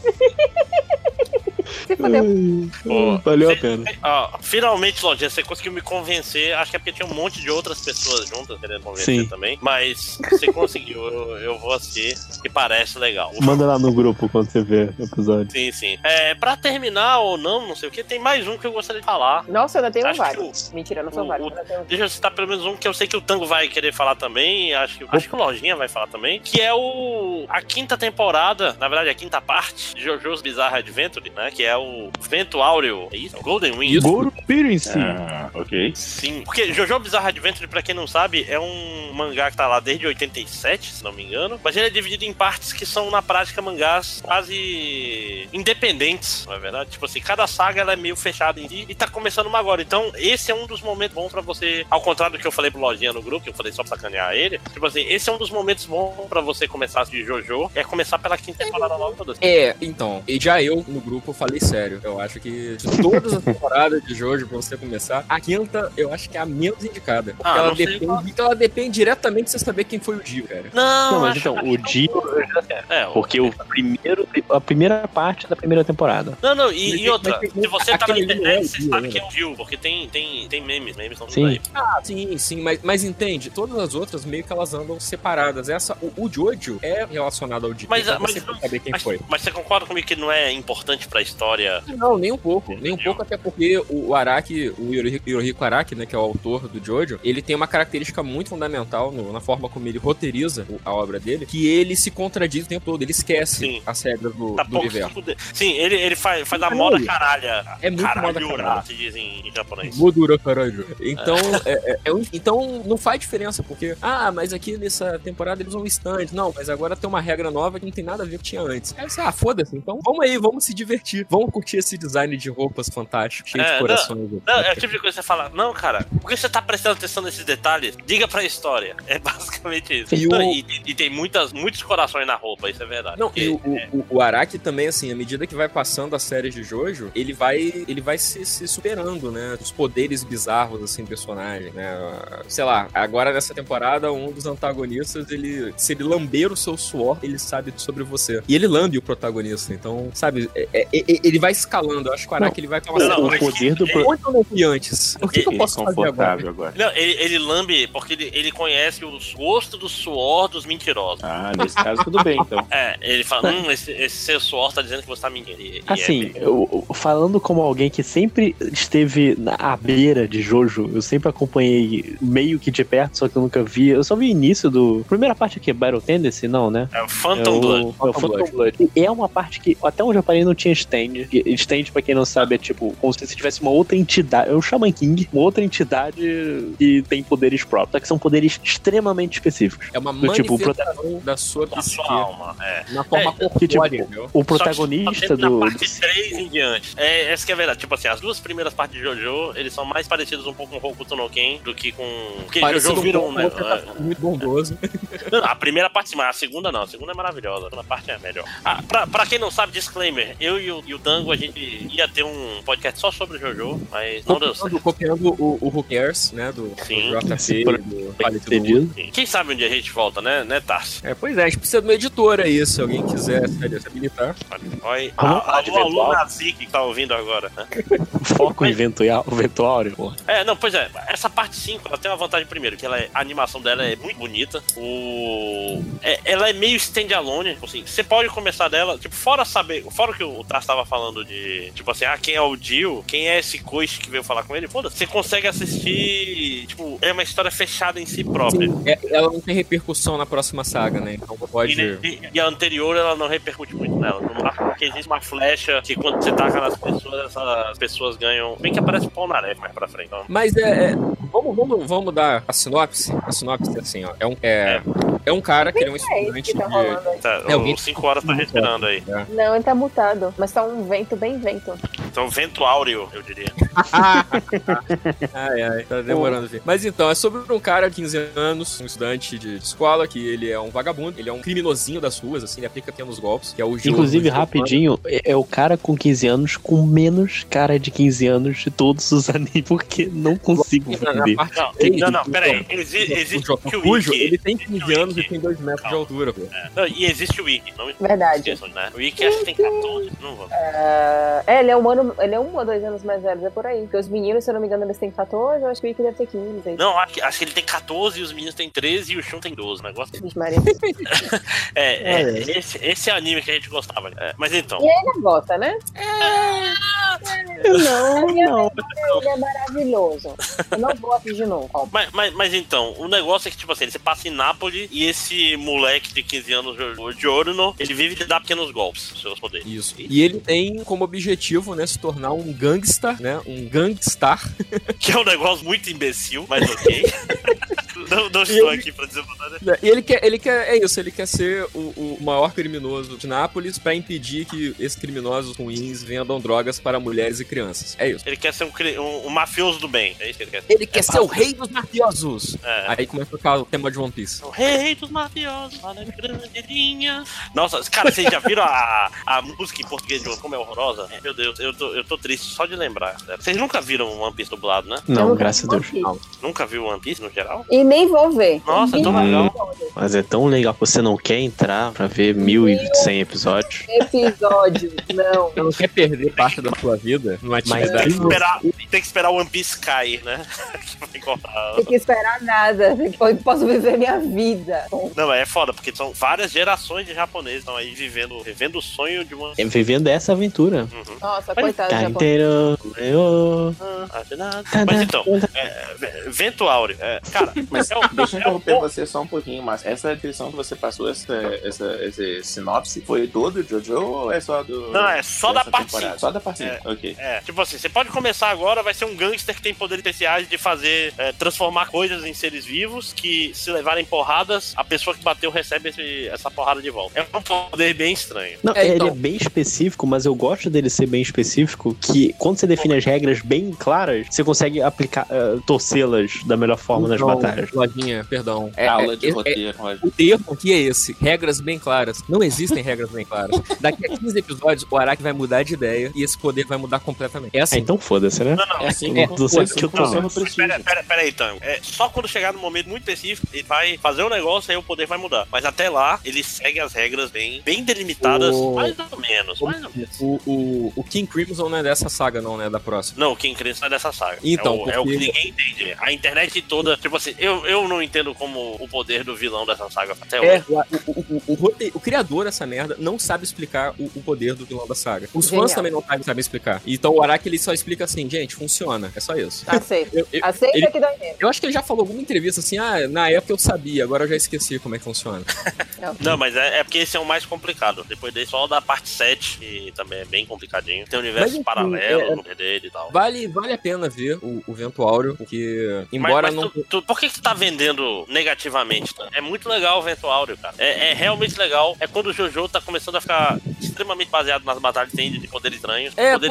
Speaker 4: Valeu a pena.
Speaker 3: Finalmente, Lojinha, você conseguiu me convencer. Acho que é porque tinha um monte de outras pessoas juntas querendo convencer também. Mas você conseguiu. Eu vou assistir, que parece legal.
Speaker 4: Manda lá no grupo quando você vê o episódio.
Speaker 3: Sim. Pra terminar ou não sei o que, tem mais um que eu gostaria de falar.
Speaker 1: Nossa, eu ainda tenho vários. Mentira, não são vários.
Speaker 3: Deixa eu citar pelo menos um que eu sei que o Tango vai querer falar também. Acho que o Lojinha vai falar também. Que é a quinta temporada, na verdade, a quinta parte de JoJo's Bizarre Adventure, né? Que é o Vento Áureo. É isso? Golden Wind.
Speaker 4: Golden Experience.
Speaker 5: Ok.
Speaker 3: Sim. Porque JoJo Bizarre Adventure, pra quem não sabe, é um mangá que tá lá desde 87, se não me engano. Mas ele é dividido em partes que são, na prática, mangás quase independentes, não é verdade? Tipo assim, cada saga ela é meio fechada em si e tá começando uma agora. Então, esse é um dos momentos bons pra você, ao contrário do que eu falei pro Lojinha no grupo, que eu falei só pra sacanear ele. Tipo assim, esse é um dos momentos bons pra você começar a assistir JoJo, é começar pela quinta temporada logo toda.
Speaker 2: Então, e já eu, no grupo, falei sério. Eu acho que de todas as temporadas de JoJo pra você começar, a quinta, eu acho que é a menos indicada. Porque ela depende diretamente de você saber quem foi o Dio, cara.
Speaker 4: Não, mas então, o Dio... Porque a primeira parte da primeira temporada.
Speaker 3: Não, e outra, se você tá na internet, você sabe que é o Dio, porque tem memes estão tudo aí.
Speaker 2: Sim, mas entende, todas as outras meio que elas andam separadas. O Jojo é relacionado ao Dio,
Speaker 3: mas
Speaker 2: você pode saber quem foi.
Speaker 3: Mas você concorda comigo que não é importante pra história?
Speaker 2: Não, nem um pouco, até porque o Araki, o Hirohiko Araki, né, que é o autor do Jojo, ele tem uma característica muito fundamental na forma como ele roteiriza a obra dele, que ele se contradiz o tempo todo, ele esquece as regras do universo.
Speaker 3: Sim, ele faz a moda caralha.
Speaker 2: É muito moda caralha.
Speaker 3: Se diz em japonês.
Speaker 2: Modura caralho. Então, então não faz diferença, porque, mas aqui nessa temporada eles vão stand. Não, mas agora tem uma regra nova que não tem nada a ver com o que tinha antes. Aí você, foda-se, então vamos se divertir. Vamos curtir esse design de roupas fantástico, cheio de corações.
Speaker 3: Não, é o tipo de coisa que você fala, não, cara, por que você tá prestando atenção nesses detalhes? Diga pra história. É basicamente isso. E tem muitos corações na roupa, isso é verdade.
Speaker 2: Não, e o Araki também, assim, à medida que vai passando as séries de Jojo, ele vai se superando, né? Os poderes bizarros, assim, do personagem, né? Sei lá, agora nessa temporada, um dos antagonistas, se ele lamber o seu suor, ele sabe sobre você. E ele lambe o protagonista, então, sabe, ele vai escalando. Eu acho que o Araki, ele vai falar
Speaker 4: o poder do
Speaker 2: antes. O que eu posso fazer agora?
Speaker 3: Não, ele lambe porque ele conhece os gostos do suor dos mentirosos.
Speaker 5: Ah, nesse caso tudo bem, então.
Speaker 3: Ele fala, esse seu suor tá dizendo que você tá mentindo.
Speaker 4: Assim, falando como alguém que sempre esteve à beira de Jojo, eu sempre acompanhei meio que de perto, só que eu nunca vi. Eu só vi o início do... Primeira parte aqui, Battle Tendency, não, né?
Speaker 3: É o Phantom Blood.
Speaker 4: É o Phantom Blood. E é uma parte que, até onde eu parei, não tinha stand. E stand, pra quem não sabe, é tipo, como se tivesse uma outra entidade. É o Shaman King, uma outra entidade que tem poderes próprios, só que são poderes extremamente específicos.
Speaker 2: É uma manifestação da sua
Speaker 3: alma.
Speaker 2: Na forma corpórea,
Speaker 4: tipo, o protagonista
Speaker 3: na parte 3 em diante. Essa que é a verdade. Tipo assim, as duas primeiras partes de Jojo, eles são mais parecidos um pouco com Hokuto no Ken do que com... Porque Jojo virou né?
Speaker 2: Muito bondoso.
Speaker 3: Não, a primeira parte, mas a segunda não. A segunda é maravilhosa. A segunda parte é melhor. Pra quem não sabe, disclaimer. Eu e o Dango, a gente ia ter um podcast só sobre Jojo, mas não deu certo.
Speaker 2: Copiando o Who Cares, né? Do JP, do
Speaker 3: Palito. Quem sabe um dia a gente volta, né Tarsi?
Speaker 2: Pois é, a gente precisa de uma editora aí, se alguém quiser se habilitar.
Speaker 3: Olha, o aluno Nazi que tá ouvindo agora, né?
Speaker 4: Foco em Ventuário, pô.
Speaker 3: Não, pois é, essa parte 5, ela tem uma vantagem primeiro, que a animação dela é muito bonita. Ela é meio standalone, assim, você pode começar dela, tipo, fora o que o Tarsi tava falando de, tipo assim, quem é o Dio, quem é esse coach que veio falar com ele, foda-se, você consegue assistir, tipo, é uma história fechada em si própria.
Speaker 2: Sim, ela não tem repercussão na próxima saga, né, então pode...
Speaker 3: E a anterior, ela não repercute muito nela, no máximo que existe uma flecha que quando você taca nas pessoas, essas pessoas ganham, bem que aparece o Polnareff mais pra frente. Então.
Speaker 2: Mas vamos dar a sinopse? A sinopse é assim, ó, é um cara que ele é um estudante
Speaker 3: de... 5 horas tá respirando aí.
Speaker 1: Não, ele tá mutado, mas tá um vento bem vento.
Speaker 3: Então, vento áureo, eu diria.
Speaker 2: Ai, tá demorando assim. Mas então, é sobre um cara de 15 anos, um estudante de escola, que ele é um vagabundo, ele é um criminosinho das ruas, assim, ele aplica pequenos golpes, que é o Gil.
Speaker 4: Inclusive, rapidinho, é o cara com 15 anos com menos cara de 15 anos de todos os animes, porque não consigo entender.
Speaker 3: Não, peraí. Existe o
Speaker 2: Cujo, ele tem 15 anos e tem 2 metros de altura, pô.
Speaker 3: E existe o Ikki, não
Speaker 1: Verdade.
Speaker 3: esqueçam, né? O Ikki acho que tem 14, não vou.
Speaker 1: Ele é 1 ou 2 anos mais velho, é por aí. Porque os meninos, se eu não me engano, eles têm 14, eu acho que o Ikki deve ter 15. Aí.
Speaker 3: Não, acho que ele tem 14 e os meninos têm 13 e o Shun tem 12, negócio.
Speaker 1: Vixe, Maria.
Speaker 3: Esse é o anime que a gente gostava. Mas então.
Speaker 1: E ainda gosta, né? Não. Ele é maravilhoso. Eu não gosto de novo.
Speaker 3: Mas então, o negócio é que, tipo assim, você passa em Nápoles e esse moleque de 15 anos, o Giorno, ele vive de dar pequenos golpes, os seus poderes.
Speaker 2: Isso. E ele tem como objetivo, né, se tornar um gangsta, né, um gangstar.
Speaker 3: Que é um negócio muito imbecil, mas ok. Não estou aqui pra dizer nada.
Speaker 2: E ele quer ser o maior criminoso de Nápoles pra impedir que esses criminosos ruins vendam drogas para mulheres e crianças. É isso.
Speaker 3: Ele quer ser um mafioso do bem. É isso que ele quer ser.
Speaker 2: Ele quer ser o rei dos mafiosos. Aí começa a tocar o tema de One Piece.
Speaker 3: O rei dos mafiosos, lá na grande linha. Nossa, cara, vocês já viram a música em português de como é horrorosa? Meu Deus, eu tô triste só de lembrar. Vocês nunca viram One Piece dublado, né?
Speaker 4: Não, graças a Deus.
Speaker 3: Nunca viu One Piece no geral?
Speaker 1: E nem vou ver.
Speaker 3: Nossa, é tão legal.
Speaker 4: Mas é tão legal que você não quer entrar pra ver 1100 episódios.
Speaker 1: Não.
Speaker 2: Você não quer perder parte da sua vida numa atividade.
Speaker 3: Tem que esperar o One Piece cair, né?
Speaker 1: Tem que esperar nada. Eu posso viver minha vida.
Speaker 3: Não, é foda, porque são várias gerações de japoneses estão aí vivendo o sonho de uma...
Speaker 4: Vivendo essa aventura.
Speaker 1: Uhum. Nossa, coitado do
Speaker 4: Japão.
Speaker 3: Mas então, Vento Áureo. Cara,
Speaker 5: mas deixa eu interromper você só um pouquinho, mas Essa descrição que você passou, esse sinopse, foi todo o Jojo ou é só do...
Speaker 3: Não, é só da parte 5.
Speaker 5: Só da parte 5, ok.
Speaker 3: Tipo assim, você pode começar agora, vai ser um gangster que tem poderes especiais de fazer, transformar coisas em seres vivos, que se levarem porradas, a pessoa que bateu recebe essa porrada de volta. É um poder bem estranho.
Speaker 4: Não, ele é bem específico, mas eu gosto dele ser bem específico, que quando você define as regras bem claras, você consegue aplicar, torcê-las da melhor forma nas batalhas.
Speaker 2: Lojinha, perdão.
Speaker 5: Aula de roteiro.
Speaker 2: O termo aqui é esse, regras bem claras. Não existem regras bem claras. Daqui a 15 episódios, o Araki vai mudar de ideia e esse poder vai mudar completamente. É assim.
Speaker 4: Então foda-se, né?
Speaker 3: Não.
Speaker 5: É assim
Speaker 4: que eu tô
Speaker 5: no prestígio.
Speaker 3: Pera aí, Tango. Só quando chegar num momento muito específico, ele vai fazer um negócio e aí o poder vai mudar. Mas até lá, ele segue as regras bem delimitadas, mais ou menos.
Speaker 2: O King Crimson não é dessa saga, não, né? Da próxima.
Speaker 3: Não, o King Crimson é dessa saga.
Speaker 2: Então,
Speaker 3: é o que ninguém entende. A internet toda, tipo assim, eu não entendo como o poder do vilão dessa saga até hoje.
Speaker 2: O criador dessa merda não sabe explicar o poder do vilão da saga. Os fãs também não sabem explicar. Então o Araki, ele só explica assim, gente, funciona. É só isso.
Speaker 1: Aceita. Aceita que dá dinheiro.
Speaker 2: Eu acho que ele já falou alguma entrevista assim, na época eu sabia, agora eu já esqueci como é que funciona.
Speaker 3: Não, mas é porque esse é o mais complicado. Depois dele, só da parte 7, que também é bem complicadinho. Tem um universo paralelo no dele e tal.
Speaker 2: Vale a pena ver o Vento Áureo, porque embora não...
Speaker 3: Por que tu tá vendendo negativamente? Tá? É muito legal o Vento Áureo, cara. É realmente legal. É quando o Jojo tá começando a ficar extremamente baseado nas batalhas de poderes estranhos.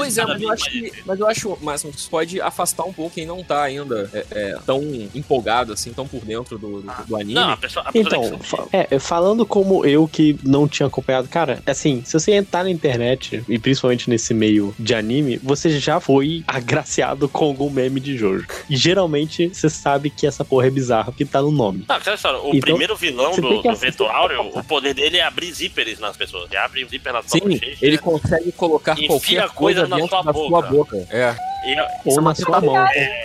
Speaker 2: Mas eu acho, Máximo, que isso pode afastar um pouco quem não tá ainda tão empolgado, assim, tão por dentro do anime.
Speaker 3: Não, a pessoa
Speaker 4: então, falando como eu que não tinha acompanhado, cara, assim, se você entrar na internet, e principalmente nesse meio de anime, você já foi agraciado com algum meme de Jojo. E geralmente você sabe que essa porra é bizarra, porque tá no nome.
Speaker 3: Não, o primeiro vilão do Vento Áureo, o poder dele é abrir zíperes nas pessoas. Ele abre zíper na sua bochecha.
Speaker 2: Ele consegue colocar qualquer coisa
Speaker 3: na
Speaker 2: dentro
Speaker 3: sua
Speaker 2: boca.
Speaker 4: Ou na sua mão.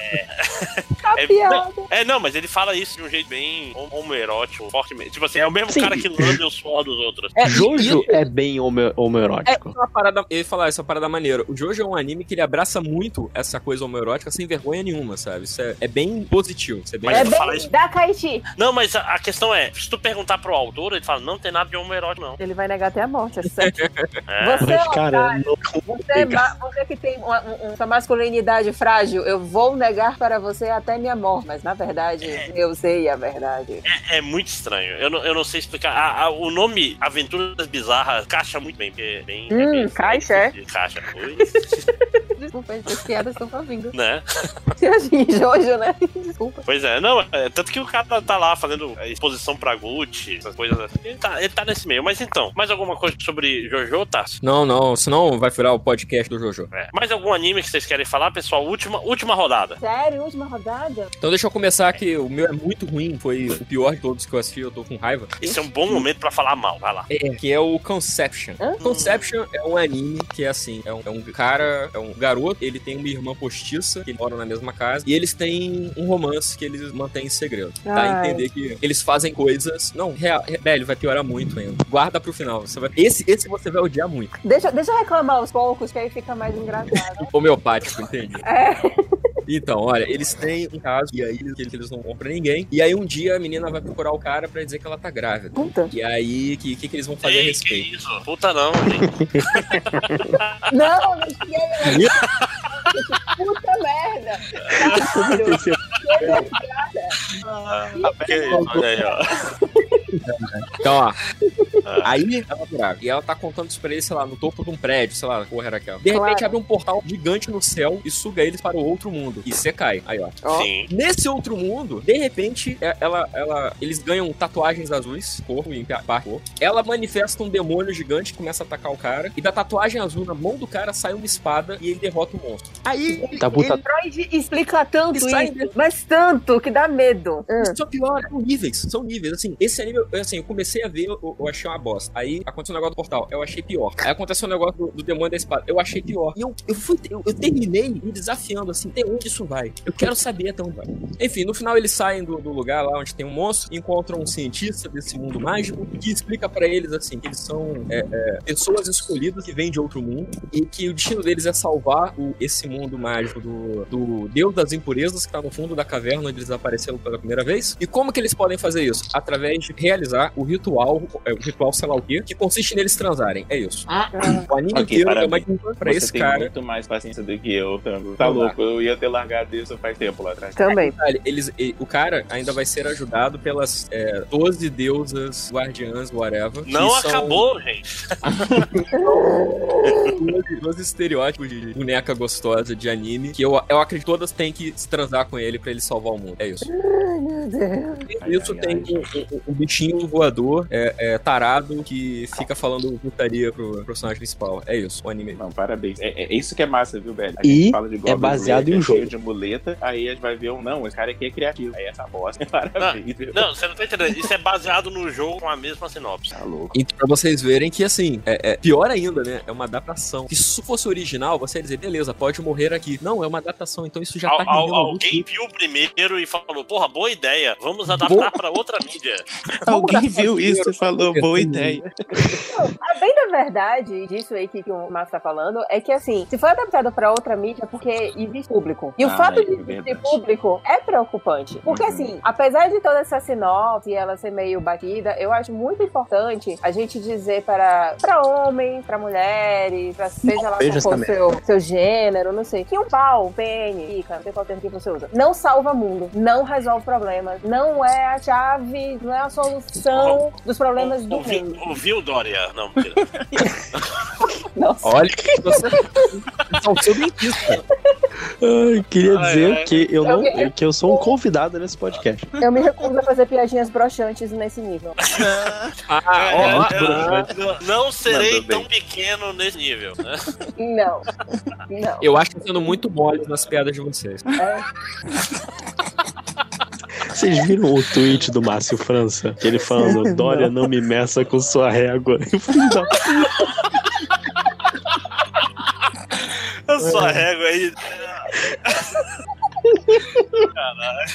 Speaker 3: Não, mas ele fala isso de um jeito bem homoerótico, fortemente. Tipo assim, é o mesmo cara que lambe o suor dos outros.
Speaker 4: Jojo é bem homoerótico.
Speaker 2: Ele fala essa parada maneira. O Jojo é um anime que ele abraça muito essa coisa homoerótica sem vergonha nenhuma, sabe? Isso é bem positivo. Isso é bem
Speaker 1: da Kaichi.
Speaker 3: Não, mas a questão é, se tu perguntar pro autor, ele fala, não tem nada de homoerótico, não.
Speaker 1: Ele vai negar até a morte, é certo. Você que tem uma masculinidade frágil, eu vou negar para você até minha morte, mas na verdade, eu sei a verdade.
Speaker 3: É muito estranho, eu não sei explicar. O nome Aventuras Bizarras caixa muito bem, porque
Speaker 1: caixa,
Speaker 3: Caixa,
Speaker 1: Desculpa, as piadas estão ouvindo.
Speaker 3: Né?
Speaker 1: Jojo, né? Desculpa.
Speaker 3: Pois é, tanto que o cara tá lá fazendo exposição pra Gucci, essas coisas assim. Ele tá nesse meio. Mas então, mais alguma coisa sobre Jojo, Tassi?
Speaker 2: Não, senão vai virar o podcast do Jojo.
Speaker 3: Mais algum anime que vocês querem falar, pessoal? Última rodada.
Speaker 1: Sério? Última rodada?
Speaker 2: Então deixa eu começar que o meu é muito ruim, foi o pior de todos que eu assisti, eu tô com raiva.
Speaker 3: Esse é um bom momento pra falar mal, vai lá.
Speaker 2: Que é o Conception. Conception é um anime que é assim, é um garoto, ele tem uma irmã postiça, que moram na mesma casa, e eles têm um romance que eles mantêm em segredo. Tá? Entender que eles fazem coisas... Não, velho, vai piorar muito ainda. Guarda pro final. Esse você vai odiar muito.
Speaker 1: Deixa eu reclamar aos poucos, que aí fica mais engraçado.
Speaker 2: Homeopático, entendi. Então, olha, eles têm um caso, e aí eles não vão pra ninguém, e aí um dia a menina vai procurar o cara pra dizer que ela tá grávida.
Speaker 1: Puta.
Speaker 2: E aí, o que eles vão fazer a respeito?
Speaker 3: Que isso? Puta não,
Speaker 1: Não, puta merda.
Speaker 3: Olha aí, ó.
Speaker 2: Então, ó. Aí ela tá grávida. E ela tá contando isso pra ele, sei lá, no topo de um prédio, sei lá, porra era aquela. De repente abre um portal gigante no céu e suga eles para o outro mundo. E você cai. Aí, ó.
Speaker 3: Sim.
Speaker 2: Nesse outro mundo, de repente, eles ganham tatuagens azuis, corpo em par. Ela manifesta um demônio gigante que começa a atacar o cara. E da tatuagem azul na mão do cara sai uma espada e ele derrota o monstro. Aí
Speaker 1: Freud explica tanto isso, mas tanto que dá medo.
Speaker 2: Isso é pior, são níveis. Assim, esse anime, eu comecei a ver, eu achei uma bosta. Aí aconteceu um negócio do portal, eu achei pior. Aí aconteceu um negócio do demônio da espada, eu achei pior. E eu terminei me desafiando, assim, até onde isso vai? Eu quero saber até onde vai. Enfim, no final eles saem do lugar lá onde tem um monstro, encontram um cientista desse mundo mágico que explica pra eles, assim, que eles são pessoas escolhidas que vêm de outro mundo e que o destino deles é salvar esse mundo mágico do deus das impurezas que tá no fundo da caverna onde eles apareceram pela primeira vez. E como que eles podem fazer isso? Através de realizar o ritual sei lá o quê, que consiste neles transarem. É isso. O anime inteiro é uma desculpa pra esse cara. Você tem
Speaker 5: muito mais paciência do que eu, Tango. Tá louco, eu ia ter largado isso faz tempo lá atrás.
Speaker 1: Também.
Speaker 2: O cara ainda vai ser ajudado pelas 12 deusas guardiãs, whatever.
Speaker 3: Não acabou, gente.
Speaker 2: 12 estereótipos de boneca gostosa de anime, que eu acredito que todas têm que se transar com ele pra ele salvar o mundo. É isso.
Speaker 1: Ai, meu Deus.
Speaker 2: Isso tem um bichinho voador, tarado, que fica falando putaria pro personagem principal. É isso, o anime.
Speaker 5: Não, parabéns. É isso que é massa, viu, velho? A
Speaker 4: gente
Speaker 5: e fala de
Speaker 4: é baseado em um jogo
Speaker 5: de muleta, aí a gente vai ver não, esse cara aqui é criativo. Aí essa bosta, parabéns.
Speaker 3: Não, você não tá entendendo. Isso é baseado no jogo com a mesma sinopse.
Speaker 5: Tá louco.
Speaker 2: Então, pra vocês verem que, assim, pior ainda, né? É uma adaptação. Que se isso fosse original, você ia dizer, beleza, pode morrer aqui. Não, é uma adaptação, então isso já tá rendendo
Speaker 3: alguém viu primeiro e falou, porra, boa ideia, vamos adaptar pra outra mídia.
Speaker 5: Alguém viu isso e falou, boa ideia.
Speaker 1: A bem da verdade disso aí que o Márcio tá falando é que, assim, se for adaptado pra outra mídia é porque existe público. E o fato de existir público é preocupante. Porque, assim, apesar de toda essa sinopse e ela ser meio batida, eu acho muito importante a gente dizer pra homens, pra mulheres, pra seja lá qual for seu gênero, não sei, que um pau, pênis, pica, não sei qual termo que você usa, não salva mundo, não resolve problemas, não é a chave, não é a solução dos problemas do mundo.
Speaker 3: Ouviu, Dória? Não, mentira.
Speaker 1: Nossa.
Speaker 2: Olha, você é o seu dentista.
Speaker 4: Queria dizer que eu sou um convidado nesse podcast.
Speaker 1: Eu me recuso a fazer piadinhas broxantes nesse nível.
Speaker 3: Não serei tão pequeno nesse nível, né?
Speaker 1: Não.
Speaker 2: Eu acho que tá sendo muito mole nas piadas de vocês.
Speaker 4: Vocês viram o tweet do Márcio França? Que ele falando, Dória não me meça com sua régua.
Speaker 3: A sua régua aí. Caralho.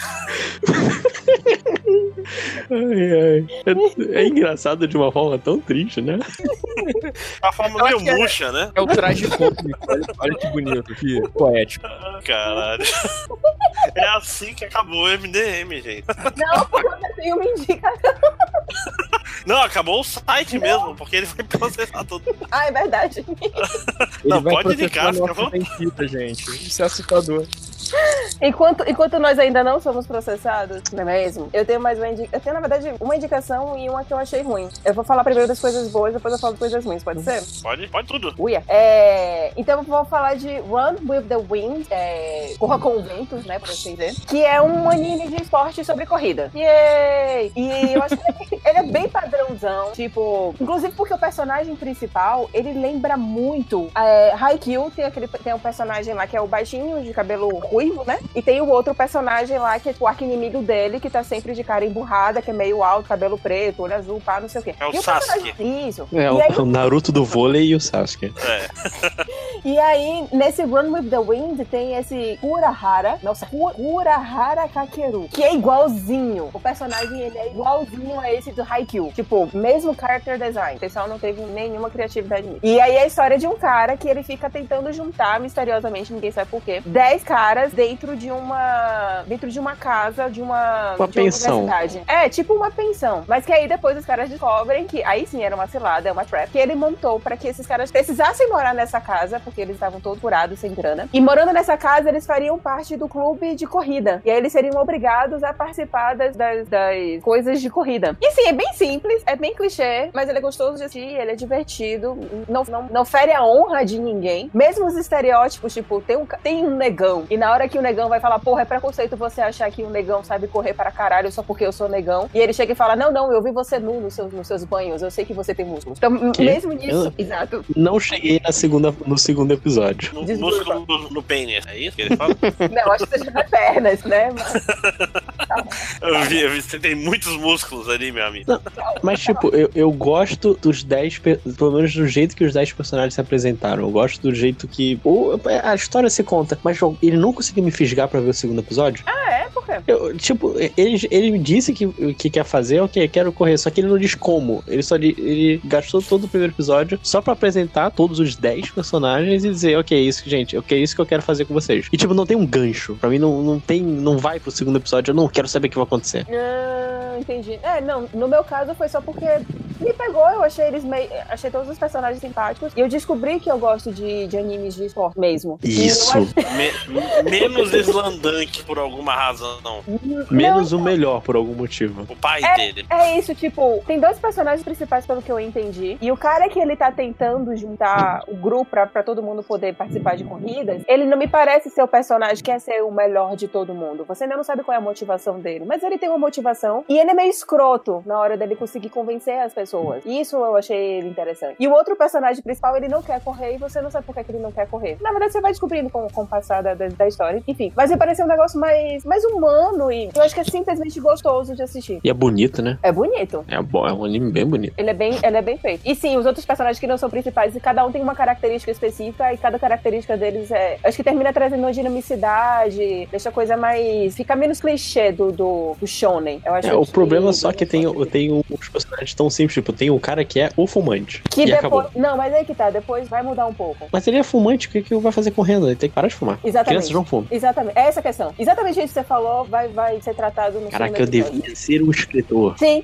Speaker 4: É engraçado de uma forma tão triste, né?
Speaker 3: A forma meio murcha, né?
Speaker 2: É o traje cômico. Olha que bonito, que poético.
Speaker 3: Caralho. É assim que acabou o MDM, gente.
Speaker 1: Não, porque eu tenho uma indicação.
Speaker 3: Não, acabou o site mesmo, porque ele vai processar tudo.
Speaker 1: Ah, é verdade.
Speaker 3: Não, pode indicar, fica bom.
Speaker 2: Gente. Isso é assustador.
Speaker 1: Enquanto nós ainda não somos processados, não é mesmo? Eu tenho mais uma indicação. Eu tenho, na verdade, uma indicação e uma que eu achei ruim. Eu vou falar primeiro das coisas boas, depois eu falo das coisas ruins, pode ser?
Speaker 3: Pode tudo.
Speaker 1: Uia. Então eu vou falar de Run with the Wind, Corra com o Vento, né, por assim dizer, que é um anime de esporte sobre corrida. Yay! E eu acho que ele é bem padrãozão, tipo, inclusive porque o personagem principal, ele lembra muito Haikyuu, tem um personagem lá que é o baixinho, de cabelo ruivo, né? E tem o outro personagem lá que é o arqui-inimigo dele, que tá sempre de cara emburrada, que é meio alto, cabelo preto, olho azul, pá, não sei o quê.
Speaker 3: É o Sasuke.
Speaker 1: Isso.
Speaker 4: O Naruto do vôlei e o Sasuke.
Speaker 1: E aí, nesse Run with the Wind, tem esse Kurahara. Nossa, Kurahara Kakeru, que é igualzinho. O personagem, ele é igualzinho a esse do Haikyuu. Tipo, mesmo character design. O pessoal não teve nenhuma criatividade nisso. E aí, a história de um cara que ele fica tentando juntar, misteriosamente, ninguém sabe por quê, 10 caras dentro de uma casa, de uma
Speaker 4: pensão.
Speaker 1: Universidade. É, tipo uma pensão. Mas que aí, depois, os caras descobrem que, aí sim, era uma cilada, uma trap, que ele montou pra que esses caras precisassem morar nessa casa, porque eles estavam todos furados, sem grana. E morando nessa casa, eles fariam parte do clube de corrida. E aí eles seriam obrigados a participar das coisas de corrida. E sim, é bem simples, é bem clichê, mas ele é gostoso de assistir, ele é divertido, não fere a honra de ninguém. Mesmo os estereótipos, tipo, tem um negão, e na hora que o negão vai falar, porra, é preconceito você achar que um negão sabe correr para caralho só porque eu sou negão, e ele chega e fala, não, eu vi você nu nos seus banhos, eu sei que você tem músculos. Então, mesmo nisso, exato.
Speaker 4: Não cheguei no segundo episódio.
Speaker 3: Músculo no pênis, é isso que ele fala?
Speaker 1: Não, acho que seja nas pernas, né?
Speaker 3: Eu vi, você tem muitos músculos ali, meu amigo.
Speaker 4: Não, mas, tipo, eu gosto dos 10, pelo menos do jeito que os 10 personagens se apresentaram. Eu gosto do jeito que a história se conta, mas ele não conseguiu me fisgar pra ver o segundo episódio.
Speaker 1: Ah, é? Por quê?
Speaker 4: Tipo, ele me disse que quer fazer, ok, quero correr, só que ele não diz como. Ele gastou todo o primeiro episódio só pra apresentar todos os 10 personagens e dizer, ok, isso, gente, ok, isso que eu quero fazer com vocês. E, tipo, não tem um gancho. Pra mim, não vai pro segundo episódio, eu não quero saber o que vai acontecer.
Speaker 1: não entendi. Não, no meu caso foi só porque me pegou, eu achei achei todos os personagens simpáticos e eu descobri que eu gosto de animes de esporte mesmo.
Speaker 4: Isso.
Speaker 3: Menos Slandunk por alguma razão.
Speaker 4: Menos o melhor por algum motivo.
Speaker 3: O pai dele.
Speaker 1: É isso, tipo, tem dois personagens principais pelo que eu entendi. E o cara que ele tá tentando juntar o grupo pra todo mundo poder participar de corridas, ele não me parece ser o personagem que quer ser o melhor de todo mundo. Você ainda não sabe qual é a motivação dele, mas ele tem uma motivação e ele é meio escroto na hora dele conseguir convencer as pessoas. Isso eu achei interessante. E o outro personagem principal, ele não quer correr e você não sabe por que ele não quer correr. Na verdade, você vai descobrindo com o passar da história. Enfim, mas me pareceu um negócio mais humano e eu acho que é simplesmente gostoso de assistir.
Speaker 4: E é bonito, né?
Speaker 1: É bonito.
Speaker 4: É bom, é um anime bem bonito.
Speaker 1: Ele é bem feito. E sim, os outros personagens que não são principais, cada um tem uma característica específica e cada característica deles acho que termina trazendo uma dinamicidade, deixa a coisa mais... Fica menos clichê do shonen. Eu acho
Speaker 4: o problema só que tem uns personagens tão simples, tipo, tem um cara que é o fumante.
Speaker 1: Que
Speaker 4: e
Speaker 1: depois...
Speaker 4: acabou.
Speaker 1: Não, mas aí que tá, depois vai mudar um pouco.
Speaker 4: Mas ele é fumante, o que vai fazer correndo? Ele tem que parar de fumar.
Speaker 1: Exatamente.
Speaker 4: Crianças não fumam.
Speaker 1: Exatamente. É essa a questão. Exatamente isso que você falou vai ser tratado no
Speaker 4: Caraca, eu devia ser um escritor.
Speaker 1: Sim.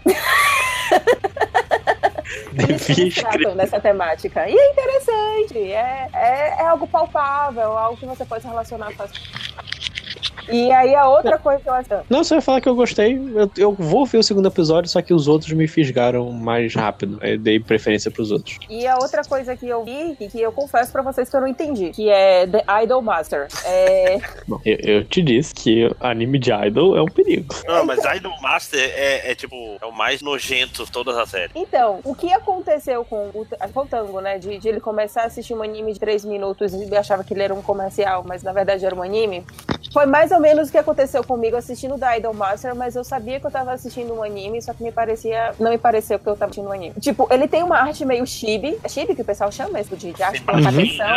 Speaker 4: Devia escrever
Speaker 1: nessa temática. E é interessante. É algo palpável, algo que você pode se relacionar fácil. E aí a outra coisa que eu acho...
Speaker 4: Não, você vai falar que eu gostei. Eu vou ver o segundo episódio, só que os outros me fisgaram mais rápido. Eu dei preferência pros outros.
Speaker 1: E a outra coisa que eu vi, que eu confesso pra vocês que eu não entendi, que é The Idol Master.
Speaker 4: Bom, eu te disse que anime de idol é um perigo.
Speaker 3: Não, mas Idol Master é tipo, é o mais nojento de todas as séries.
Speaker 1: Então, o que aconteceu com o Tango, né? De ele começar a assistir um anime de 3 minutos e achava que ele era um comercial, mas na verdade era um anime. Foi mais ou menos o que aconteceu comigo assistindo The Idol Master, mas eu sabia que eu tava assistindo um anime, só que não me pareceu que eu tava assistindo um anime. Tipo, ele tem uma arte meio chibi, é chibi que o pessoal chama mesmo, de arte pela atenção.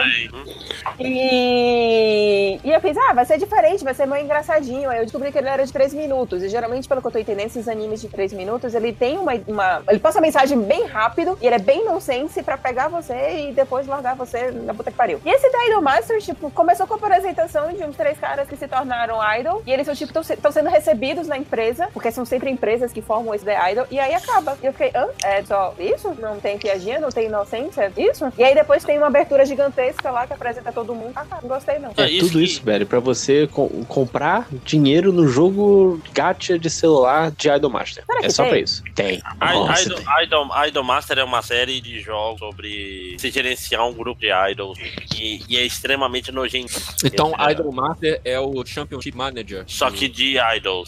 Speaker 1: E eu fiz, vai ser diferente, vai ser meio engraçadinho. Aí eu descobri que ele era de 3 minutos, e geralmente, pelo que eu tô entendendo, esses animes de 3 minutos, ele tem ele passa a mensagem bem rápido, e ele é bem nonsense pra pegar você e depois largar você na puta que pariu. E esse The Idol Master, tipo, começou com a apresentação de uns 3 caras que se tornaram idol, e eles tipo, estão sendo recebidos na empresa, porque são sempre empresas que formam esse The Idol, e aí acaba. E eu fiquei, é só isso? Não tem piadinha? Não tem inocência? Isso? E aí depois tem uma abertura gigantesca lá que apresenta todo mundo. Não gostei não.
Speaker 4: Tudo isso, velho, pra você comprar dinheiro no jogo gacha de celular de Idol Master. É só pra isso. Tem.
Speaker 3: Idol Master é uma série de jogos sobre se gerenciar um grupo de idols e é extremamente nojento.
Speaker 2: Então, Idol Master é o Championship Manager.
Speaker 3: Só que de idols,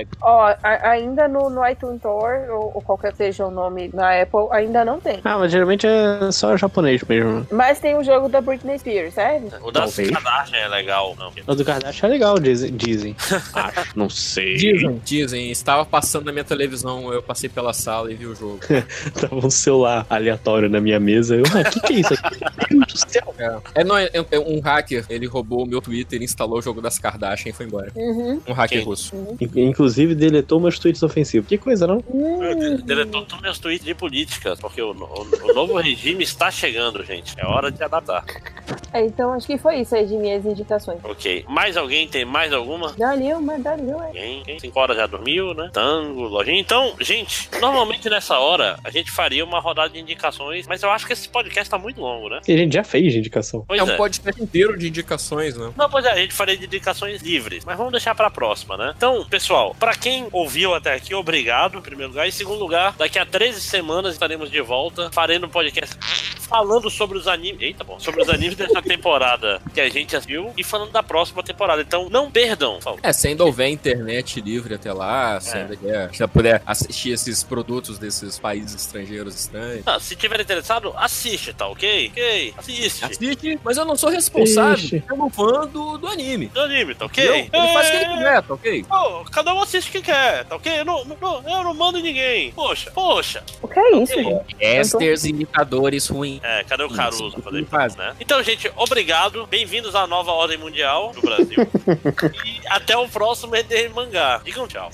Speaker 1: ainda no iTunes Store, ou qualquer seja o nome na Apple, ainda não tem.
Speaker 4: Mas geralmente é só japonês mesmo.
Speaker 1: Mas tem o jogo da Britney Spears, certo?
Speaker 3: O da Kardashian é legal. Não.
Speaker 4: O do Kardashian é legal, dizem. Acho, não sei.
Speaker 2: Dizem. Estava passando na minha televisão, eu passei pela sala e vi o jogo.
Speaker 4: Tava um celular aleatório na minha mesa. Eu, o que é isso aqui? Meu Deus do céu.
Speaker 2: É um hacker, ele roubou o meu Twitter, instalou o jogo das Kardashian e foi embora. Um hacker russo.
Speaker 4: Inclusive deletou meus tweets ofensivos. Que coisa, não?
Speaker 3: Deletou todos meus tweets de política, porque o novo regime está chegando, gente. É hora de adaptar.
Speaker 1: Então acho que foi isso aí de minhas indicações.
Speaker 3: Ok. Mais alguém? Tem mais alguma?
Speaker 1: Daliu.
Speaker 3: Quem? 5 horas já dormiu, né? Tango, lojinha. Então, gente, normalmente nessa hora a gente faria uma rodada de indicações, mas eu acho que esse podcast tá muito longo, né?
Speaker 4: E a gente já fez de indicação.
Speaker 2: Pois um podcast inteiro de indicações, né?
Speaker 3: Não, pois a gente faria de indicações livres, mas vamos deixar pra próxima, né? Então, pessoal, pra quem ouviu até aqui, obrigado, em primeiro lugar. Em segundo lugar, daqui a 13 semanas estaremos de volta, faremos um podcast falando sobre os animes. Sobre os animes dessa temporada que a gente assistiu e falando da próxima temporada. Então, não perdam, por favor.
Speaker 2: Se ainda houver internet livre até lá, se ainda puder assistir esses produtos desses países estrangeiros estranhos.
Speaker 3: Se tiver interessado, assiste, tá ok? Assiste,
Speaker 2: mas eu não sou responsável pelo fã do anime.
Speaker 3: Do anime, tá ok?
Speaker 2: Ele faz o que ele quiser, tá ok?
Speaker 3: Cada um assiste o que quer, tá ok? Eu não mando em ninguém. Poxa.
Speaker 1: O que é isso, gente?
Speaker 2: Casters imitadores ruins.
Speaker 3: Cadê o Caruso pra fazer, né? Então, gente, obrigado. Bem-vindos à nova ordem mundial do Brasil. E até o próximo ED Mangá. Digam tchau.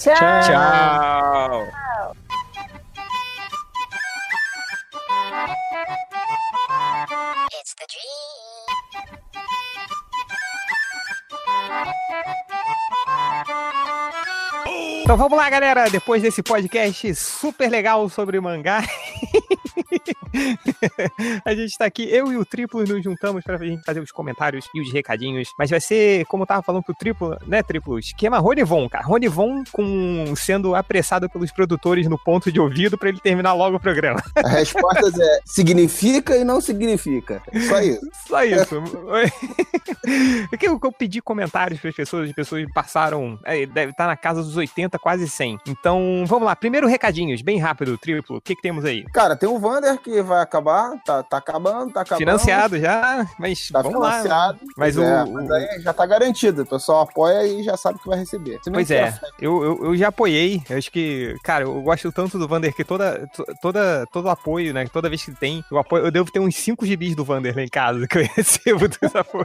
Speaker 2: Tchau.
Speaker 6: It's the dream. Então vamos lá, galera. Depois desse podcast super legal sobre mangá, a gente tá aqui, eu e o Triplo nos juntamos pra gente fazer os comentários e os recadinhos. Mas vai ser, como eu tava falando pro Triplo, né, Triplo? Esquema Ronivon, cara. Ronivon sendo apressado pelos produtores no ponto de ouvido pra ele terminar logo o programa.
Speaker 7: A resposta é significa e não significa. Só isso.
Speaker 6: Só isso. Eu pedi comentários para as pessoas passaram, deve estar na casa dos 80, quase 100. Então, vamos lá. Primeiro recadinhos, bem rápido, Triplo. O que temos aí?
Speaker 7: Cara, tem o Wander que vai acabar, tá acabando.
Speaker 6: Financiado já, mas
Speaker 7: tá
Speaker 6: vamos
Speaker 7: financiado,
Speaker 6: lá. Mas
Speaker 7: mas aí já tá garantido. O pessoal apoia e já sabe que vai receber.
Speaker 6: Pois é, eu já apoiei. Eu acho que, cara, eu gosto tanto do Wander que todo apoio, né? Toda vez que tem, eu devo ter uns 5 gibis do Wander lá em casa que eu recebo dos apoios.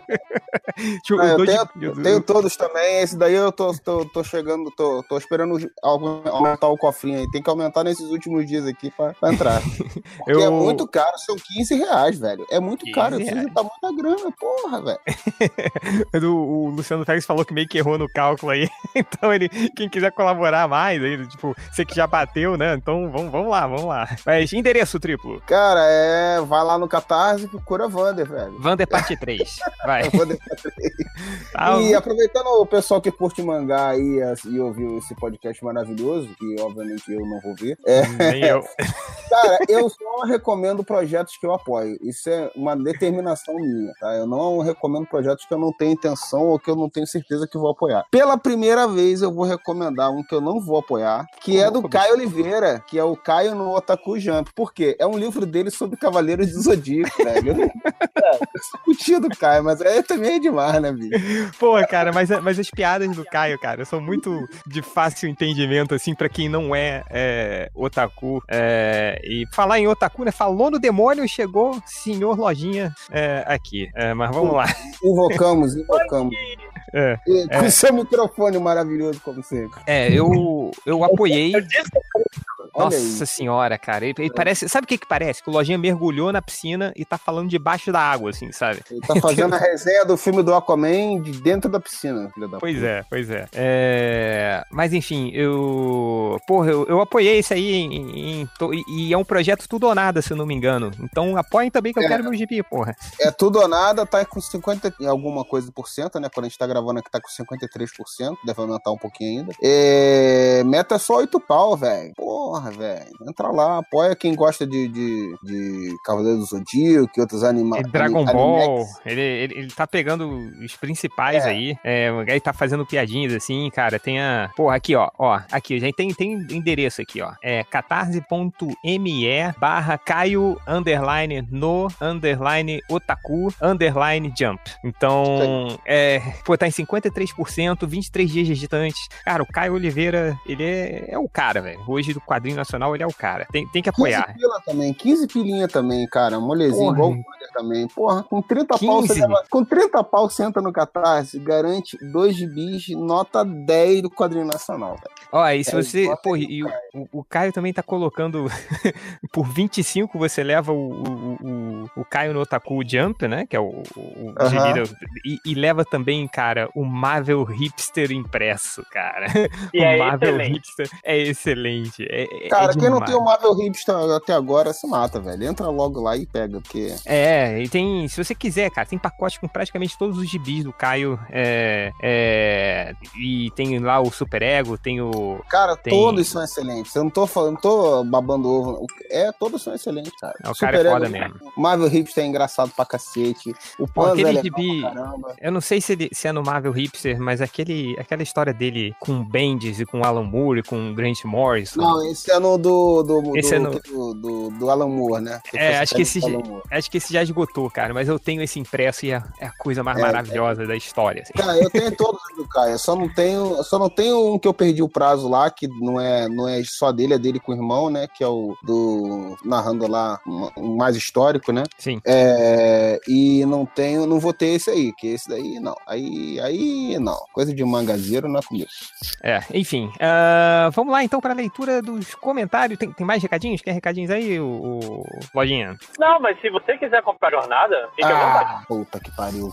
Speaker 7: Eu tenho todos também. Esse daí eu tô chegando, tô esperando aumentar o cofrinho aí. Tem que aumentar nesses últimos dias aqui pra entrar. Porque é muito caro, são R$15, velho. É muito caro, eu preciso juntar muita grana, porra, velho.
Speaker 6: O Luciano Félix falou que meio que errou no cálculo aí. Então quem quiser colaborar mais, aí, tipo, você que já bateu, né? Então vamos lá. Mas endereço, Triplo.
Speaker 7: Cara, vai lá no Catarse e procura Wander, velho.
Speaker 6: Wander parte 3. Vai.
Speaker 7: Wander parte 3. E aproveitando o pessoal que curte mangá aí e ouviu esse podcast maravilhoso, que obviamente eu não vou ver.
Speaker 6: Nem eu.
Speaker 7: Cara, eu só recomendo projetos que eu apoio. Isso é uma determinação minha, tá? Eu não recomendo projetos que eu não tenho intenção ou que eu não tenho certeza que vou apoiar. Pela primeira vez eu vou recomendar um que eu não vou apoiar, que é do Caio Oliveira, que é o Caio no Otaku Jump. Por quê? É um livro dele sobre Cavaleiros do Zodíaco, velho. Eu sou curtido do Caio, mas aí também é demais, né, bicho?
Speaker 6: Pô, cara, mas as piadas do Caio, cara, são muito de fácil entendimento, assim, pra quem não é otaku. E falar em otaku, né? Falou no demônio, chegou senhor Lojinha aqui. Mas vamos lá.
Speaker 7: Invocamos. Com seu microfone maravilhoso, como sempre.
Speaker 6: Eu apoiei. Nossa senhora, cara. Ele parece. Sabe o que parece? Que o Lojinha mergulhou na piscina e tá falando debaixo da água, assim, sabe?
Speaker 7: Ele tá fazendo a resenha do filme do Aquaman de dentro da piscina, filha da
Speaker 6: Pois é. Mas enfim, eu apoiei isso aí e é um projeto tudo ou nada, se eu não me engano. Então apoiem também que eu quero meu gibi, porra.
Speaker 7: É tudo ou nada, tá com 50 e alguma coisa por cento, né? Quando a gente tá gravando aqui tá com 53%, deve aumentar um pouquinho ainda. Meta é só 8 pau, velho. Porra, velho. Entra lá, apoia quem gosta de Cavaleiro do Zodíaco, que outros animais.
Speaker 6: Dragon Ball. Ele tá pegando os principais aí. Ele tá fazendo piadinhas assim, cara. Tem a. Porra, aqui, ó. Aqui, já tem endereço aqui, ó. catarse.me/Caio _no_otaku _jump. Então, tá em 53%, 23 dias digitantes. Cara, o Caio Oliveira, ele é o cara, velho. Hoje do quadrinho nacional, ele é o cara. Tem que apoiar.
Speaker 7: 15 pila também, 15 pilinha também, cara. Molezinho, igual o Wander também. Porra, com 30 pau você leva. Com 30 pau você entra no Catarse, garante 2 gibis, nota 10 do quadrinho nacional, velho.
Speaker 6: Ó, e se você. Pô, e o Caio também tá colocando. Por 25 você leva o Caio no Otaku Jump, né? Que é o e leva também, cara, o Marvel Hipster impresso, cara.
Speaker 4: E
Speaker 6: o Marvel Hipster é excelente.
Speaker 7: Cara, quem não tem o Marvel Hipster até agora se mata, velho. Entra logo lá e pega, porque.
Speaker 6: E tem. Se você quiser, cara, tem pacote com praticamente todos os gibis do Caio. E tem lá o Super Ego, tem o.
Speaker 7: Cara, todos são excelentes. Eu não tô babando ovo. Todos são excelentes, cara.
Speaker 6: O cara é foda mesmo.
Speaker 7: Marvel Hipster é engraçado pra cacete. O Panzer
Speaker 6: aquele gibi. Eu não sei se é no Marvel Hipster, mas aquela história dele com o Bendis e com o Alan Moore e com o Grant Morrison.
Speaker 7: Não, esse é no do Alan Moore, né?
Speaker 6: Acho que esse já esgotou, cara. Mas eu tenho esse impresso e é a coisa mais maravilhosa da história. Assim.
Speaker 7: Cara, eu tenho todos do Caio. Só não tenho um que eu perdi o prazo lá, que não é só dele, é dele com o irmão, né? Que é o do narrando lá um mais histórico, né?
Speaker 6: Sim.
Speaker 7: E não vou ter esse aí, que esse daí não. Aí não. Coisa de mangazeiro não é comigo.
Speaker 6: Enfim. Vamos lá então para a leitura dos comentários. Tem mais recadinhos? Quer recadinhos aí, o Lojinha?
Speaker 4: Não, mas se você quiser
Speaker 8: pra jornada, fica à vontade.
Speaker 7: Puta que pariu.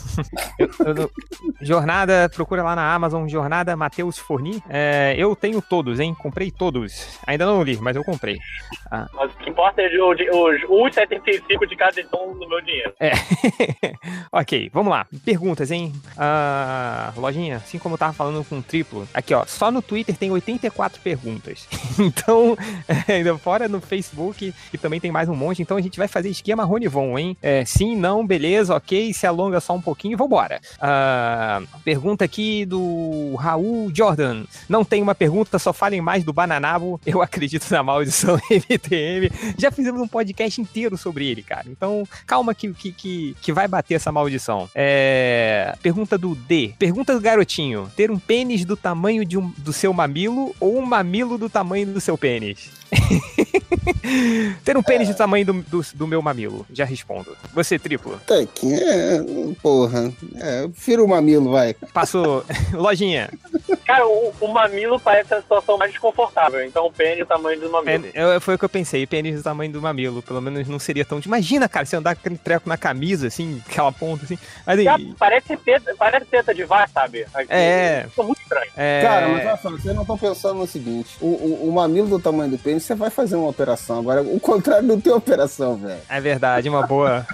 Speaker 6: Jornada, procura lá na Amazon, Jornada Matheus Forni. Eu tenho todos, hein? Comprei todos. Ainda não li, mas eu comprei.
Speaker 8: Mas o que importa é os 75 de cada edição do meu dinheiro.
Speaker 6: Ok, vamos lá. Perguntas, hein? Lojinha, assim como eu tava falando com o Triplo, aqui ó, só no Twitter tem 84 perguntas. Então, ainda fora no Facebook, que também tem mais um monte, então a gente vai fazer esquema Ronivon, hein? Sim, não, beleza, ok, se alonga só um pouquinho, vambora. Pergunta aqui do Raul Jordan. Não tem uma pergunta, só falem mais do Bananabo. Eu acredito na maldição MTM. Já fizemos um podcast inteiro sobre ele, cara. Então, calma que vai bater essa maldição. Pergunta do D. Pergunta do garotinho. Ter um pênis do tamanho do seu mamilo ou um mamilo do tamanho do seu pênis? Ter um pênis do tamanho do meu mamilo. Já respondo. Você, Triplo.
Speaker 7: Tá aqui, porra. Eu prefiro o mamilo, vai.
Speaker 6: Passou. Lojinha.
Speaker 8: Cara, o mamilo parece a situação mais desconfortável. Então o pênis do tamanho do mamilo.
Speaker 6: Foi o que eu pensei. Pênis do tamanho do mamilo. Pelo menos não seria tão... Imagina, cara, você andar com aquele treco na camisa, assim, aquela ponta, assim. Mas aí...
Speaker 8: Parece teta de vaca, sabe? Ficou muito estranho.
Speaker 7: Cara, mas olha só, vocês não estão pensando no seguinte. O mamilo do tamanho do pênis, você vai fazer uma operação. Agora, o contrário não tem operação, velho.
Speaker 6: É verdade, uma boa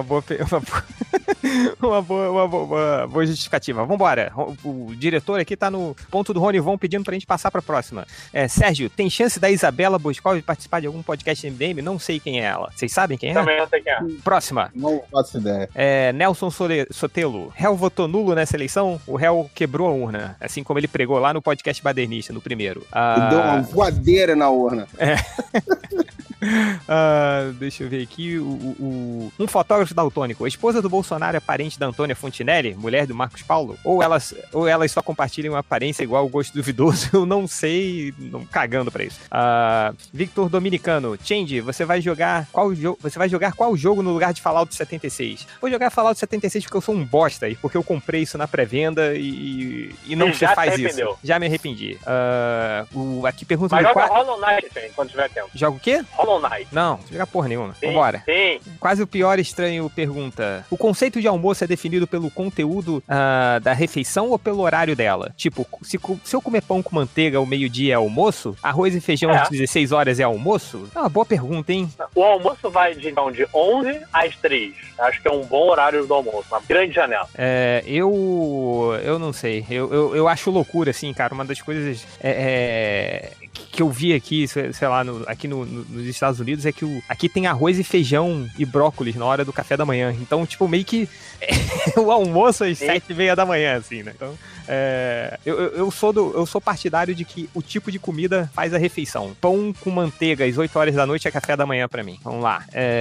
Speaker 6: justificativa. Vambora. O diretor aqui tá no ponto do Ronivon pedindo pra gente passar pra próxima. Sérgio, tem chance da Isabela Boscov participar de algum podcast MDM? Não sei quem é ela. Vocês sabem quem é?
Speaker 8: Também não sei quem é.
Speaker 6: Próxima.
Speaker 7: Não faço ideia.
Speaker 6: Nelson Sotelo. Réu votou nulo nessa eleição? O réu quebrou a urna, assim como ele pregou lá no podcast Badernista, no primeiro.
Speaker 7: E deu uma voadeira na urna.
Speaker 6: Deixa eu ver aqui. Um fotógrafo daltônico. A esposa do Bolsonaro é parente da Antônia Fontinelli, mulher do Marcos Paulo? Ou elas só compartilham uma aparência igual ao gosto duvidoso? Eu não sei. Não, cagando pra isso. Victor Dominicano. Change, você vai jogar qual jogo no lugar de Fallout 76? Vou jogar Fallout 76 porque eu sou um bosta e porque eu comprei isso na pré-venda e não se faz isso. Já me arrependi. Aqui pergunta.
Speaker 8: Mas joga Hollow Knight, gente, quando tiver tempo.
Speaker 6: Joga o quê?
Speaker 8: Hollow Knight.
Speaker 6: Não, não joga porra nenhuma.
Speaker 8: Sim,
Speaker 6: vambora.
Speaker 8: Sim.
Speaker 6: Quase o pior estranho pergunta. O conceito de almoço é definido pelo conteúdo da refeição ou pelo horário dela? Tipo, se eu comer pão com manteiga ao meio-dia é almoço, arroz e feijão às 16 horas é almoço? É uma boa pergunta, hein?
Speaker 8: O almoço vai de 11 às 3. Acho que é um bom horário do almoço, uma grande janela.
Speaker 6: Eu não sei. Eu acho loucura, assim, cara. Uma das coisas que eu vi aqui, sei lá, aqui nos Estados Unidos é que aqui tem arroz e feijão e brócolis na hora do café da manhã. Então, tipo, meio que o almoço às 7h30 da manhã, assim, né? Então, eu sou partidário de que o tipo de comida faz a refeição. Pão com manteiga às 8 horas da noite é café da manhã pra mim. Vamos lá.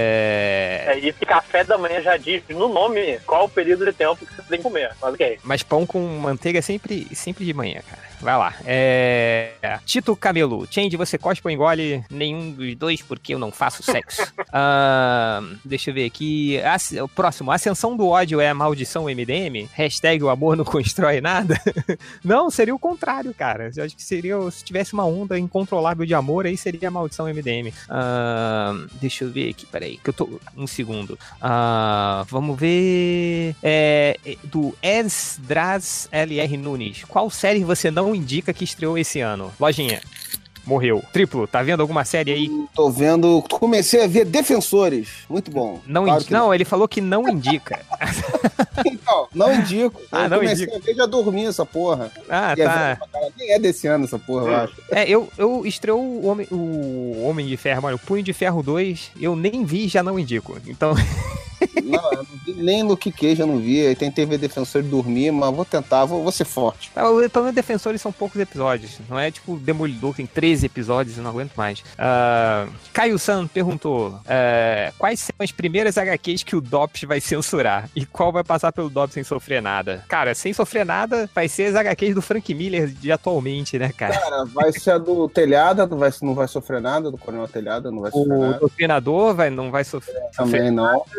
Speaker 8: E esse café da manhã já diz no nome qual o período de tempo que você tem que comer. Mas ok.
Speaker 6: Mas pão com manteiga é sempre de manhã, cara. Vai lá. Tito Camelo. Change, você cospe ou engole? Nenhum dos dois, porque eu não faço sexo. Deixa eu ver aqui. O próximo. Ascensão do ódio é a maldição MDM? Hashtag o amor não constrói nada? Não, seria o contrário, cara. Eu acho que seria, se tivesse uma onda incontrolável de amor, aí seria a maldição MDM. Deixa eu ver aqui, peraí. Que eu tô... Um segundo. Vamos ver... do Esdras LR Nunes. Qual série você não indica que estreou esse ano? Lojinha. Morreu. Triplo, tá vendo alguma série aí?
Speaker 7: Tô vendo. Comecei a ver Defensores. Muito bom.
Speaker 6: Não, ele falou que não indica.
Speaker 7: Então, não indico.
Speaker 6: Não
Speaker 7: comecei
Speaker 6: indica.
Speaker 7: a ver, já dormi essa porra.
Speaker 6: Tá.
Speaker 7: Nem é desse ano essa porra, eu acho.
Speaker 6: Eu estreou o Homem de Ferro, mano, o Punho de Ferro 2, eu nem vi, já não indico. Então...
Speaker 7: Não, eu não vi, nem Luke Cage eu não vi. Aí tentei ver Defensor e dormir, mas vou tentar, vou ser forte.
Speaker 6: Pelo menos Defensores são poucos episódios. Não é tipo Demolidor, tem 13 episódios, eu não aguento mais. Caio San perguntou: quais são as primeiras HQs que o DOPS vai censurar? E qual vai passar pelo DOPS sem sofrer nada? Cara, sem sofrer nada, vai ser as HQs do Frank Miller de atualmente, né, cara?
Speaker 7: Cara, vai ser a do Telhada, não vai sofrer nada, do Coronel Telhada, não vai sofrer nada.
Speaker 6: O Doutrinador não vai sofrer.
Speaker 7: Também não.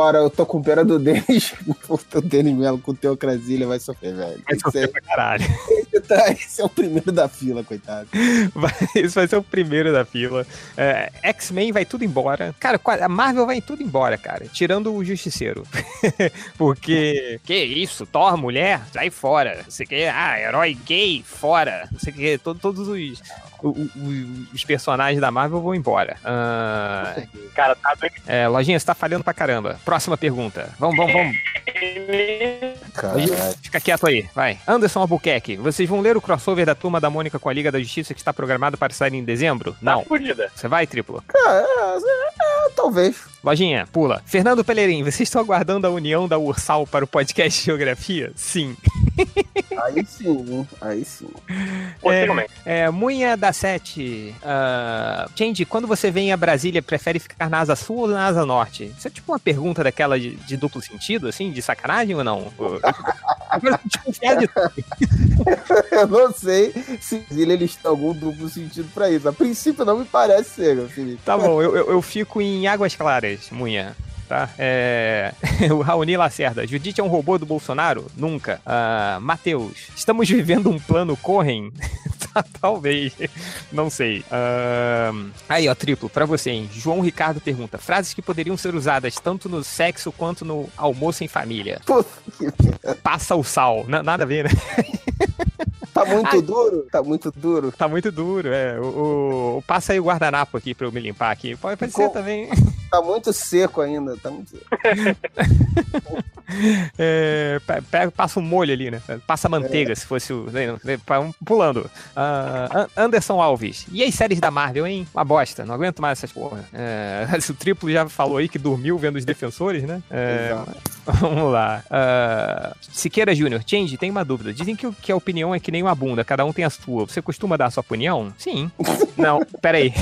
Speaker 7: Agora, eu tô com pena do Denis. O Denis Melo com Teocrasia, ele vai sofrer, velho.
Speaker 6: Vai sofrer pra caralho.
Speaker 7: Esse é o primeiro da fila, coitado.
Speaker 6: Esse vai ser o primeiro da fila. X-Men vai tudo embora. Cara, a Marvel vai tudo embora, cara. Tirando o Justiceiro. Porque, que isso? Thor, mulher? Sai fora. Você quer, herói gay? Fora. Você quer, todos os personagens da Marvel vão embora.
Speaker 8: Cara, tá bem.
Speaker 6: Lojinha, você tá falhando pra caramba. Próxima pergunta. Vamos. Fica quieto aí, vai. Anderson Albuquerque, vocês vão ler o crossover da Turma da Mônica com a Liga da Justiça que está programado para sair em dezembro? Não.
Speaker 8: Tá fudida.
Speaker 6: Você vai, Triplo?
Speaker 7: Talvez.
Speaker 6: Lojinha, pula. Fernando Peleirim, vocês estão aguardando a união da Ursal para o podcast de Geografia? Sim.
Speaker 7: Aí sim.
Speaker 6: Munha da Sete. Change, quando você vem a Brasília, prefere ficar na asa sul ou na asa norte? Isso é tipo uma pergunta daquela de duplo sentido, assim, de sacanagem ou não?
Speaker 7: Eu não sei se eles têm algum duplo sentido pra isso. A princípio não me parece ser, meu filho.
Speaker 6: Tá bom, eu fico em Águas Claras, Munha. Tá? O Raoni Lacerda. Judite é um robô do Bolsonaro? Nunca. Matheus. Estamos vivendo um plano Corren? Talvez. Não sei. Aí, ó, Triplo, pra você, hein? João Ricardo pergunta. Frases que poderiam ser usadas tanto no sexo quanto no almoço em família. Passa o sal. Nada a ver, né?
Speaker 7: Tá muito duro? Tá muito duro.
Speaker 6: Tá muito duro, passa aí o guardanapo aqui pra eu me limpar aqui. Pode ser também.
Speaker 7: Tá muito seco ainda. Tá muito seco.
Speaker 6: Passa um molho ali, né? Passa manteiga, se fosse o... Pulando. Anderson Alves. E as séries da Marvel, hein? Uma bosta. Não aguento mais essas porra. O Triplo já falou aí que dormiu vendo os Defensores, né? Vamos lá. Siqueira Júnior. Change, tem uma dúvida. Dizem que a opinião é que nem uma bunda. Cada um tem a sua. Você costuma dar a sua opinião? Sim. Não, peraí.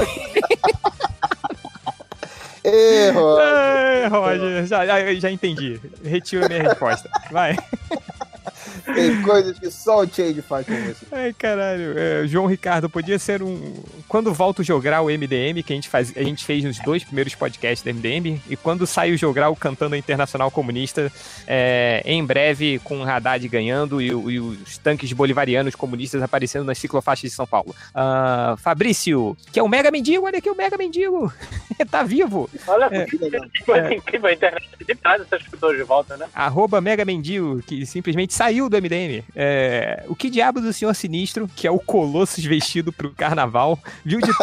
Speaker 6: Roger, já entendi. Retiro a minha resposta. Vai.
Speaker 7: Tem coisas que só o Change faz com você.
Speaker 6: Ai, caralho. João Ricardo, podia ser quando volta o Jogral o MDM, que a gente fez nos 2 primeiros podcasts do MDM, e quando sai o Jogral cantando a Internacional Comunista, em breve com o Haddad ganhando e os tanques bolivarianos comunistas aparecendo nas ciclofaixas de São Paulo. Fabrício, que é o Mega Mendigo, olha aqui o Mega Mendigo. Tá vivo.
Speaker 8: Olha que incrível, a internet sempre traz essas pessoas de volta, né?
Speaker 6: @Mega Mendigo, que simplesmente saiu do MDM. O que diabos o Senhor Sinistro, que é o Colossus vestido pro carnaval, viu de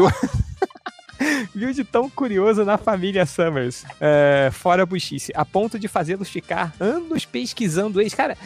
Speaker 6: tão curioso na família Summers, fora buchice, a ponto de fazê-los ficar anos pesquisando eles. Cara,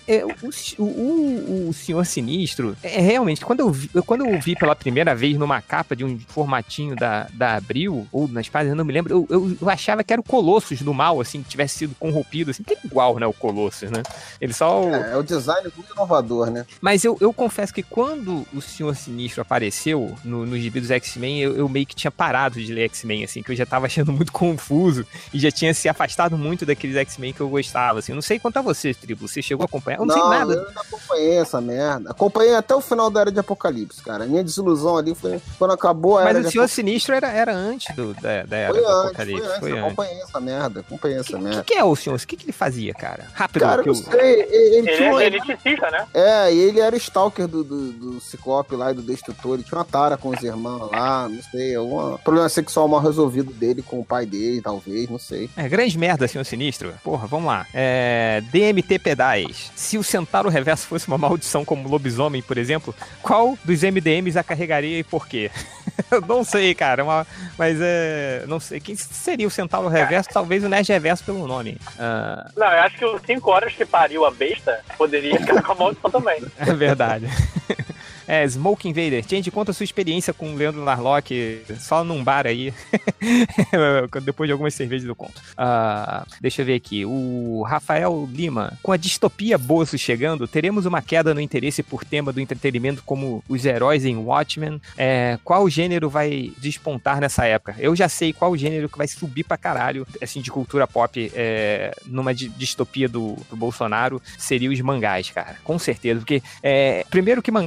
Speaker 6: o Senhor Sinistro, realmente, quando eu vi pela primeira vez numa capa de um formatinho da Abril, ou nas páginas, eu não me lembro, eu achava que era o Colossus do mal, assim, que tivesse sido corrompido, assim, que é igual, né, o Colossus, né? Ele só...
Speaker 7: É o design muito inovador, né?
Speaker 6: Mas eu confesso que quando o Senhor Sinistro apareceu nos gibi dos X-Men, eu meio que tinha parado de ler X-Men, assim, que eu já tava achando muito confuso e já tinha se afastado muito daqueles X-Men que eu gostava, assim. Eu não sei quanto a você, Triplo, você chegou a acompanhar? Eu não sei nada.
Speaker 7: Eu não acompanhei essa merda. Acompanhei até o final da Era de Apocalipse, cara. A minha desilusão ali foi quando acabou a Era de Apocalipse. Mas
Speaker 6: o Senhor Sinistro era antes da Era de Apocalipse.
Speaker 7: Foi antes. Acompanhei essa merda. O
Speaker 6: que é o Senhor? O que ele fazia, cara? Rápido.
Speaker 7: Cara, eu sei. Ele
Speaker 8: é eletricista, né?
Speaker 7: E ele era stalker do Ciclope lá e do Destrutor. Ele tinha uma tara com os irmãos lá, não sei, algum problema sexual mal resolvido dele com o pai dele, talvez, não sei.
Speaker 6: Grande merda, Senhor Sinistro. Porra, vamos lá. DMT Pedais. Se o Centauro Reverso fosse uma maldição como lobisomem, por exemplo, qual dos MDMs a carregaria e por quê? Eu não sei, cara, mas não sei. Quem seria o Centauro Reverso? Talvez o Nerd Reverso pelo nome.
Speaker 8: Não, eu acho que os 5 horas que pariu a besta poderia ficar com a maldição também.
Speaker 6: É verdade. Smoke Invader. Gente, conta a sua experiência com o Leandro Narlock só num bar aí. Depois de algumas cervejas eu conto. Deixa eu ver aqui. O Rafael Lima. Com a distopia Bozo chegando, teremos uma queda no interesse por tema do entretenimento como os heróis em Watchmen. Qual gênero vai despontar nessa época? Eu já sei qual gênero que vai subir pra caralho, assim, de cultura pop numa distopia do Bolsonaro, seria os mangás, cara. Com certeza. Porque, primeiro que mangá não é de Deus.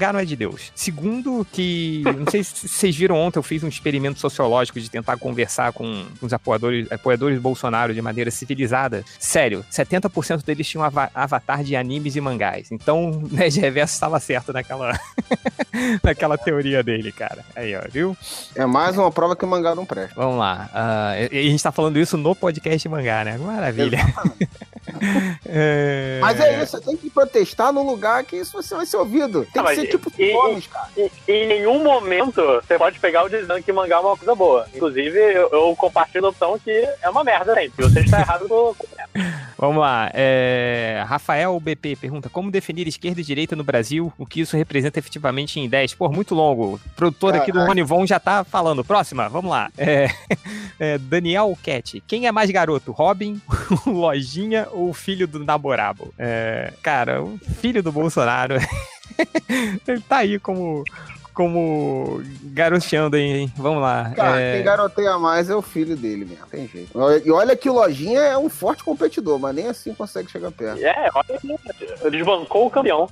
Speaker 6: Deus. Segundo, que não sei se vocês viram ontem, eu fiz um experimento sociológico de tentar conversar com os apoiadores do Bolsonaro de maneira civilizada. Sério, 70% deles tinham avatar de animes e mangás. Então, Nerd Reverso estava certo naquela teoria dele, cara. Aí, ó, viu?
Speaker 7: É mais uma prova que o mangá não presta.
Speaker 6: Vamos lá. E a gente tá falando isso no podcast mangá, né? Maravilha.
Speaker 7: Mas é isso, você tem que protestar num lugar que isso você vai ser ouvido. Tem que ser tipo fome, cara.
Speaker 8: Em nenhum momento você pode pegar o dizendo que mangá é uma coisa boa. Inclusive, eu compartilho a opção que é uma merda, né? Se você está errado, eu...
Speaker 6: Vamos lá. Rafael BP pergunta: como definir esquerda e direita no Brasil? O que isso representa efetivamente em 10? Pô, muito longo. O produtor aqui do Rony Von já tá falando. Próxima, vamos lá. Daniel Cat. Quem é mais garoto? Robin, o Lojinha ou o filho do Naborabo? Cara, o filho do Bolsonaro. Ele tá aí como garoteando aí, hein? Vamos lá.
Speaker 7: Cara, quem garoteia mais é o filho dele mesmo, tem jeito. E olha que o Lojinha é um forte competidor, mas nem assim consegue chegar perto.
Speaker 8: Olha, desbancou o campeão.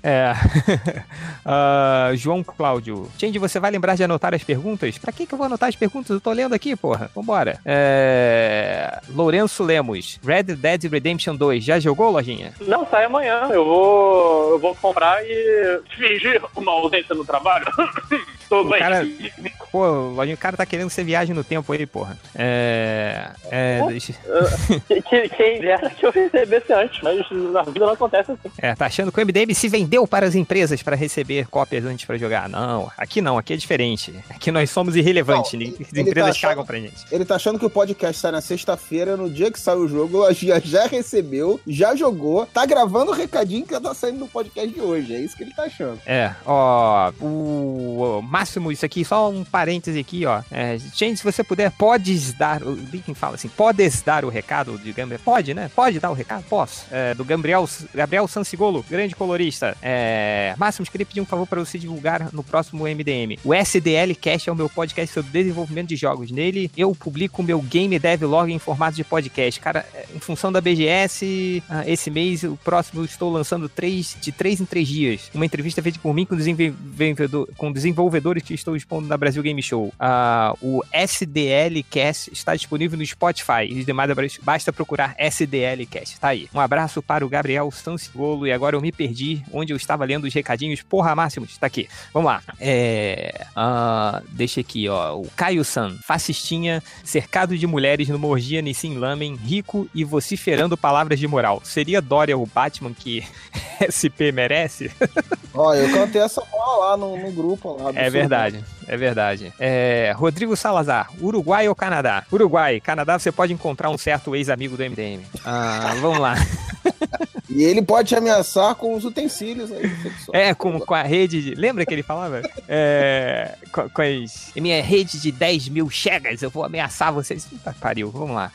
Speaker 6: João Cláudio. Change, você vai lembrar de anotar as perguntas? Pra que eu vou anotar as perguntas? Eu tô lendo aqui, porra. Vambora. Lourenço Lemos. Red Dead Redemption 2. Já jogou, Lojinha?
Speaker 8: Não, sai amanhã. Eu vou comprar e fingir uma ausência no trabalho. Tô bem.
Speaker 6: O cara tá querendo que você viaje no tempo aí, porra. Deixa...
Speaker 8: Quem dera que eu recebesse antes, mas na vida não acontece assim.
Speaker 6: Tá achando que o MDM se vendeu para as empresas para receber cópias antes pra jogar. Não, aqui é diferente. Aqui nós somos irrelevantes, as empresas cagam pra gente.
Speaker 7: Ele tá achando que o podcast sai na sexta-feira, no dia que sai o jogo, a Gia já recebeu, já jogou, tá gravando o recadinho que tá saindo no podcast de hoje. É isso que ele tá achando.
Speaker 6: O Máximo, isso aqui, só um parêntese aqui, ó. Gente, se você puder, podes dar... O Lincoln fala assim, podes dar o recado de Gabriel? Pode, né? Pode dar o recado? Posso. Do Gabriel Sansigolo, grande colorista. Máximo, queria pedir um favor para você divulgar no próximo MDM. O SDL Cast é o meu podcast sobre desenvolvimento de jogos. Nele, eu publico o meu Game Dev Log em formato de podcast. Cara, em função da BGS, esse mês, o próximo, eu estou lançando de 3 em 3 dias. Uma entrevista feita por mim com desenvolvedores que estou expondo na Brasil Game Show. O SDL Cast está disponível no Spotify. E os demais, basta procurar SDL Cast. Tá aí. Um abraço para o Gabriel Sansigolo. E agora eu me perdi onde eu estava lendo os recadinhos. Porra, Máximos, tá aqui. Vamos lá. Deixa aqui, ó. O Caio San, fascistinha, cercado de mulheres numa orgia Nissin Lamen, rico e vociferando palavras de moral. Seria Dória o Batman que SP merece?
Speaker 7: Eu cantei essa bola lá no grupo. Lá
Speaker 6: é verdade. Rodrigo Salazar, Uruguai ou Canadá? Uruguai. Canadá você pode encontrar um certo ex-amigo do MDM. Vamos lá.
Speaker 7: E ele pode te ameaçar com os utensílios aí.
Speaker 6: Com a rede de... Lembra que ele falava? Com as... Minha rede de 10 mil chegas, eu vou ameaçar vocês. Puta pariu, vamos lá.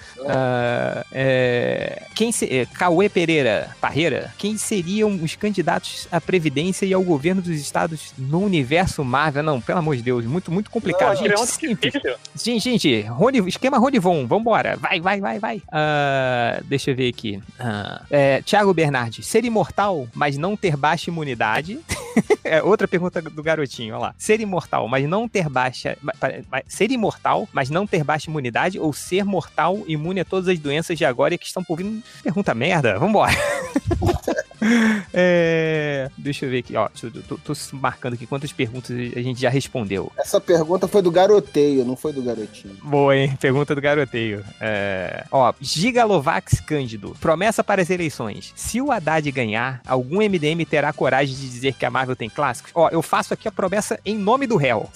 Speaker 6: Cauê Parreira, quem seriam os candidatos à Previdência e ao governo dos estados no universo Marvel? Não, pelo amor de Deus, muito, muito complicado. Gente, esquema Rony Von, vambora. Vai. Deixa eu ver aqui. Thiago Bernardi, ser imortal, mas não ter baixa imunidade. Outra pergunta do garotinho, olha lá. Ser imortal, mas não ter baixa imunidade ou ser mortal, imune a todas as doenças de agora e que estão por vir? Pergunta merda, vambora. Deixa eu ver aqui, ó. Tô marcando aqui quantas perguntas a gente já respondeu.
Speaker 7: Essa pergunta foi do garoteio, não foi do garotinho.
Speaker 6: Boa, hein? Pergunta do garoteio. Gigalovax Cândido. Promessa para as eleições. Se o Haddad ganhar, algum MDM terá coragem de dizer que a Marvel tem clássicos? Eu faço aqui a promessa em nome do réu.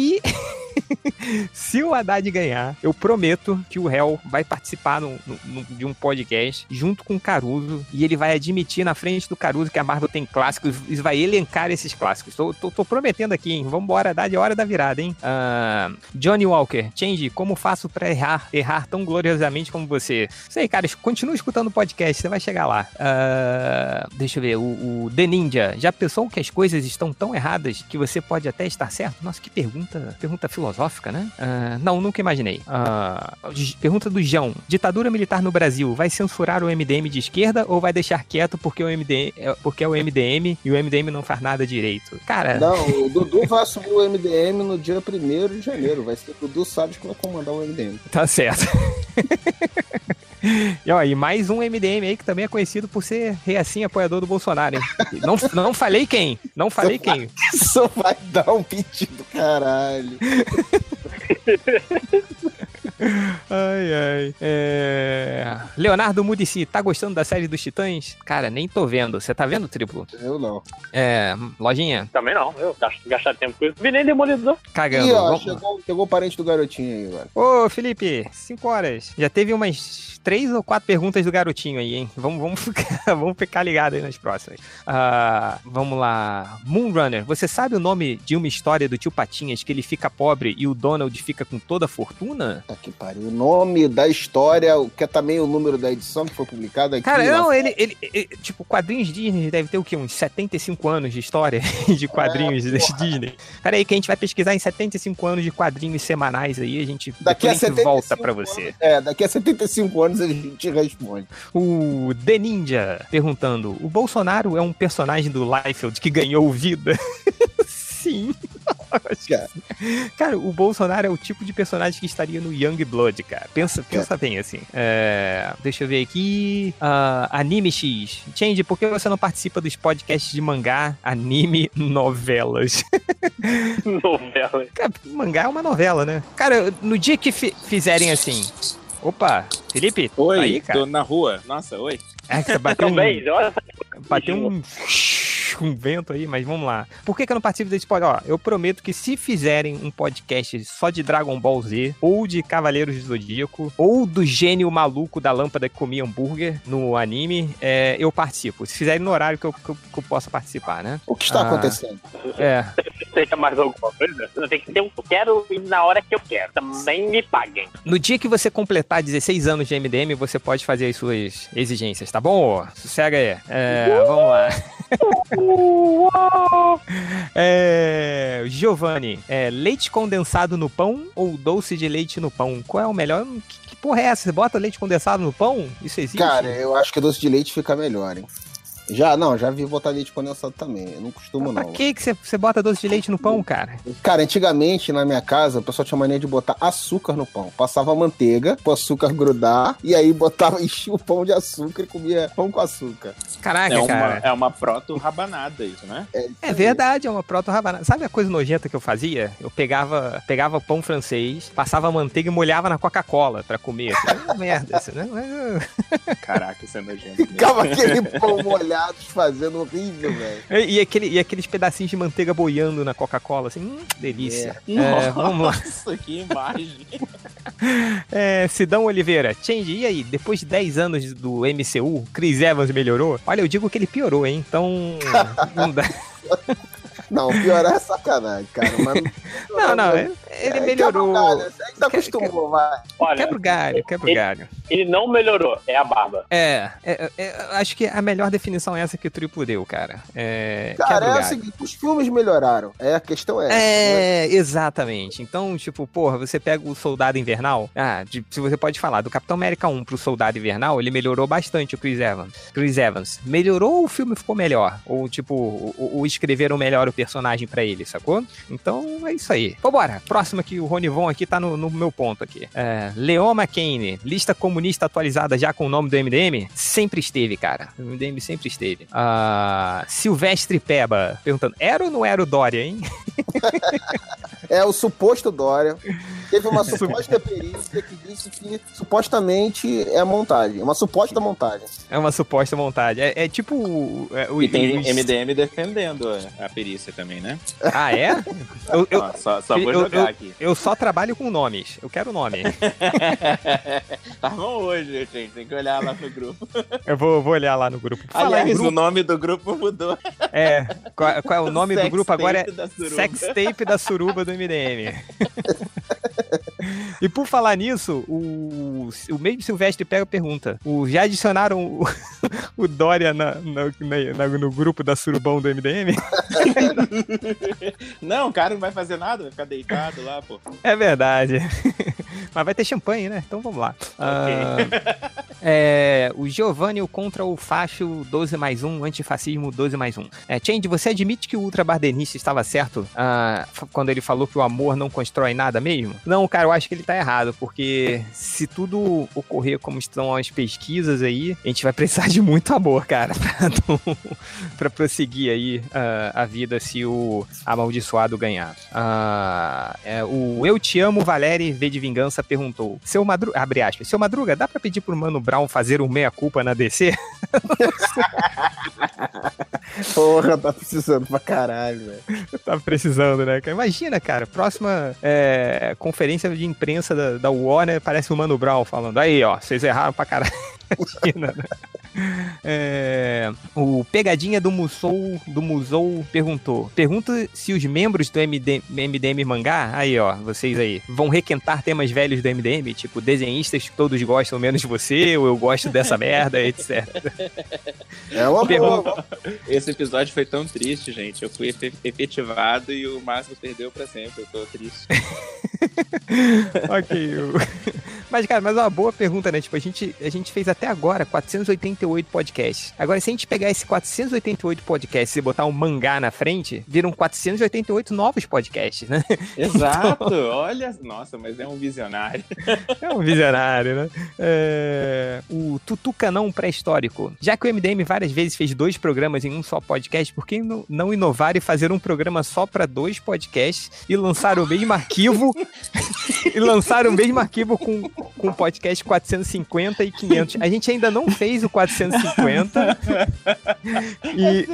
Speaker 6: Se o Haddad ganhar, eu prometo que o réu vai participar de um podcast junto com o Caruso e ele vai admitir na frente do Caruso que a Marvel tem clássicos e vai elencar esses clássicos. Tô prometendo aqui, hein? Vambora, Haddad, é hora da virada, hein? Johnny Walker, Change, como faço pra errar tão gloriosamente como você? Isso aí, cara, continua escutando o podcast, você vai chegar lá. Deixa eu ver, o The Ninja, já pensou que as coisas estão tão erradas que você pode até estar certo? Nossa, que pergunta filosófica. filosófica, né? Não, nunca imaginei. Pergunta do João. Ditadura militar no Brasil vai censurar o MDM de esquerda ou vai deixar quieto porque é o MDM e o MDM não faz nada direito? Cara...
Speaker 7: Não, o Dudu vai assumir o MDM no dia 1º de janeiro. Vai ser o Dudu Salles que vai comandar o MDM.
Speaker 6: Tá certo. E mais um MDM aí que também é conhecido por ser assim apoiador do Bolsonaro, hein? Não falei quem. Não falei quem.
Speaker 7: Isso vai dar um pedido, caralho.
Speaker 6: Ai. Leonardo Mudici, tá gostando da série dos Titãs? Cara, nem tô vendo. Você tá vendo, Triplo?
Speaker 7: Eu não.
Speaker 6: Lojinha?
Speaker 8: Também não. Eu gastar tempo com isso. Vi nem Demolidor.
Speaker 6: Cagando.
Speaker 7: Ih, ó, chegou o parente do garotinho aí, velho.
Speaker 6: Ô, Felipe, 5 horas. Já teve umas 3 ou 4 perguntas do garotinho aí, hein? Vamos ficar ligado aí nas próximas. Vamos lá. Moonrunner, você sabe o nome de uma história do tio Patinhas que ele fica pobre e o Donald fica com toda a fortuna?
Speaker 7: Tá que pariu. O nome da história, que é também o número da edição que foi publicada aqui.
Speaker 6: Cara, não, ele tipo, quadrinhos Disney deve ter o quê? Uns 75 anos de história de quadrinhos Disney. Pera aí que a gente vai pesquisar em 75 anos de quadrinhos semanais aí, a gente volta pra você.
Speaker 7: Daqui a 75 anos a gente responde.
Speaker 6: O The Ninja perguntando, o Bolsonaro é um personagem do Liefeld que ganhou vida? Sim. Cara, o Bolsonaro é o tipo de personagem que estaria no Youngblood, cara. Pensa bem, assim. Deixa eu ver aqui. Anime X. Change, por que você não participa dos podcasts de mangá, anime, novelas?
Speaker 8: Novela.
Speaker 6: Cara, mangá é uma novela, né? Cara, no dia que fizerem assim... Opa, Felipe?
Speaker 5: Oi,
Speaker 6: aí, cara?
Speaker 5: Tô na rua. Nossa, oi.
Speaker 6: Você bateu bateu
Speaker 8: um
Speaker 6: vento aí, mas vamos lá. Por que eu não participo desse podcast? Ó, eu prometo que se fizerem um podcast só de Dragon Ball Z, ou de Cavaleiros do Zodíaco, ou do gênio maluco da lâmpada que comia hambúrguer no anime, eu participo. Se fizerem no horário que eu possa participar, né?
Speaker 7: O que está acontecendo?
Speaker 8: Seja mais alguma coisa? Eu tenho que ter eu quero ir na hora que eu quero. Também me paguem.
Speaker 6: No dia que você completar 16 anos de MDM, você pode fazer as suas exigências, tá bom? Sossega aí. Vamos lá. Giovanni, leite condensado no pão ou doce de leite no pão? Qual é o melhor? Que porra é essa? Você bota leite condensado no pão? Isso existe?
Speaker 7: Cara, eu acho que doce de leite fica melhor, hein? Já vi botar leite condensado também. Eu não costumo, não.
Speaker 6: Pra que você bota doce de leite no pão, cara?
Speaker 7: Cara, antigamente, na minha casa, o pessoal tinha mania de botar açúcar no pão. Passava manteiga, pro açúcar grudar, e aí enchia o pão de açúcar e comia pão com açúcar.
Speaker 6: Caraca, cara.
Speaker 5: É uma proto-rabanada isso, né?
Speaker 6: É verdade, é uma proto-rabanada. Sabe a coisa nojenta que eu fazia? Eu pegava pão francês, passava manteiga e molhava na Coca-Cola pra comer. Merda, isso, né?
Speaker 5: Caraca, isso é nojento.
Speaker 7: Ficava aquele pão molhado fazendo horrível, velho.
Speaker 6: E aqueles pedacinhos de manteiga boiando na Coca-Cola, assim, delícia. Vamos lá.
Speaker 5: Nossa, que imagem.
Speaker 6: Sidão Oliveira, Change, e aí? Depois de 10 anos do MCU, Chris Evans melhorou? Olha, eu digo que ele piorou, hein? Então, não dá.
Speaker 7: Não, piorar é sacanagem, cara. Mas
Speaker 6: não, ele melhorou.
Speaker 7: Você ainda acostumou, vai.
Speaker 6: Olha, quebra o galho.
Speaker 8: Ele não melhorou, é a barba.
Speaker 6: Acho que a melhor definição é essa que o Triplo deu, cara.
Speaker 7: Cara, é o seguinte, os filmes melhoraram. A questão é essa.
Speaker 6: Exatamente. Então, tipo, porra, você pega o Soldado Invernal, se você pode falar, do Capitão América 1 pro Soldado Invernal, ele melhorou bastante o Chris Evans. Melhorou ou o filme ficou melhor? Ou, tipo, ou escreveram melhor o personagem pra ele, sacou? Então, é isso aí. Vambora. Próximo aqui, o Ronivon aqui tá no meu ponto aqui. Leon McCain, lista comunista atualizada já com o nome do MDM? Sempre esteve, cara. O MDM sempre esteve. Silvestre Peba, perguntando, era ou não era o Dória, hein?
Speaker 7: É o suposto Dória. Teve uma suposta perícia que disse que supostamente é montagem. Uma suposta montagem.
Speaker 6: É uma suposta montagem. É tipo...
Speaker 5: E tem MDM defendendo a perícia também, né?
Speaker 6: Ah, é?
Speaker 5: Só vou jogar aqui.
Speaker 6: Eu só trabalho com nomes. Eu quero nome.
Speaker 5: Tá bom hoje, gente. Tem que olhar lá no grupo.
Speaker 6: Eu vou olhar lá no grupo.
Speaker 5: Aliás, o nome do grupo mudou.
Speaker 6: Qual é o nome do grupo agora? Sextape da Suruba do MDM. E por falar nisso, o mesmo Silvestre pega e pergunta: já adicionaram o Dória no grupo da Surubão do MDM?
Speaker 5: Não, o cara não vai fazer nada, vai ficar deitado lá, pô.
Speaker 6: É verdade. Mas vai ter champanhe, né? Então vamos lá. O Giovanni contra o facho 12+1, antifascismo 12+1. Change, você admite que o ultrabardenista estava certo quando ele falou que o amor não constrói nada mesmo? Não, cara, eu acho que ele tá errado, porque se tudo ocorrer como estão as pesquisas aí, a gente vai precisar de muito amor, cara, pra prosseguir aí a vida se o amaldiçoado ganhar. O Eu Te Amo, Valéria V de Vingança perguntou, abre aspas, seu Madruga, dá pra pedir pro Mano Brown fazer um meia-culpa na DC?
Speaker 7: Porra, tá precisando pra caralho, velho.
Speaker 6: Tá precisando, né? Imagina, cara, próxima conferência de imprensa da Warner, parece o Mano Brown falando, aí, ó, vocês erraram pra caralho. Imagina, né? O Pegadinha do Musou pergunta se os membros do MDM Mangá, aí ó, vocês aí, vão requentar temas velhos do MDM, tipo desenhistas que todos gostam menos de você, ou eu gosto dessa merda, etc.
Speaker 7: É uma boa.
Speaker 5: Esse episódio foi tão triste, gente. Eu fui efetivado e o Márcio perdeu pra sempre. Eu tô triste.
Speaker 6: Ok. Mas, cara, uma boa pergunta, né? Tipo, a gente fez até agora 488 podcasts. Agora, se a gente pegar esses 488 podcasts e botar um mangá na frente, viram 488 novos podcasts, né?
Speaker 5: Exato! Então... Olha, nossa, mas é um visionário.
Speaker 6: É um visionário, né? O Tutucanão pré-histórico. Já que o MDM várias vezes fez 2 programas em um só podcast, por que não inovar e fazer um programa só para 2 podcasts e lançar o mesmo arquivo com podcast 450 e 500. A gente ainda não fez o 450 e...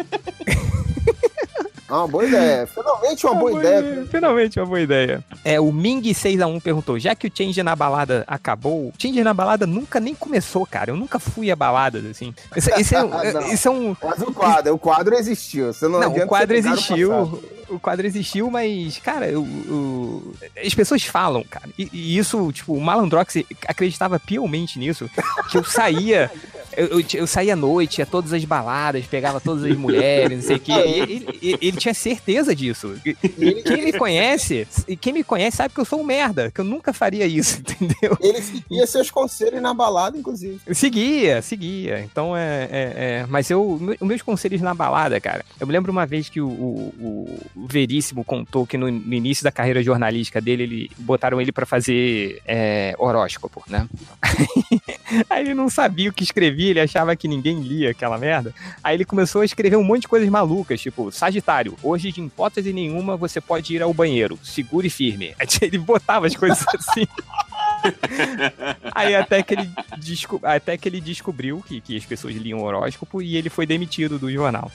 Speaker 7: Uma boa ideia. Finalmente uma boa ideia.
Speaker 6: Finalmente uma boa ideia. O Ming 6x1 perguntou, já que o Change na Balada acabou, o Change na Balada nunca nem começou, cara. Eu nunca fui a baladas, assim. Isso é um...
Speaker 7: Mas o quadro existiu.
Speaker 6: O quadro existiu. O quadro existiu, mas, cara, as pessoas falam, cara. E isso, tipo, o Malandrox acreditava piamente nisso, que eu saía... Eu saía à noite, ia todas as baladas, pegava todas as mulheres, não sei o quê. Ele tinha certeza disso. Quem me conhece sabe que eu sou um merda, que eu nunca faria isso, entendeu?
Speaker 7: Ele seguia seus conselhos na balada, inclusive.
Speaker 6: Seguia. Então, mas os meus conselhos na balada, cara, eu me lembro uma vez que o Veríssimo contou que no início da carreira jornalística dele, botaram ele pra fazer horóscopo, né? Aí ele não sabia o que escrevia, ele achava que ninguém lia aquela merda. Aí ele começou a escrever um monte de coisas malucas, tipo, Sagitário, hoje de hipótese nenhuma você pode ir ao banheiro, segure firme. Aí ele botava as coisas assim. Aí até que ele descobriu que as pessoas liam horóscopo e ele foi demitido do jornal.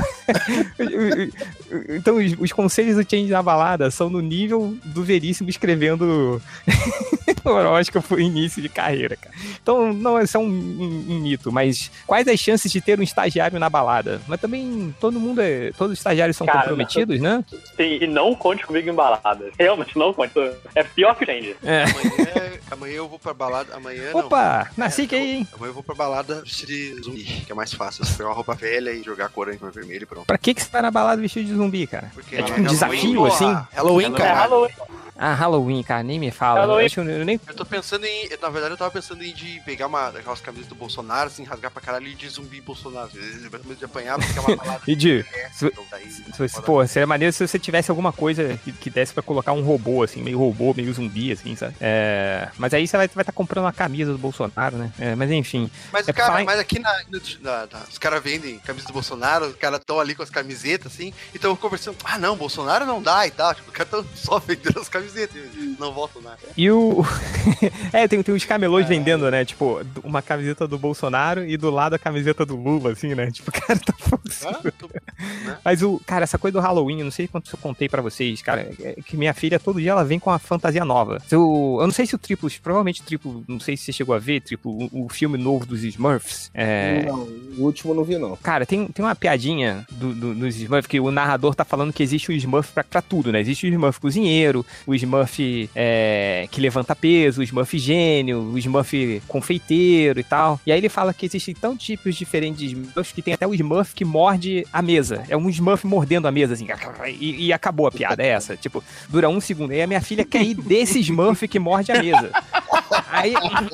Speaker 6: Então os conselhos do Change da Balada são no nível do Veríssimo escrevendo horóscopo início de carreira, cara. Então não, isso é um mito, mas quais as chances de ter um estagiário na balada? Mas também todos os estagiários são comprometidos, né?
Speaker 8: Sim, e não conte comigo em balada. Realmente não conte. É pior que o Change.
Speaker 9: Amanhã eu vou pra balada. Amanhã
Speaker 6: Opa, nasci que aí, hein?
Speaker 9: Amanhã eu vou pra balada vestido de zumbi, que é mais fácil. Você pegar uma roupa velha e jogar cor em cor vermelho e pronto.
Speaker 6: Pra que você vai na balada vestido de zumbi, cara?
Speaker 9: Porque
Speaker 6: é tipo um desafio, assim?
Speaker 9: Halloween, cara.
Speaker 8: Halloween.
Speaker 6: Ah, Halloween, cara, nem me fala.
Speaker 9: Eu tô pensando em... Na verdade, eu tava pensando em pegar aquelas camisas do Bolsonaro, assim, rasgar pra caralho e de zumbi Bolsonaro. De apanhar, porque é uma balada...
Speaker 6: Pô, seria maneiro se você tivesse alguma coisa que desse pra colocar um robô, assim, meio zumbi, assim, sabe? Mas aí você vai estar comprando uma camisa do Bolsonaro, né? Mas enfim.
Speaker 9: Mas, cara, mas aqui os caras vendem camisa do Bolsonaro, os caras estão ali com as camisetas, assim, e estão conversando, não, Bolsonaro não dá e tal. Tipo, os caras estão só vendendo as camisetas. Não volto nada.
Speaker 6: E tem uns camelôs vendendo, né? Tipo, uma camiseta do Bolsonaro e do lado a camiseta do Lula, assim, né? Tipo, o cara tá funcionando. Mas cara, essa coisa do Halloween, eu não sei quanto eu contei pra vocês, cara, que minha filha todo dia ela vem com uma fantasia nova. Eu não sei se provavelmente o Triplo, não sei se você chegou a ver, Triplo, o filme novo dos Smurfs.
Speaker 7: Não, o último eu não vi, não.
Speaker 6: Cara, tem uma piadinha dos Smurfs que o narrador tá falando que existe o Smurf pra tudo, né? Existe o Smurf cozinheiro, o Smurf que levanta peso, o Smurf gênio, o Smurf confeiteiro e tal. E aí ele fala que existem tantos tipos diferentes de Smurf que tem até o Smurf que morde a mesa. É um Smurf mordendo a mesa, assim, e acabou a piada, é essa. Tipo, dura 1 segundo. Aí a minha filha quer ir desse Smurf que morde a mesa. Aí...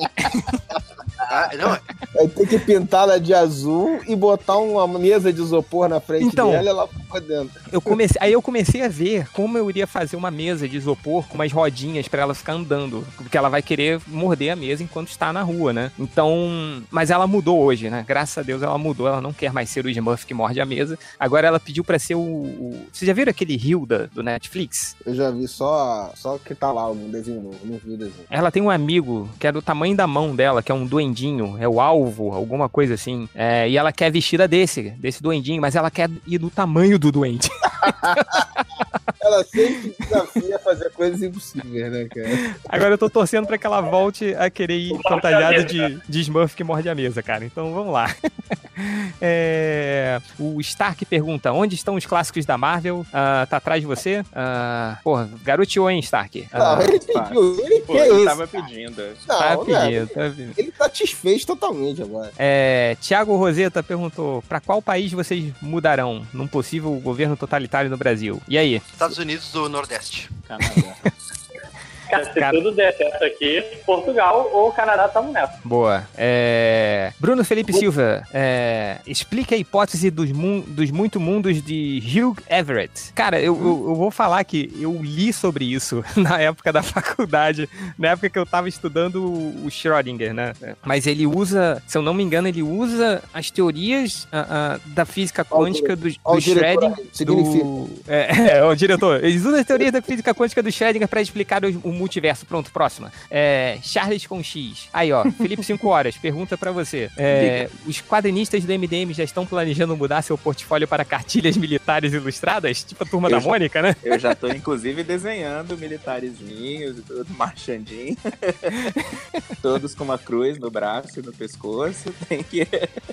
Speaker 7: Aí tem que pintar ela de azul e botar uma mesa de isopor na frente dela e ela fica dentro.
Speaker 6: Eu comecei a ver como eu iria fazer uma mesa de isopor com umas rodinhas pra ela ficar andando, porque ela vai querer morder a mesa enquanto está na rua, né? Então, mas ela mudou hoje, né? Graças a Deus ela mudou, ela não quer mais ser o Smurf que morde a mesa. Agora ela pediu pra ser Vocês já viram aquele Hilda do Netflix?
Speaker 7: Eu já vi só que tá lá, um desenho novo, não vi o desenho.
Speaker 6: Ela tem um amigo que é do tamanho da mão dela, que é um duendinho, é o alvo, alguma coisa assim. E ela quer vestida desse duendinho, mas ela quer ir do tamanho do duende.
Speaker 7: Ela sempre desafia fazer coisas impossíveis, né, cara?
Speaker 6: Agora eu tô torcendo pra que ela volte a querer ir fantasiada de Smurf que morde a mesa, cara. Então vamos lá. O Stark pergunta, onde estão os clássicos da Marvel? Tá atrás de você? Porra, garoteou, hein, Stark?
Speaker 7: Não, ele pediu.
Speaker 5: Ele tava pedindo.
Speaker 6: Tá pedindo.
Speaker 7: Ele tá desfez totalmente agora.
Speaker 6: Thiago Roseta perguntou, pra qual país vocês mudarão num possível governo totalitário no Brasil? E aí?
Speaker 9: Estados Unidos do Nordeste.
Speaker 5: Canadá.
Speaker 8: Cara, se tudo der certo aqui, Portugal ou Canadá estamos nessa.
Speaker 6: Boa. Bruno Felipe Silva, explica a hipótese dos muito mundos de Hugh Everett. Cara, eu vou falar que eu li sobre isso na época da faculdade, na época que eu tava estudando o Schrödinger, né? Mas ele usa, se eu não me engano, ele usa as teorias da física quântica do Schrödinger. O diretor. Eles usam as teorias da física quântica do Schrödinger para explicar o multiverso. Pronto, próxima. Charles com X. Aí, ó, Felipe 5 horas, pergunta pra você. Os quadrinistas do MDM já estão planejando mudar seu portfólio para cartilhas militares ilustradas? Tipo a Turma da Mônica, né?
Speaker 5: Eu já tô, inclusive, desenhando militarezinhos e tudo, marchandinho. Todos com uma cruz no braço e no pescoço. Tem que...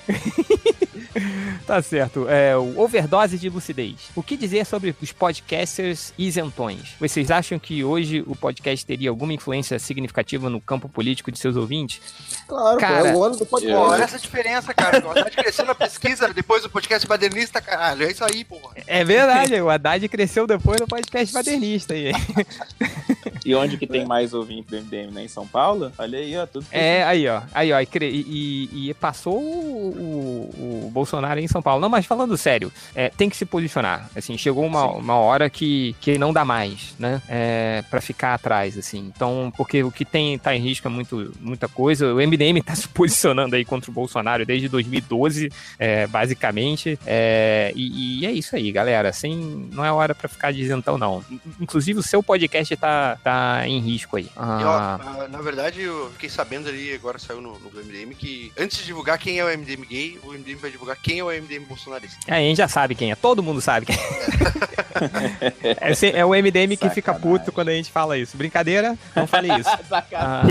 Speaker 6: Tá certo. O overdose de lucidez. O que dizer sobre os podcasters isentões? Vocês acham que hoje o podcast teria alguma influência significativa no campo político de seus ouvintes?
Speaker 7: Claro, cara, é o ano do podcast.
Speaker 9: Olha essa diferença, cara. O Haddad cresceu na pesquisa depois do podcast badernista, caralho. É isso aí, porra.
Speaker 6: É verdade, o Haddad cresceu depois do podcast badernista.
Speaker 5: E onde que tem mais ouvinte do MDM, né? Em São Paulo? Olha aí, ó. Tudo
Speaker 6: aí, ó. E passou o Bolsonaro em São Paulo. Não, mas falando sério, tem que se posicionar. Assim, chegou uma hora que não dá mais, né? Pra ficar atrás, assim. Então, porque o que tá em risco é muita coisa. O MDM tá se posicionando aí contra o Bolsonaro desde 2012, basicamente. E é isso aí, galera. Assim, não é hora pra ficar de isentão, não. Inclusive, o seu podcast tá em risco aí.
Speaker 9: Na verdade, eu fiquei sabendo ali, agora saiu no MDM, que antes de divulgar quem é o MDM gay, o MDM vai divulgar quem é o MDM bolsonarista.
Speaker 6: A gente já sabe quem é, todo mundo sabe quem é. É o MDM que fica puto quando a gente fala isso. Brincadeira? Não falei isso.
Speaker 8: Tá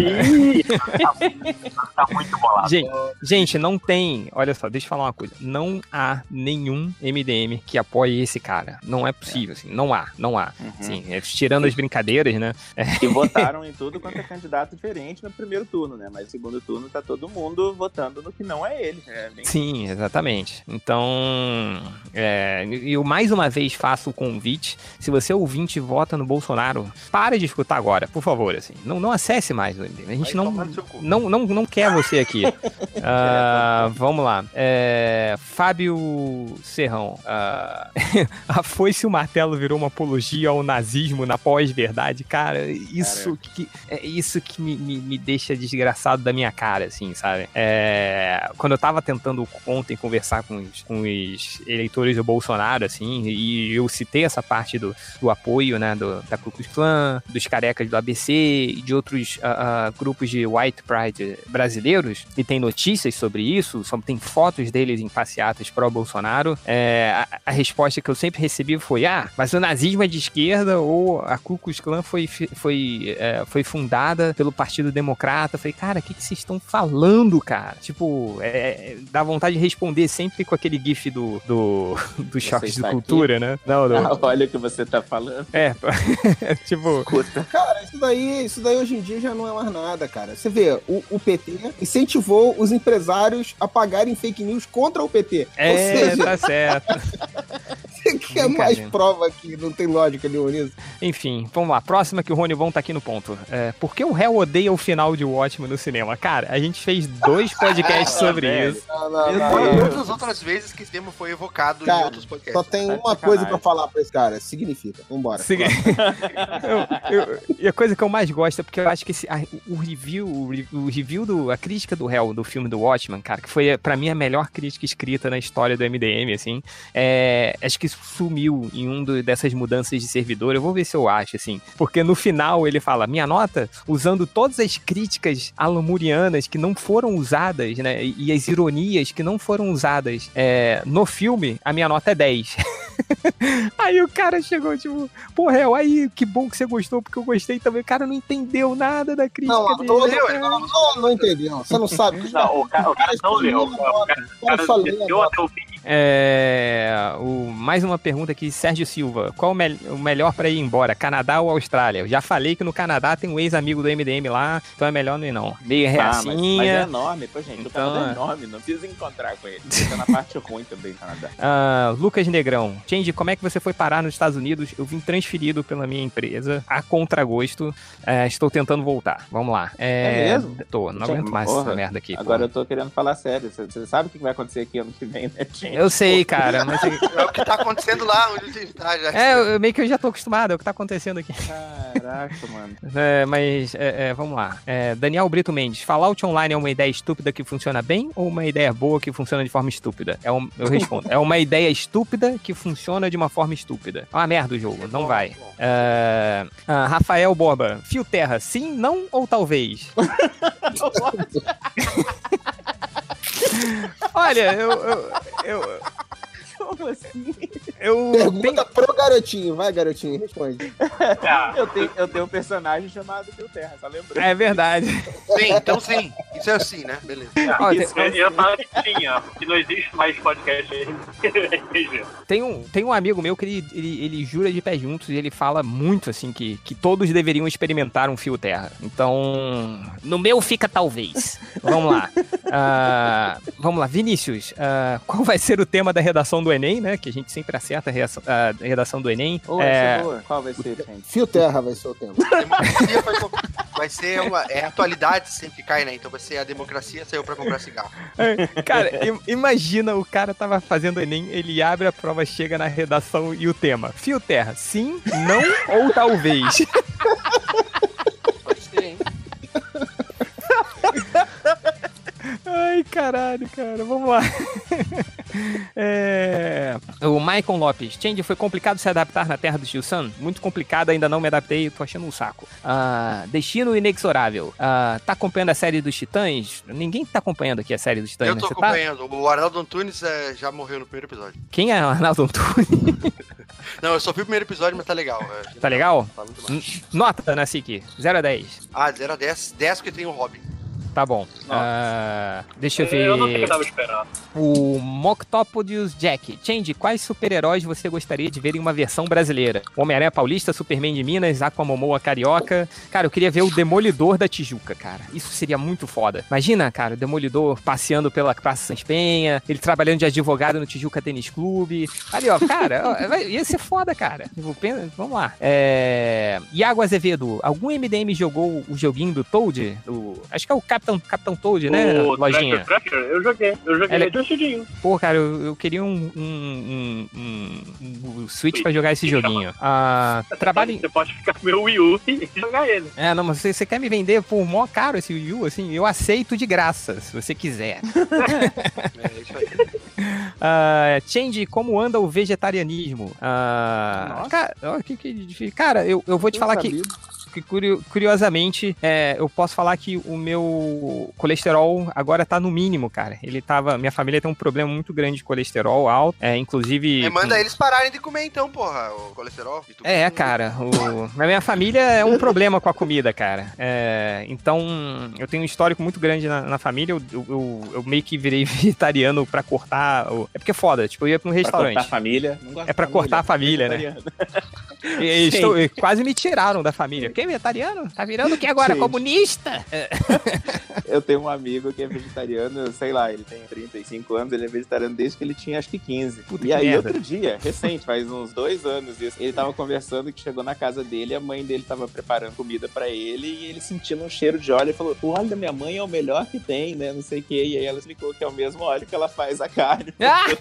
Speaker 8: muito bolado.
Speaker 6: Gente, não tem... Olha só, deixa eu falar uma coisa. Não há nenhum MDM que apoie esse cara. Não é possível, assim. Não há.
Speaker 5: Uhum.
Speaker 6: Assim, tirando as brincadeiras, né?
Speaker 5: E votaram em tudo quanto é candidato diferente no primeiro turno, né? Mas no segundo turno tá todo mundo votando no que não é ele.
Speaker 6: Sim, exatamente. Então, eu mais uma vez faço o convite. Se você ouvinte vota no Bolsonaro, pare de escutar agora, por favor, assim. Não acesse mais o MDM. A gente não quer você aqui. Vamos lá. Fábio Serrão. A foice e o martelo virou uma apologia ao nazismo na pós-verdade. Cara, isso que me deixa desgraçado da minha cara, assim, sabe? Quando eu tava tentando ontem conversar com os eleitores do Bolsonaro, assim, e eu citei essa parte do apoio, né, da Ku Klux Klan, dos carecas do ABC e de outros grupos de white pride brasileiros, e tem notícias sobre isso, tem fotos deles em passeatas pró-Bolsonaro, a resposta que eu sempre recebi foi, mas o nazismo é de esquerda, ou a Ku Klux Klan foi fundada pelo Partido Democrata. Eu falei, cara, o que vocês estão falando, cara? Tipo, dá vontade pode responder sempre com aquele gif do Choques de Cultura, né? Não.
Speaker 5: Olha o que você tá falando.
Speaker 6: Tipo...
Speaker 7: Cara, isso daí hoje em dia já não é mais nada, cara. Você vê, o PT incentivou os empresários a pagarem fake news contra o PT. Ou seja,
Speaker 6: tá certo.
Speaker 7: Você quer mais prova que não tem lógica nenhuma nisso?
Speaker 6: Enfim, vamos lá. Próxima que o Rony Von tá aqui no ponto. Por que o réu odeia o final de Watchmen no cinema? Cara, a gente fez 2 podcasts sobre isso.
Speaker 9: Todas as outras vezes que esse tema foi evocado em outros podcasts.
Speaker 7: Só tem uma coisa pra falar pra esse cara. Significa. Vambora.
Speaker 6: E a coisa que eu mais gosto é porque eu acho que a crítica do réu do filme do Watchmen, cara, que foi pra mim a melhor crítica escrita na história do MDM, assim, acho que sumiu em dessas mudanças de servidor. Eu vou ver se eu acho, assim, porque no final ele fala, minha nota, usando todas as críticas alamurianas que não foram usadas, né, e as ironias que não foram usadas no filme, a minha nota é 10. Aí o cara chegou, tipo, pô, réu, aí, que bom que você gostou, porque eu gostei também. O cara não entendeu nada da crítica dele.
Speaker 7: Não entendeu. Você não sabe.
Speaker 8: Não, o cara não leu. O cara leu até o fim.
Speaker 6: Mais uma pergunta aqui, Sérgio Silva. Qual o melhor pra ir embora, Canadá ou Austrália? Eu já falei que no Canadá tem um ex-amigo do MDM lá, então é melhor não ir não. Meio reacinha.
Speaker 5: Mas é enorme, pô, gente.
Speaker 6: Então,
Speaker 5: o Canadá é enorme, não precisa encontrar com ele. Fica na parte ruim também, Canadá.
Speaker 6: Lucas Negrão. Change, como é que você foi parar nos Estados Unidos? Eu vim transferido pela minha empresa a contragosto. Estou tentando voltar. Vamos lá.
Speaker 5: É mesmo?
Speaker 6: Não aguento mais essa merda aqui.
Speaker 5: Agora eu tô querendo falar sério. Você sabe o que vai acontecer aqui ano que vem, né, Change?
Speaker 6: Eu sei, cara, mas...
Speaker 9: É o que tá acontecendo lá onde a gente tá, já.
Speaker 6: Meio que eu já tô acostumado, é o que tá acontecendo aqui.
Speaker 5: Caraca, mano.
Speaker 6: Vamos lá. Daniel Brito Mendes, Fallout Online é uma ideia estúpida que funciona bem ou uma ideia boa que funciona de forma estúpida? Eu respondo. É uma ideia estúpida que funciona de uma forma estúpida. É uma merda o jogo, não vai. Rafael Borba, Fio Terra, sim, não ou talvez? Olha,
Speaker 5: Como assim?
Speaker 7: Pergunta pro garotinho. Vai, garotinho, responde.
Speaker 5: Eu tenho um personagem chamado Fio Terra, tá lembrando?
Speaker 6: É verdade.
Speaker 9: Sim, então sim. Isso é assim, né? Beleza.
Speaker 8: Eu falo que tinha, que não existe mais podcast RPG.
Speaker 6: Tem um amigo meu que ele jura de pé juntos e ele fala muito assim que todos deveriam experimentar um Fio Terra. Então, no meu fica talvez. Vamos lá. Vinícius, qual vai ser o tema da redação do Enem, né? Que a gente sempre acerta a redação do Enem.
Speaker 5: Boa. Qual vai ser, gente?
Speaker 7: Fio Terra vai ser o tema.
Speaker 9: Democracia vai ser a atualidade sempre que cai, né? Então vai ser a democracia saiu pra comprar cigarro.
Speaker 6: Cara, imagina o cara tava fazendo o Enem, ele abre a prova, chega na redação e o tema: Fio Terra, sim, não ou talvez.
Speaker 9: Pode ser, hein?
Speaker 6: Ai, caralho, cara, vamos lá. O Maicon Lopes, Change, foi complicado se adaptar na Terra do Tio Sam? Muito complicado, ainda não me adaptei, tô achando um saco. Destino Inexorável, tá acompanhando a série dos Titãs? Ninguém tá acompanhando aqui a série dos Titãs,
Speaker 9: Eu tô acompanhando, o Arnaldo Antunes já morreu no primeiro episódio.
Speaker 6: Quem é o Arnaldo Antunes?
Speaker 9: Não, eu só vi o primeiro episódio, mas tá legal.
Speaker 6: Tá legal? Nota, né, Siki? 0 a 10.
Speaker 9: 0 a 10. 10 porque tem o Robin.
Speaker 6: Tá bom. Deixa eu ver.
Speaker 8: Eu não sei o que eu tava esperando.
Speaker 6: O Moctopodius Jack. Change, quais super-heróis você gostaria de ver em uma versão brasileira? Homem-Aranha Paulista, Superman de Minas, Aquamomoa Carioca. Cara, eu queria ver o Demolidor da Tijuca, cara. Isso seria muito foda. Imagina, cara, o Demolidor passeando pela Praça Sans Penha, ele trabalhando de advogado no Tijuca Tênis Clube. Ali, ó, cara, ia ser foda, cara. Vamos lá. Iago Azevedo, algum MDM jogou o joguinho do Toad? Acho que é o Capitão Toad, né, lojinha?
Speaker 8: Eu joguei divertidinho.
Speaker 6: Pô, cara, eu queria um Switch pra jogar esse joguinho. Trabalho
Speaker 8: Você pode ficar com o meu Wii U e jogar ele.
Speaker 6: Não, mas você quer me vender por mó caro esse Wii U, assim? Eu aceito de graça, se você quiser.
Speaker 9: Isso aí.
Speaker 6: Change, como anda o vegetarianismo? Cara, eu vou te falar que curiosamente, eu posso falar que o meu colesterol agora tá no mínimo, cara. Minha família tem um problema muito grande de colesterol alto, inclusive...
Speaker 9: Manda eles pararem de comer então, porra, o colesterol.
Speaker 6: Cara, na minha família é um problema com a comida, cara. Então, eu tenho um histórico muito grande na família, eu meio que virei vegetariano pra cortar... É porque é foda, tipo, eu ia pra um restaurante.
Speaker 5: Pra cortar a família.
Speaker 6: Pra cortar a família, né? Quase me tiraram da família. Quem é vegetariano? Tá virando o que agora? Comunista?
Speaker 5: Eu tenho um amigo que é vegetariano, sei lá, ele tem 35 anos, ele é vegetariano desde que ele tinha acho que 15.
Speaker 6: Puta,
Speaker 5: e aí
Speaker 6: merda.
Speaker 5: outro dia, recente, faz uns 2 anos isso, ele tava conversando que chegou na casa dele, a mãe dele tava preparando comida pra ele e ele sentindo um cheiro de óleo e falou, o óleo da minha mãe é o melhor que tem, né, não sei o que. E aí ela explicou que é o mesmo óleo que ela faz a carne.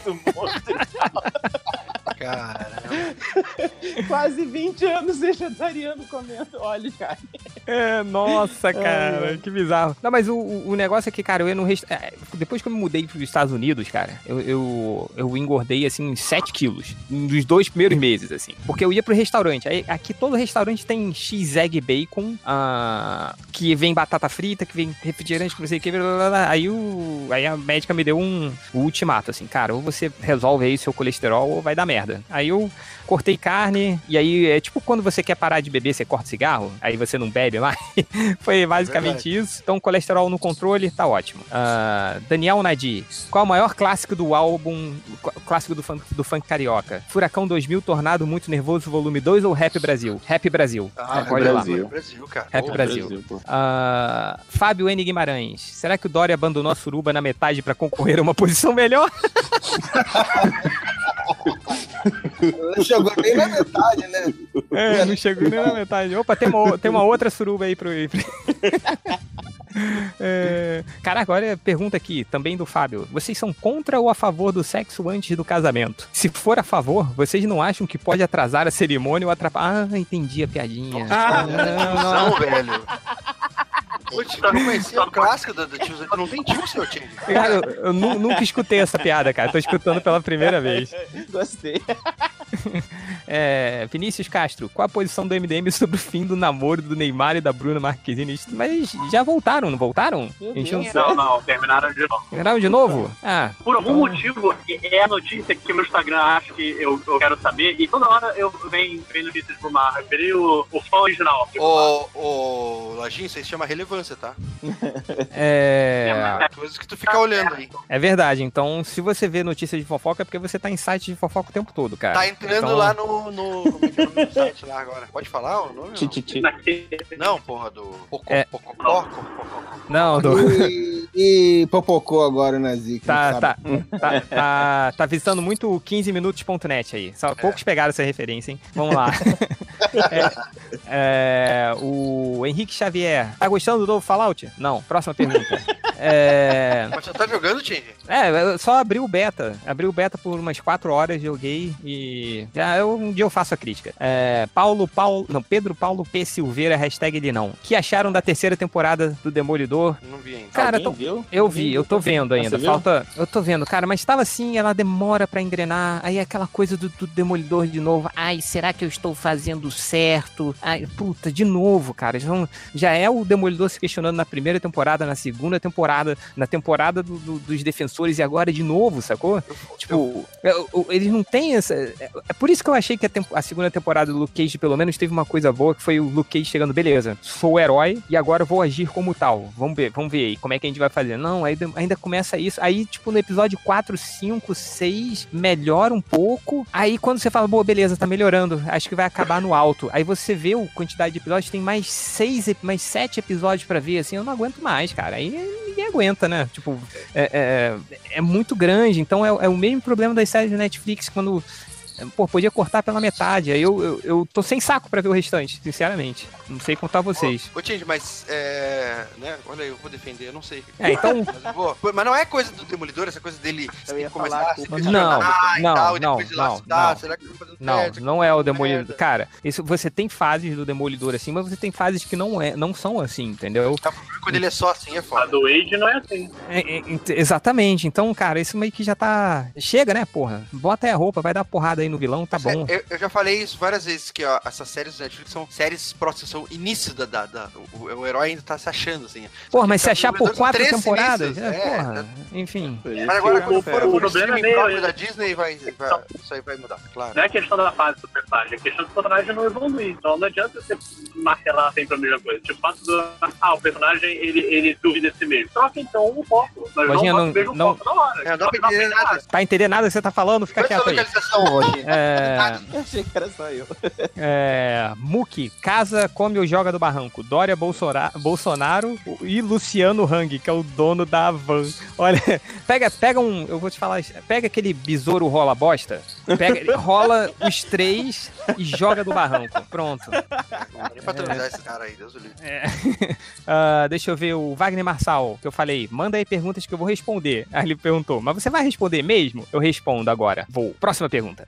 Speaker 9: Caramba.
Speaker 5: Quase 20 anos vegetariano comendo óleo de carne.
Speaker 6: Nossa, cara, que bizarro. Não, mas o negócio é que, cara, eu ia no depois que eu me mudei pros Estados Unidos, cara, eu engordei, assim, uns 7 quilos nos 2 primeiros meses, assim. Porque eu ia pro restaurante. Aí, aqui todo restaurante tem X-Egg Bacon, que vem batata frita, que vem refrigerante, que não sei o que, aí a médica me deu um ultimato, assim, cara, ou você resolve aí seu colesterol ou vai dar merda. Aí eu cortei carne, e aí é tipo quando você quer parar de beber, você corta cigarro, aí você não bebe mais. Foi basicamente isso. Então, colesterol no controle, tá ótimo. Daniel Nadir, qual é o maior clássico do álbum, clássico do funk carioca? Furacão 2000, Tornado, Muito Nervoso, volume 2 ou Rap Brasil? Rap Brasil.
Speaker 5: Pode
Speaker 9: Brasil, cara.
Speaker 6: Rap Brasil. Fábio N. Guimarães, será que o Dória abandonou a suruba na metade pra concorrer a uma posição melhor?
Speaker 7: Não chegou nem na metade, né?
Speaker 6: Não chegou nem na metade. Opa, tem uma outra suruba aí pro... Cara, agora pergunta aqui, também do Fábio. Vocês são contra ou a favor do sexo antes do casamento? Se for a favor, vocês não acham que pode atrasar a cerimônia ou atrapalhar... entendi a piadinha.
Speaker 9: Não, velho. Putz, eu não conhecia o clássico do tio. Não tem tio, seu tio.
Speaker 6: Cara, eu nunca escutei essa piada, cara. Tô escutando pela primeira vez.
Speaker 5: Gostei.
Speaker 6: Vinícius Castro, qual a posição do MDM sobre o fim do namoro do Neymar e da Bruna Marquezine? Mas já voltaram, não voltaram?
Speaker 8: Não, terminaram de novo.
Speaker 6: Terminaram de novo?
Speaker 8: Por algum motivo, é a notícia que meu Instagram acha que eu quero saber, e toda hora eu venho notícias pro mar, referi o fã original.
Speaker 9: Ô, Lajinho, isso aí se chama relevância, tá? Coisas que tu fica olhando aí.
Speaker 6: É verdade, então se você vê notícias de fofoca é porque você tá em site de fofoca o tempo todo, cara.
Speaker 9: Tá entrando lá no site lá agora. Pode falar o nome? Não, porra, do Pococó.
Speaker 6: Não, do...
Speaker 7: E Popocó agora, né, Zico?
Speaker 6: Tá visitando muito o 15minutos.net aí. Só poucos pegaram essa referência, hein? Vamos lá. O Henrique Xavier, tá gostando do novo Fallout? Não. Próxima pergunta.
Speaker 9: Mas você tá jogando, Tindy?
Speaker 6: Eu só abri o beta. Abri o beta por umas 4 horas, joguei e... um dia eu faço a crítica. Pedro Paulo P. Silveira, hashtag ele não. O que acharam da 3ª temporada do Demolidor?
Speaker 9: Não vi ainda.
Speaker 6: Cara,
Speaker 5: viu?
Speaker 6: Eu vi, eu tô vendo ainda. Eu tô vendo, cara, mas tava assim, ela demora pra engrenar. Aí aquela coisa do Demolidor de novo. Ai, será que eu estou fazendo certo? Ai, puta, de novo, cara. Já é o Demolidor se questionando na 1ª temporada, na 2ª temporada, na temporada dos Defensores e agora de novo, sacou? Tipo, eles não têm essa... É por isso que eu achei que a 2ª temporada do Luke Cage pelo menos teve uma coisa boa, que foi o Luke Cage chegando, beleza, sou o herói e agora vou agir como tal. Vamos ver aí, como é que a gente vai fazer? Não, aí ainda começa isso. Aí, tipo, no episódio 4, 5, 6, melhora um pouco. Aí quando você fala, boa, beleza, tá melhorando, acho que vai acabar no alto. Aí você vê a quantidade de episódios, tem mais 7 episódios pra ver, assim, eu não aguento mais, cara. Aí ninguém aguenta, né? Tipo, é muito grande, então é o mesmo problema das séries da Netflix, quando... Pô, podia cortar pela metade. Aí eu tô sem saco pra ver o restante, sinceramente. Não sei contar vocês.
Speaker 9: Ô, Tindy, mas né? Olha, eu vou defender, eu não sei.
Speaker 6: Então...
Speaker 9: Mas não é coisa do Demolidor, essa coisa dele começar a se
Speaker 6: Não é o Demolidor. Cara, isso, você tem fases do Demolidor assim, mas você tem fases que não são assim, entendeu?
Speaker 9: Quando ele é só assim, é foda.
Speaker 8: A do Wade não é assim.
Speaker 6: Exatamente. Então, cara, isso meio que já tá... Chega, né, porra? Bota aí a roupa, vai dar porrada aí no vilão, tá bom.
Speaker 9: Eu já falei isso várias vezes, que ó, essas séries do Netflix são séries próximas, são início o herói ainda tá se achando, assim.
Speaker 6: Porra, mas se achar por 4 temporadas, porra, enfim.
Speaker 9: Mas agora, quando for o
Speaker 8: problema
Speaker 9: streaming próprio da Disney, isso aí vai mudar, claro.
Speaker 8: Não é questão da fase do personagem, é questão do personagem não evoluir. Então não adianta você martelar sempre a mesma coisa. Tipo, o fato do... o personagem, ele duvida de si mesmo. Só que então o foco. Nós
Speaker 6: Lojinha,
Speaker 8: vamos ver o foco na hora.
Speaker 9: Não dá pra entender nada.
Speaker 6: Pra entender nada que você tá falando, fica quieto aí.
Speaker 9: Hoje.
Speaker 5: Achei que era só eu.
Speaker 6: Muki, casa, come ou joga do barranco. Dória Bolsonaro e Luciano Hang, que é o dono da Havan. Olha, pega um, eu vou te falar, pega aquele besouro rola bosta, rola os 3 e joga do barranco. Pronto.
Speaker 9: Não dá nem pra transar esse cara aí, Deus do livre.
Speaker 6: Deixa eu ver o Wagner Marçal, que eu falei, manda aí perguntas que eu vou responder. Aí ele perguntou, mas você vai responder mesmo? Eu respondo agora. Vou. Próxima pergunta.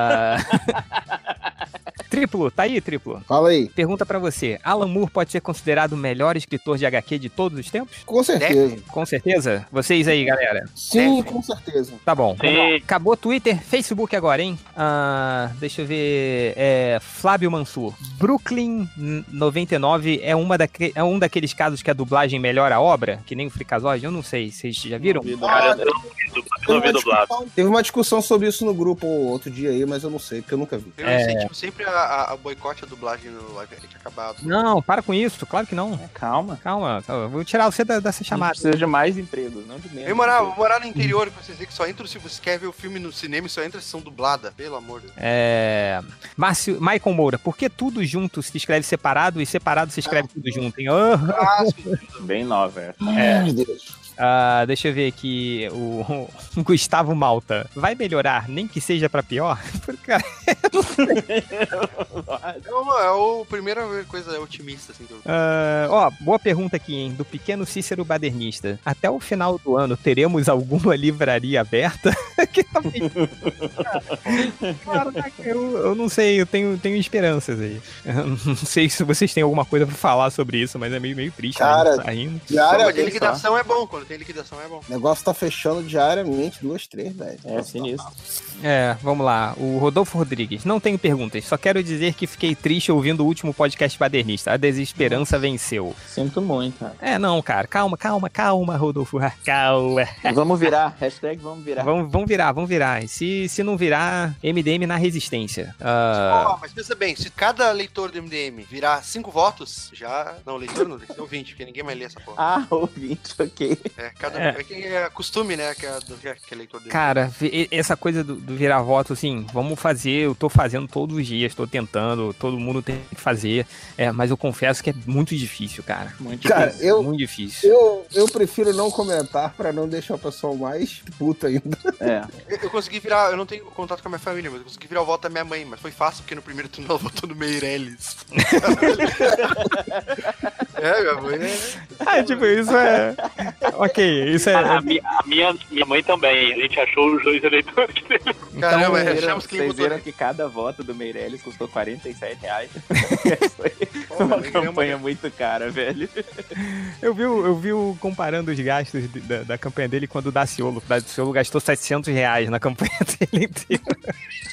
Speaker 6: Triplo, tá aí, Triplo?
Speaker 7: Fala aí.
Speaker 6: Pergunta pra você. Alan Moore pode ser considerado o melhor escritor de HQ de todos os tempos?
Speaker 7: Com certeza.
Speaker 6: Com certeza? Vocês aí, galera?
Speaker 7: Sim, com certeza.
Speaker 6: Tá bom.
Speaker 8: Sim.
Speaker 6: Acabou Twitter, Facebook agora, hein? Deixa eu ver. Flávio Mansur. Brooklyn 99 é um daqueles casos que a dublagem melhora a obra? Que nem o Frikazoid? Eu não sei. Vocês já viram?
Speaker 8: Cara, eu não vi dublado.
Speaker 7: Teve uma discussão sobre isso no grupo outro dia aí, mas eu não sei, porque eu nunca vi.
Speaker 9: Eu incentivo sempre a boicote a dublagem no live action acabado.
Speaker 6: Não, para com isso. Claro que não.
Speaker 5: Calma.
Speaker 6: Calma. Eu vou tirar você dessa chamada.
Speaker 5: Precisa de mais empregos, não de menos.
Speaker 9: Eu morar no interior, pra vocês verem que só entra se você quer ver o filme no cinema e só entra se são dublada, pelo amor de Deus.
Speaker 6: Michael Moura, por que tudo junto se escreve separado e separado se escreve tudo junto, hein?
Speaker 5: Bem nova,
Speaker 7: Ai, Deus.
Speaker 6: Deixa eu ver aqui o Gustavo Malta. Vai melhorar, nem que seja pra pior? Cara,
Speaker 9: é a primeira coisa otimista, assim.
Speaker 6: Boa pergunta aqui, hein? Do pequeno Cícero Badernista. Até o final do ano, teremos alguma livraria aberta? Que tá eu não sei, eu tenho esperanças aí. Eu não sei se vocês têm alguma coisa pra falar sobre isso, mas é meio triste.
Speaker 7: Cara,
Speaker 6: né? Saindo.
Speaker 9: Diariamente, liquidação é bom, quando tem liquidação é bom.
Speaker 7: O negócio tá fechando diariamente, 2, 3, velho.
Speaker 5: É sinistro.
Speaker 6: Vamos lá. O Rodolfo Rodrigues. Não tenho perguntas, só quero dizer que fiquei triste ouvindo o último podcast badernista. A desesperança venceu.
Speaker 5: Sinto muito, cara.
Speaker 6: Não, cara. Calma, Rodolfo. Calma.
Speaker 5: Vamos virar. Hashtag vamos virar.
Speaker 6: Vamos virar. Se não virar, MDM na resistência.
Speaker 9: Mas pensa bem, se cada leitor do MDM virar 5 votos, já... Não, leitor não, ouvinte, porque ninguém vai ler essa porra.
Speaker 5: Ouvinte, ok.
Speaker 9: É costume, né, que é leitor dele.
Speaker 6: Cara, essa coisa do virar voto, assim, vamos fazer, eu tô fazendo todos os dias, tô tentando, todo mundo tem que fazer, mas eu confesso que é muito difícil, cara. Muito difícil.
Speaker 7: Eu prefiro não comentar pra não deixar o pessoal mais puto ainda.
Speaker 9: Eu consegui virar, eu não tenho contato com a minha família, mas eu consegui virar o voto da minha mãe, mas foi fácil, porque no primeiro turno ela votou no Meirelles. Minha mãe
Speaker 6: tipo, isso é... Ok, isso é...
Speaker 8: A minha mãe também, a gente achou os 2 eleitores dele.
Speaker 9: Caramba, achamos que
Speaker 5: vocês viram que cada voto do Meirelles custou R$47. Foi uma campanha muito cara, velho.
Speaker 6: Eu vi comparando os gastos da campanha dele quando o Daciolo gastou R$700 na campanha dele inteira.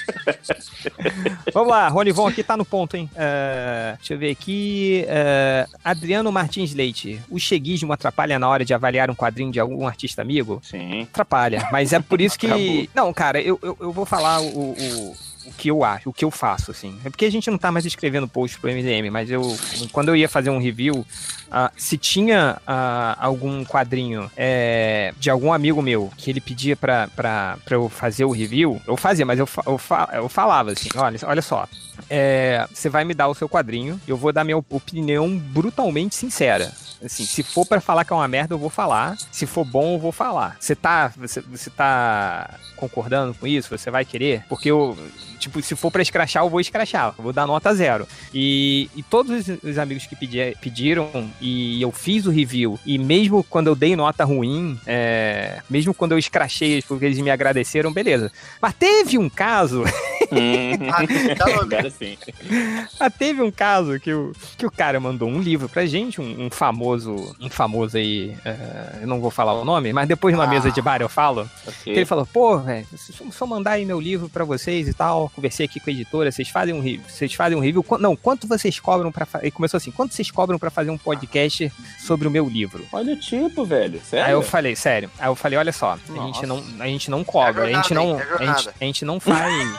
Speaker 6: Vamos lá, Ronivon aqui tá no ponto, hein? Deixa eu ver aqui. Adriano Martins Leite. O cheguismo atrapalha na hora de avaliar um quadrinho de algum artista amigo?
Speaker 5: Sim.
Speaker 6: Atrapalha, mas é por isso que... Acabou. Não, cara, eu vou falar o que eu acho, o que eu faço, assim. É porque a gente não tá mais escrevendo post pro MDM, mas quando eu ia fazer um review, se tinha algum quadrinho de algum amigo meu que ele pedia pra eu fazer o review, eu fazia, mas eu falava assim, olha só, você vai me dar o seu quadrinho, eu vou dar minha opinião brutalmente sincera. Assim, se for pra falar que é uma merda, eu vou falar. Se for bom, eu vou falar. Você tá concordando com isso? Você vai querer? Porque se for pra escrachar, eu vou escrachar. Eu vou dar nota 0. E todos os amigos que pediram, e eu fiz o review, e mesmo quando eu dei nota ruim, mesmo quando eu escrachei porque eles me agradeceram, beleza. Mas teve um caso
Speaker 5: Agora sim.
Speaker 6: Teve um caso que o cara mandou um livro pra gente, um famoso aí, eu não vou falar o nome, mas depois numa mesa de bar eu falo. Okay. Ele falou, pô, velho, só mandar aí meu livro pra vocês e tal, conversei aqui com a editora, vocês fazem um review, quanto vocês cobram pra fazer, ele começou assim, quanto vocês cobram pra fazer um podcast sobre o meu livro?
Speaker 2: Olha o tipo, velho, sério?
Speaker 6: Aí eu falei, sério, olha só, a gente não cobra, a gente não faz...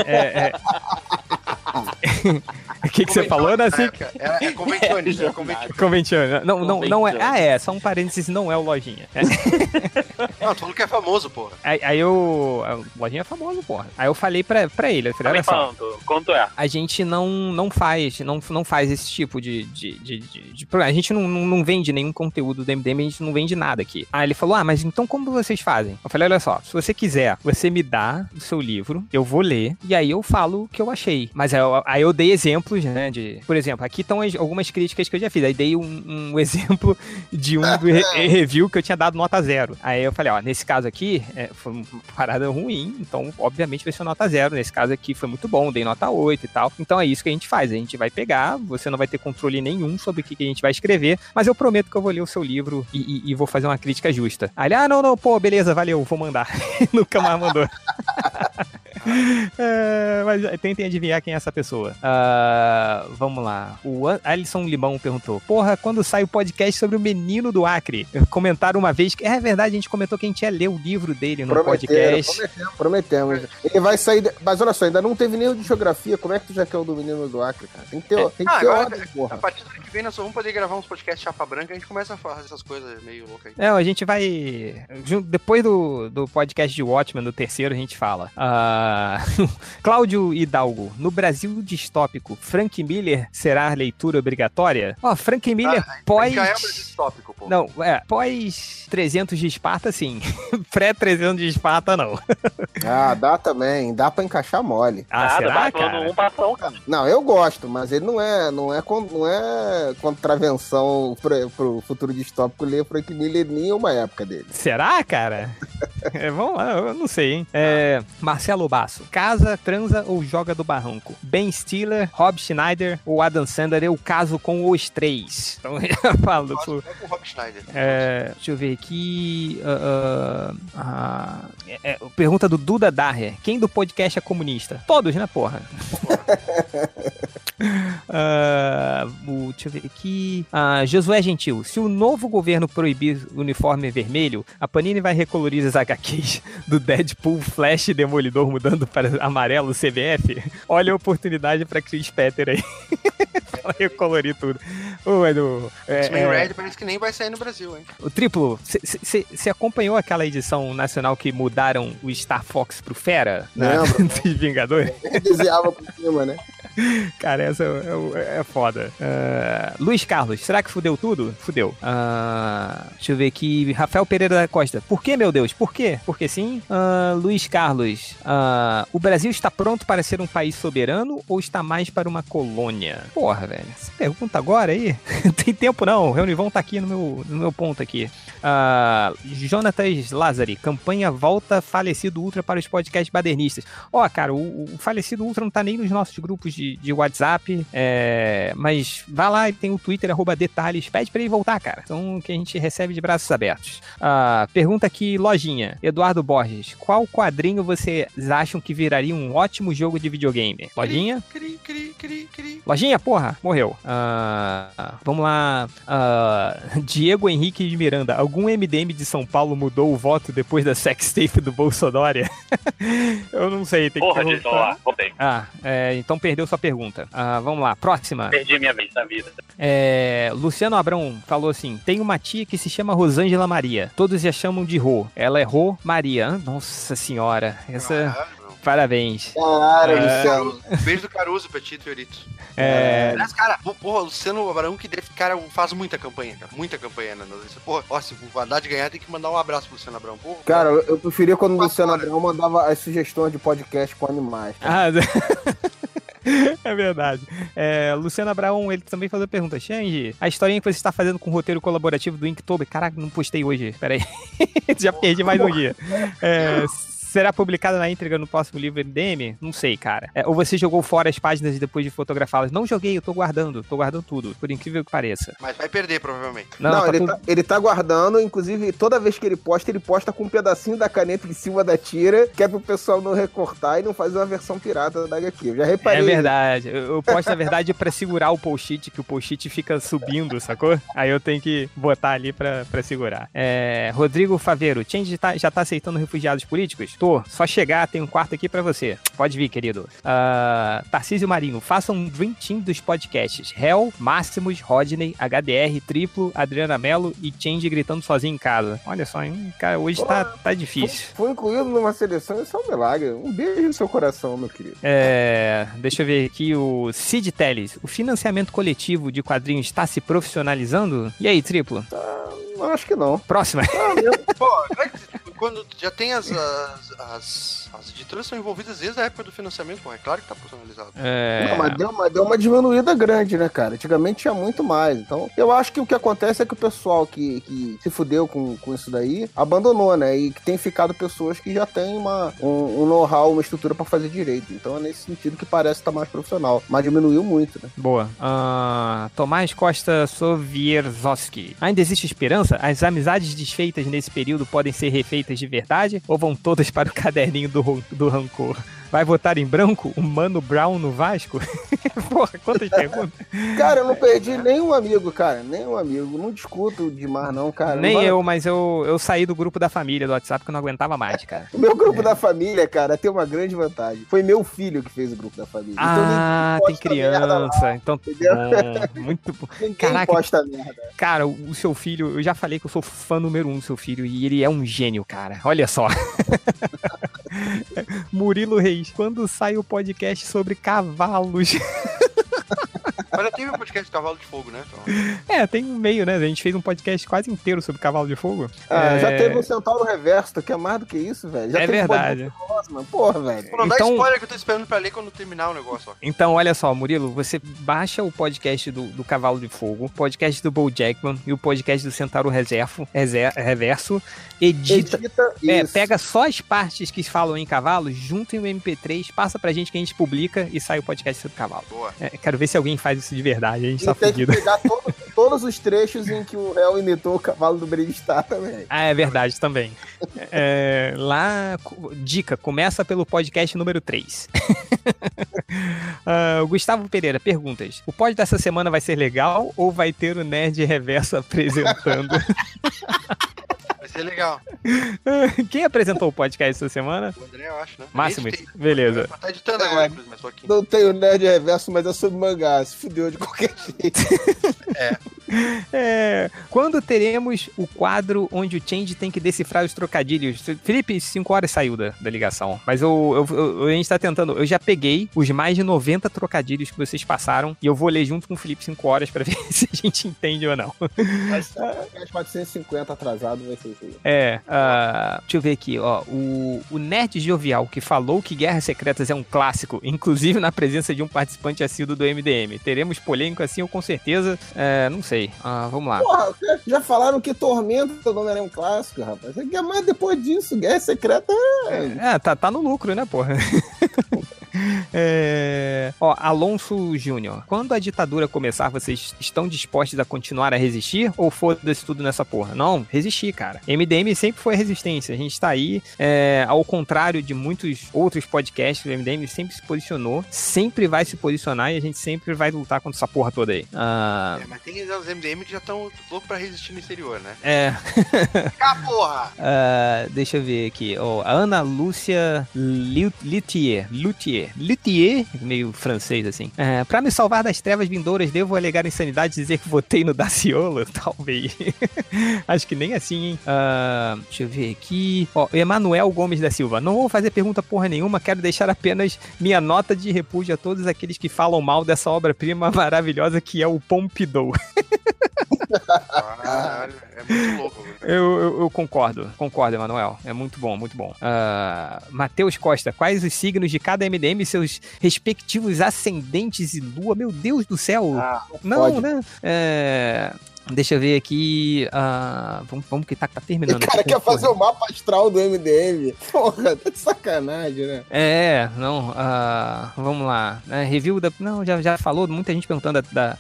Speaker 6: O que você falou, Nasci?
Speaker 9: É Conventione.
Speaker 6: Conventione. Não é. Só um parênteses, não é o Lojinha.
Speaker 9: Não, tu falou que é famoso, porra.
Speaker 6: Aí o Lojinha é famoso, porra. Aí eu falei pra ele, eu falei, olha só.
Speaker 8: Quanto é?
Speaker 6: A gente não faz esse tipo de programa. A gente não vende nenhum conteúdo do MDM, a gente não vende nada aqui. Aí ele falou, mas então como vocês fazem? Eu falei, olha só, se você quiser, você me dá o seu livro, eu vou ler, e aí eu falo o que eu achei. Mas aí eu dei exemplos, né, por exemplo, aqui estão algumas críticas que eu já fiz. Aí dei um exemplo de review que eu tinha dado nota 0. Aí eu falei, nesse caso aqui, foi uma parada ruim, então obviamente vai ser nota 0. Nesse caso aqui foi muito bom, dei nota 8 e tal. Então é isso que a gente faz, a gente vai pegar, você não vai ter controle nenhum sobre o que a gente vai escrever, mas eu prometo que eu vou ler o seu livro e vou fazer uma crítica justa. Aí ele, não, pô, beleza, valeu, vou mandar. Nunca mais mandou. Mas tentem adivinhar quem é essa pessoa. Vamos lá. O Alisson Limão perguntou: porra, quando sai o podcast sobre o menino do Acre? Comentaram uma vez que é verdade, a gente comentou que a gente ia ler o livro dele no podcast.
Speaker 7: Prometemos. Ele vai sair. Mas olha só, ainda não teve nem o de geografia. Como é que tu já quer o do menino do Acre, cara? Tem que ter ordem, porra.
Speaker 9: A partir do ano que vem nós só vamos poder gravar uns podcasts chapa branca, a gente começa a fazer essas coisas meio loucas aí.
Speaker 6: A gente vai. Depois do podcast de Watchmen, do terceiro, a gente fala. Cláudio Hidalgo, no Brasil distópico, Frank Miller será leitura obrigatória? Frank Miller pós...
Speaker 9: Já é o Brasil distópico, pô.
Speaker 6: Não, pós 300 de Esparta, sim. Pré 300 de Esparta, não.
Speaker 7: Dá também. Dá pra encaixar mole.
Speaker 6: Será, cara?
Speaker 7: Não, eu gosto, mas ele não é contravenção pro futuro distópico ler Frank Miller em nenhuma época dele.
Speaker 6: Será, cara? Vamos lá, eu não sei, hein? Marcelo Basso, casa, transa ou joga do barranco? Ben Stiller, Rob Schneider ou Adam Sandler? Eu caso com os 3. Então eu já falo.
Speaker 9: Com o Rob Schneider.
Speaker 6: Deixa eu ver aqui. Pergunta do Duda Daher. Quem do podcast é comunista? Todos, né, porra? Deixa eu ver aqui. Josué Gentil, se o novo governo proibir o uniforme vermelho, a Panini vai recolorir as HQs do Deadpool, Flash e Demolidor mudando para amarelo CBF? Olha a oportunidade para Chris Petter aí. Pra recolorir tudo.
Speaker 9: X-Men Red parece que nem vai sair no Brasil, hein?
Speaker 6: O Triplo, você acompanhou aquela edição nacional que mudaram o Star Fox pro Fera? Dos Vingadores?
Speaker 7: Desenhava por cima, né?
Speaker 6: Cara, essa é foda. Luiz Carlos, será que fudeu tudo? Fudeu. Deixa eu ver aqui. Rafael Pereira da Costa. Por que, meu Deus? Por quê? Porque sim. Luiz Carlos. O Brasil está pronto para ser um país soberano ou está mais para uma colônia? Porra, velho. Você pergunta agora aí? Não tem tempo não. O Reunivão tá aqui no meu ponto aqui. Jonatas Lázari. Campanha volta falecido Ultra para os podcasts badernistas. Cara, o falecido Ultra não tá nem nos nossos grupos de WhatsApp, mas vá lá e tem o Twitter, @detalhes, pede pra ele voltar, cara. Então, que a gente recebe de braços abertos. Pergunta aqui, Lojinha, Eduardo Borges, qual quadrinho vocês acham que viraria um ótimo jogo de videogame? Lojinha? Lojinha, porra, morreu. Vamos lá. Diego Henrique de Miranda, algum MDM de São Paulo mudou o voto depois da sextape do Bolsonaro? Eu não sei, tem que perguntar.
Speaker 8: Voltei.
Speaker 6: Então perdeu sua pergunta. Vamos lá, próxima.
Speaker 8: Perdi minha vez na vida.
Speaker 6: Luciano Abrão falou assim: tem uma tia que se chama Rosângela Maria. Todos a chamam de Rô. Ela é Rô Maria. Nossa senhora. Parabéns.
Speaker 7: Caralho, Luciano.
Speaker 9: Beijo do Caruso pra ti, Teorito. Aliás, cara, porra, o Luciano Abrão que cara, faz muita campanha, cara. Muita campanha, né? Porra, se o Haddad ganhar, tem que mandar um abraço pro Luciano Abrão. Porra,
Speaker 7: cara, eu preferia quando o Luciano Abrão mandava as sugestões de podcast com animais.
Speaker 6: É verdade. Luciano Abraão, ele também faz a pergunta: Xande, a historinha que você está fazendo com o roteiro colaborativo do Inktober, caraca, não postei hoje, peraí. Já perdi mais um dia. Será publicada na íntegra no próximo livro MDM? Não sei, cara. Ou você jogou fora as páginas depois de fotografá-las? Não joguei, eu tô guardando tudo, por incrível que pareça.
Speaker 9: Mas vai perder, provavelmente.
Speaker 7: Não, ele tá guardando, inclusive, toda vez que ele posta com um pedacinho da caneta em cima da tira, que é pro pessoal não recortar e não fazer uma versão pirata da HQ. Eu já reparei.
Speaker 6: É verdade. Eu posto, na verdade, pra segurar o post-it, que o post-it fica subindo, sacou? Aí eu tenho que botar ali pra segurar. Rodrigo Faveiro, Change já tá aceitando refugiados políticos? Tô. Só chegar, tem um quarto aqui pra você. Pode vir, querido. Tarcísio Marinho, faça um Dream Team dos podcasts. Hell, Máximos, Rodney, HDR, Triplo, Adriana Mello e Change gritando sozinho em casa. Olha só, hein? Cara, hoje tá difícil.
Speaker 7: Foi incluído numa seleção, isso é um milagre. Um beijo no seu coração, meu querido.
Speaker 6: Deixa eu ver aqui o Cid Teles. O financiamento coletivo de quadrinhos está se profissionalizando? E aí, Triplo?
Speaker 7: Não, acho que não.
Speaker 6: Próxima.
Speaker 9: Pô, quando já tem as editoras são envolvidas desde a época do financiamento, pô, é claro que tá personalizado.
Speaker 7: Não, mas deu uma diminuída grande, né, cara? Antigamente tinha muito mais. Então, eu acho que o que acontece é que o pessoal que se fudeu com isso daí abandonou, né? E que tem ficado pessoas que já têm um know-how, uma estrutura pra fazer direito. Então é nesse sentido que parece estar mais profissional. Mas diminuiu muito, né?
Speaker 6: Boa. Tomás Costa Sovierzowski. Ainda existe esperança? As amizades desfeitas nesse período podem ser refeitas de verdade? Ou vão todas para o caderninho do rancor? Vai votar em branco? O Mano Brown no Vasco? Porra, quantas perguntas?
Speaker 7: Cara, eu não perdi nenhum amigo, cara. Nenhum amigo. Não discuto demais, não, cara.
Speaker 6: Nem eu, mas eu saí do grupo da família do WhatsApp que eu não aguentava mais, cara.
Speaker 7: O meu grupo da família, cara, tem uma grande vantagem. Foi meu filho que fez o grupo da família.
Speaker 6: Então, tem criança. Então, muito bom.
Speaker 7: Caraca, posta merda.
Speaker 6: Cara, o seu filho, eu já falei que eu sou fã número 1 do seu filho e ele é um gênio, cara. Olha só. Murilo Reis, quando sai o podcast sobre cavalos?
Speaker 9: Mas já teve um podcast de Cavalo de Fogo, né? Então...
Speaker 6: tem um meio, né? A gente fez um podcast quase inteiro sobre Cavalo de Fogo.
Speaker 7: Já teve o Centauro Reverso, que é mais do que isso, velho. Já
Speaker 6: teve
Speaker 7: verdade. Porra, velho.
Speaker 9: Não dá spoiler que eu tô esperando pra ler quando terminar o negócio. Ó.
Speaker 6: Então, olha só, Murilo, você baixa o podcast do Cavalo de Fogo, o podcast do Bo Jackman e o podcast do Centauro Reverso, edita pega só as partes que falam em cavalo, junta em um MP3, passa pra gente que a gente publica e sai o podcast sobre cavalo.
Speaker 9: Boa.
Speaker 6: Quero ver se alguém faz isso de verdade, a gente tá
Speaker 7: tem
Speaker 6: fudido.
Speaker 7: Que pegar todos os trechos em que o réu imitou o cavalo do Brinstar também.
Speaker 6: É verdade, também. Dica, começa pelo podcast número 3. O Gustavo Pereira, perguntas. O pod dessa semana vai ser legal ou vai ter o Nerd Reverso apresentando?
Speaker 9: Vai ser legal.
Speaker 6: Quem apresentou o podcast essa semana?
Speaker 9: O André, eu acho, né?
Speaker 6: Máximo, beleza.
Speaker 9: Tá editando agora, mas tô aqui.
Speaker 7: Não tem o Nerd Reverso, mas é sobre mangá. Se fudeu de qualquer jeito.
Speaker 6: Quando teremos o quadro onde o Change tem que decifrar os trocadilhos? Felipe, 5 horas saiu da ligação. Mas a gente tá tentando. Eu já peguei os mais de 90 trocadilhos que vocês passaram e eu vou ler junto com o Felipe 5 horas pra ver se a gente entende ou não.
Speaker 7: Mas 450 atrasado vai ser isso aí.
Speaker 6: Deixa eu ver aqui, ó. O Nerd Jovial, que falou que Guerras Secretas é um clássico, inclusive na presença de um participante assíduo do MDM. Teremos polêmico assim ou com certeza? Não sei. Vamos lá.
Speaker 7: Porra, já falaram que Tormenta não era um clássico, rapaz. Mas depois disso, Guerra Secreta
Speaker 6: tá no lucro, né, porra? Alonso Júnior, quando a ditadura começar, vocês estão dispostos a continuar a resistir ou foda-se tudo nessa porra? Não, resistir, cara. MDM sempre foi resistência, a gente tá aí, ao contrário de muitos outros podcasts, o MDM sempre se posicionou, sempre vai se posicionar e a gente sempre vai lutar contra essa porra toda aí.
Speaker 9: Mas tem os MDM que já estão loucos pra resistir no exterior, né? Porra!
Speaker 6: Deixa eu ver aqui, a Ana Lúcia Luthier, meio francês assim. Pra me salvar das trevas vindouras, devo alegar insanidade e dizer que votei no Daciolo? Talvez. Acho que nem assim, hein? Deixa eu ver aqui. Emanuel Gomes da Silva. Não vou fazer pergunta porra nenhuma, quero deixar apenas minha nota de repúdio a todos aqueles que falam mal dessa obra-prima maravilhosa que é o Pompidou.
Speaker 9: Caralho, é muito louco.
Speaker 6: Eu concordo, Emanuel. É muito bom, muito bom. Matheus Costa, quais os signos de cada MDM e seus respectivos ascendentes e lua? Meu Deus do céu! Não, pode. Né? Deixa eu ver aqui. Vamos que tá terminando.
Speaker 7: O cara quer fazer o mapa astral do MDM. Porra, tá de sacanagem, né?
Speaker 6: Vamos lá. Review da. Não, já falou, muita gente perguntando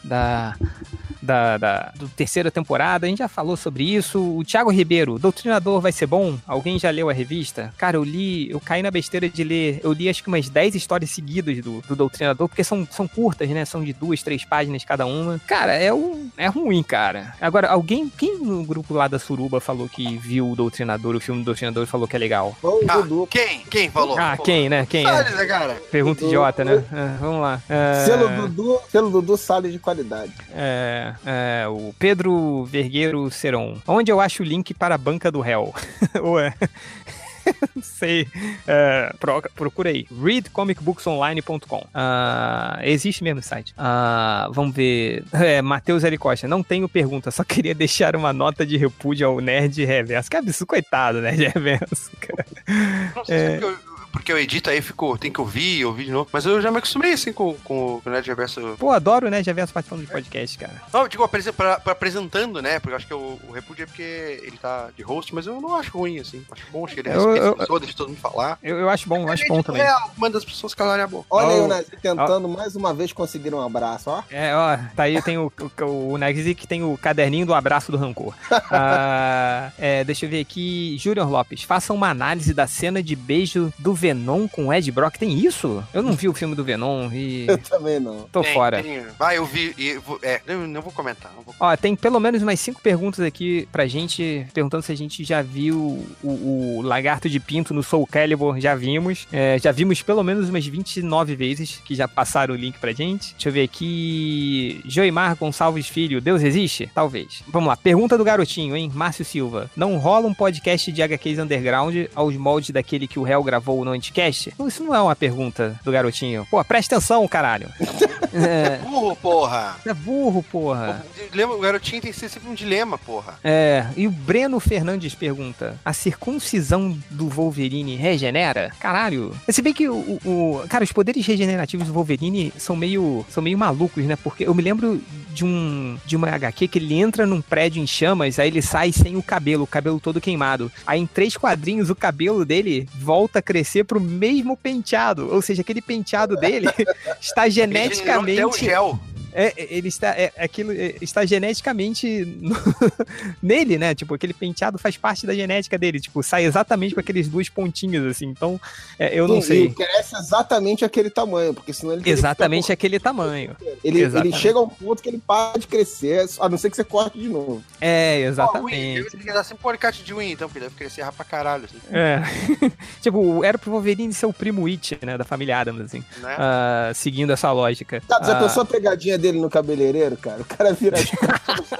Speaker 6: do terceira temporada, a gente já falou sobre isso. O Thiago Ribeiro, Doutrinador vai ser bom? Alguém já leu a revista? Cara, eu caí na besteira de ler, eu li acho que umas 10 histórias seguidas do Doutrinador, porque são curtas, né, são de 2, 3 páginas cada uma. Cara, é ruim, cara. Agora, quem no grupo lá da Suruba falou que viu o Doutrinador, o filme do Doutrinador, e falou que é legal?
Speaker 9: Quem falou?
Speaker 6: Quem, né? Quem
Speaker 9: Salles, né, cara?
Speaker 6: Pergunta
Speaker 7: Dudu,
Speaker 6: idiota, né? Vamos lá.
Speaker 7: Selo Dudu Salles de qualidade.
Speaker 6: O Pedro Vergueiro Seron. Onde eu acho o link para a banca do réu? Não sei. Procura aí. readcomicbooksonline.com. Existe mesmo o site. Vamos ver. Matheus L. Costa. Não tenho pergunta, só queria deixar uma nota de repúdio ao Nerd Reverso. Que absurdo, coitado, Nerd Reverso, cara.
Speaker 9: Porque eu edito aí, tem que ouvir de novo. Mas eu já me acostumei, assim, com o Nerd Reverso.
Speaker 6: Pô, adoro o Nerd Reverso participando de podcast, cara.
Speaker 9: Não, eu digo, apresentando, né? Porque eu acho que o repúdio é porque ele tá de host, mas eu não acho ruim, assim. Acho bom, acho que ele respeita as pessoas, deixa todo mundo falar.
Speaker 6: Eu acho bom, também.
Speaker 9: Manda as pessoas calarem a boca.
Speaker 7: Olha aí o Nazi tentando mais uma vez conseguir um abraço, ó.
Speaker 6: Tá aí, tem o Nazi que tem o caderninho do abraço do rancor. Deixa eu ver aqui. Júnior Lopes, faça uma análise da cena de beijo do Venom com o Ed Brock. Tem isso? Eu não vi o filme do Venom e...
Speaker 7: Eu também não.
Speaker 6: Tô fora.
Speaker 9: Eu vi e não vou comentar.
Speaker 6: Tem pelo menos mais 5 perguntas aqui pra gente, perguntando se a gente já viu o Lagarto de Pinto no Soul Calibur. Já vimos. Já vimos pelo menos umas 29 vezes, que já passaram o link pra gente. Deixa eu ver aqui. Joimar Gonçalves Filho, Deus existe? Talvez. Vamos lá. Pergunta do garotinho, hein? Márcio Silva. Não rola um podcast de HQs Underground aos moldes daquele que o réu gravou no Anticast? Isso não é uma pergunta do garotinho. Pô, presta atenção, caralho.
Speaker 9: Burro, porra.
Speaker 6: É burro, porra.
Speaker 9: O garotinho tem que ser sempre um dilema, porra.
Speaker 6: E o Breno Fernandes pergunta: a circuncisão do Wolverine regenera? Caralho. Se bem que cara, os poderes regenerativos do Wolverine são meio malucos, né? Porque eu me lembro de uma HQ que ele entra num prédio em chamas, aí ele sai sem o cabelo todo queimado. Aí em 3 quadrinhos o cabelo dele volta a crescer pro mesmo penteado. Ou seja, aquele penteado dele está geneticamente...
Speaker 9: Até o gel.
Speaker 6: Ele está geneticamente nele, né? Tipo, aquele penteado faz parte da genética dele. Tipo, sai exatamente com aqueles 2 pontinhos, assim. Então, eu não sei.
Speaker 7: Ele cresce exatamente aquele tamanho, porque senão ele...
Speaker 6: Exatamente aquele tamanho.
Speaker 7: Ele chega a um ponto que ele para de crescer, a não ser que você corte de novo.
Speaker 6: Exatamente.
Speaker 9: Ele tem que dar sempre um alicate de unha, então, porque ele deve crescer pra caralho, assim.
Speaker 6: Tipo, era pro Wolverine ser o primo It, né? Da família Adams, assim. Né? Seguindo essa lógica.
Speaker 7: Já pensou a pegadinha dele no cabeleireiro, cara? O cara vira as costas.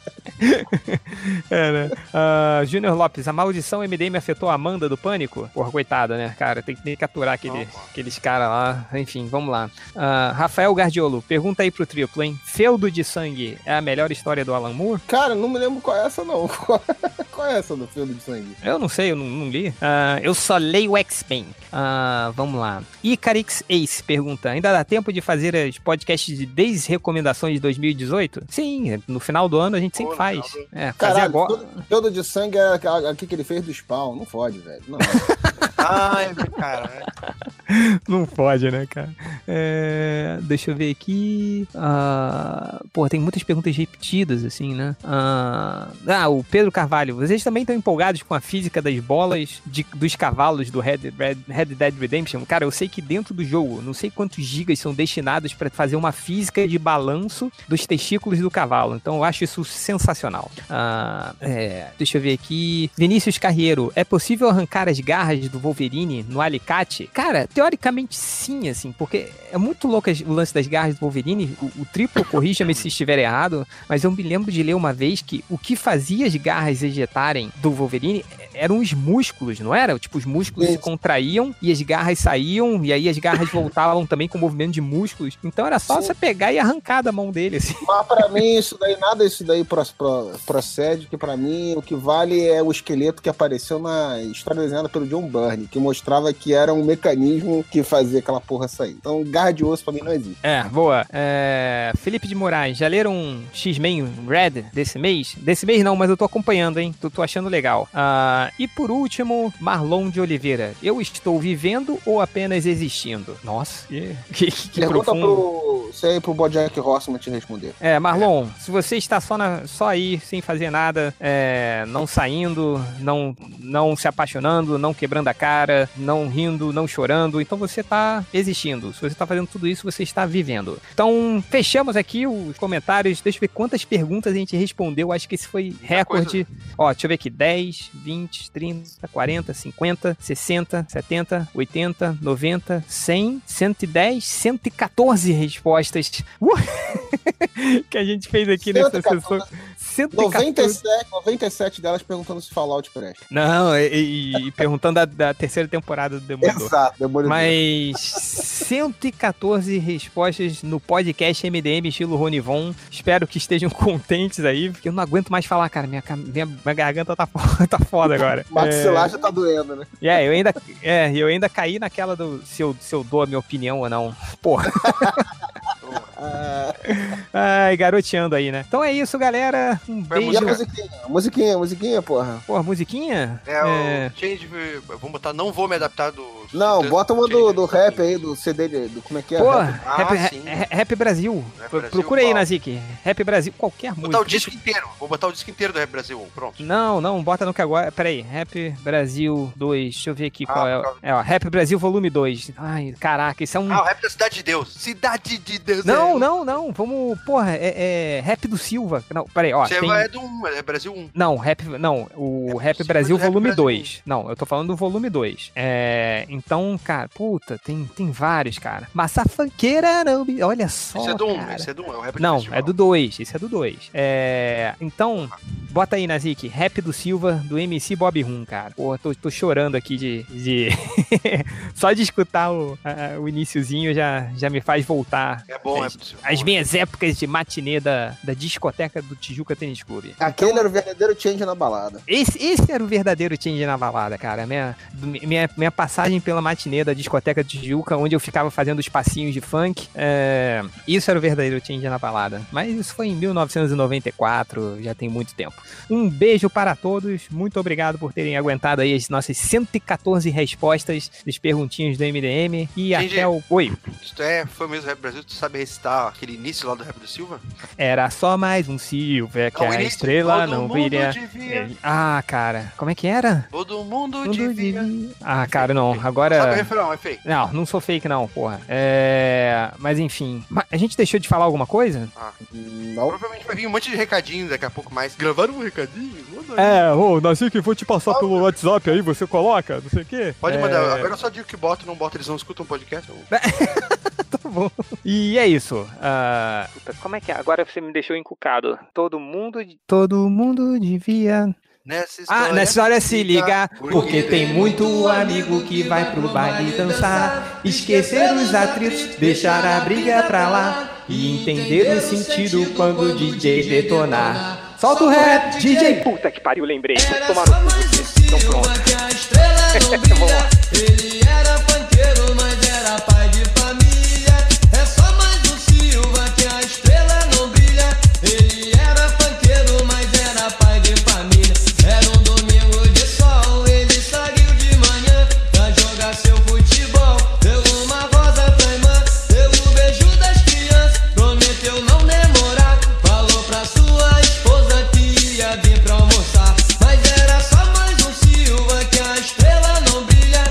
Speaker 6: Né? Júnior Lopes, a maldição MDM afetou a Amanda do Pânico? Porra, coitada, né, cara? Tem que capturar aqueles caras lá. Enfim, vamos lá. Rafael Gardiolo, pergunta aí pro triplo, hein? Feudo de Sangue é a melhor história do Alan Moore?
Speaker 7: Cara, não me lembro qual é essa, não. Qual é essa do Feudo de Sangue?
Speaker 6: Eu não sei, eu não li. Eu só leio X-Men. Vamos lá. Icarix Ace pergunta, ainda dá tempo de fazer os podcasts de 10 recomendações de 2018? Sim, no final do ano a gente sempre faz. Fazer agora.
Speaker 7: Feudo de Sangue é aqui que ele fez do Spawn. Não fode, velho. Não.
Speaker 9: Cara.
Speaker 6: Não pode, né, cara? Deixa eu ver aqui. Tem muitas perguntas repetidas, assim, né? O Pedro Carvalho. Vocês também estão empolgados com a física das bolas dos cavalos do Red Dead Redemption? Cara, eu sei que dentro do jogo, não sei quantos gigas são destinados para fazer uma física de balanço dos testículos do cavalo. Então eu acho isso sensacional. Deixa eu ver aqui. Vinícius Carreiro. É possível arrancar as garras do Wolverine no alicate? Cara, teoricamente sim, assim, porque é muito louco o lance das garras do Wolverine. O triplo, corrija-me se estiver errado, mas eu me lembro de ler uma vez que o que fazia as garras ejetarem do Wolverine eram os músculos, não era? Tipo, os músculos se contraíam e as garras saíam, e aí as garras voltavam também com o movimento de músculos. Então era só você pegar e arrancar da mão dele, assim.
Speaker 7: Mas pra mim, nada disso daí procede, que pra mim o que vale é o esqueleto que apareceu na história desenhada pelo John Byrne, que mostrava que era um mecanismo que fazia aquela porra sair. Então, garra de osso pra mim não existe.
Speaker 6: Boa. Felipe de Moraes, já leram X-Men Red desse mês? Desse mês não, mas eu tô acompanhando, hein? Tô achando legal. E por último, Marlon de Oliveira. Eu estou vivendo ou apenas existindo? Nossa, que
Speaker 7: pergunta
Speaker 6: profundo.
Speaker 7: pro Bojack Horseman te responder.
Speaker 6: Marlon, se você está só aí, sem fazer nada, não saindo, não se apaixonando, não quebrando a cara, não rindo, não chorando, então você tá existindo. Se você tá fazendo tudo isso, você está vivendo. Então, fechamos aqui os comentários. Deixa eu ver quantas perguntas a gente respondeu. Acho que esse foi recorde. Ó, deixa eu ver aqui. 10, 20, 30, 40, 50, 60, 70, 80, 90, 100, 110, 114 respostas. Que a gente fez aqui 114. Nessa sessão.
Speaker 7: 97 delas perguntando se Fallout presta.
Speaker 6: Não, e perguntando da terceira temporada do Demolidor.
Speaker 7: Exato, Demolidor.
Speaker 6: Mas 114 respostas no podcast MDM estilo Ronivon. Espero que estejam contentes aí, porque eu não aguento mais falar, cara. Minha garganta tá foda agora.
Speaker 7: O maxilar já tá doendo, né?
Speaker 6: Eu ainda caí naquela do se eu dou a minha opinião ou não. Porra. Ai, garoteando aí, né? Então é isso, galera. Um beijo.
Speaker 7: E a musiquinha, porra.
Speaker 6: Porra, musiquinha?
Speaker 9: O Change, vamos botar Não Vou Me Adaptar do...
Speaker 7: Não, bota uma do rap aí, do CD, do como é que é?
Speaker 6: Porra, Rap Brasil. Procura aí, Nazik. Rap Brasil, qualquer música.
Speaker 9: Vou botar o disco inteiro. Vou botar o disco inteiro do Rap Brasil 1, pronto.
Speaker 6: Não, bota no que agora... Peraí, Rap Brasil 2, deixa eu ver aqui qual é. Ó, Rap Brasil Volume 2. Ai, caraca, isso é um...
Speaker 9: o Rap da Cidade de Deus. Cidade de Deus.
Speaker 6: Não, vamos... Porra, Rap do Silva. Não, peraí, ó.
Speaker 9: Silva é do 1, é Brasil 1.
Speaker 6: Não, o Rap Brasil Volume 2. Não, eu tô falando do Volume 2. Então, cara, puta, tem vários, cara. Massa funkeira, não... Olha só,
Speaker 9: Esse é do 1, é o Rap do Festival.
Speaker 6: Não, é do 2, esse é do 2. Então, bota aí, Nazik, Rap do Silva, do MC Bob Rum, cara. Porra, tô chorando aqui de... Só de escutar o iniciozinho já me faz voltar.
Speaker 9: É bom,
Speaker 6: as minhas épocas de matinê da discoteca do Tijuca Tênis Clube.
Speaker 7: Aquele era o verdadeiro change na balada.
Speaker 6: Esse era o verdadeiro change na balada, cara. Minha passagem pela matinê da discoteca do Tijuca, onde eu ficava fazendo os passinhos de funk. Isso era o verdadeiro change na balada. Mas isso foi em 1994, já tem muito tempo. Um beijo para todos. Muito obrigado por terem aguentado aí as nossas 114 respostas das perguntinhas do MDM. E change, até o... Oi.
Speaker 9: Se tu foi mesmo Rap Brasil, tu sabe recitar aquele início lá do Rap do Silva?
Speaker 6: Era só mais um Silva, que a estrela não viria. Cara, como é que era?
Speaker 9: Todo mundo devia.
Speaker 6: Cara, não, agora...
Speaker 9: Sabe o refrão, é fake.
Speaker 6: Não sou fake não, porra. Mas enfim, a gente deixou de falar alguma coisa?
Speaker 7: Não.
Speaker 9: Provavelmente vai vir um monte de recadinho daqui a pouco mais. Gravaram um recadinho?
Speaker 6: Nazik, vou te passar pelo WhatsApp aí, você coloca, não sei o quê.
Speaker 9: Pode mandar, agora eu só digo que bota, não bota, eles não escutam um podcast.
Speaker 6: Tá bom. E é isso. Como é que é? Agora você me deixou encucado. Todo mundo devia... Nessa história se liga, porque tem muito amigo que vai pro baile dançar, esquecer os atritos, deixar a briga pra lá e entender o sentido quando o DJ detonar. Solta o rap, DJ! Puta que pariu, lembrei. Tomar no cu você. Então pronto. Vamos lá. Ele era funkeiro, mas era pai de família. É só mais um Silva que a estrela não brilha. Ele era funkeiro, mas era pai de família. Era um domingo de sol, ele saiu de manhã pra jogar seu futebol. Deu uma rosa pra irmã, deu o beijo das crianças, prometeu não demorar, falou pra sua esposa que ia vir pra almoçar. Mas era só mais um Silva que a estrela não brilha.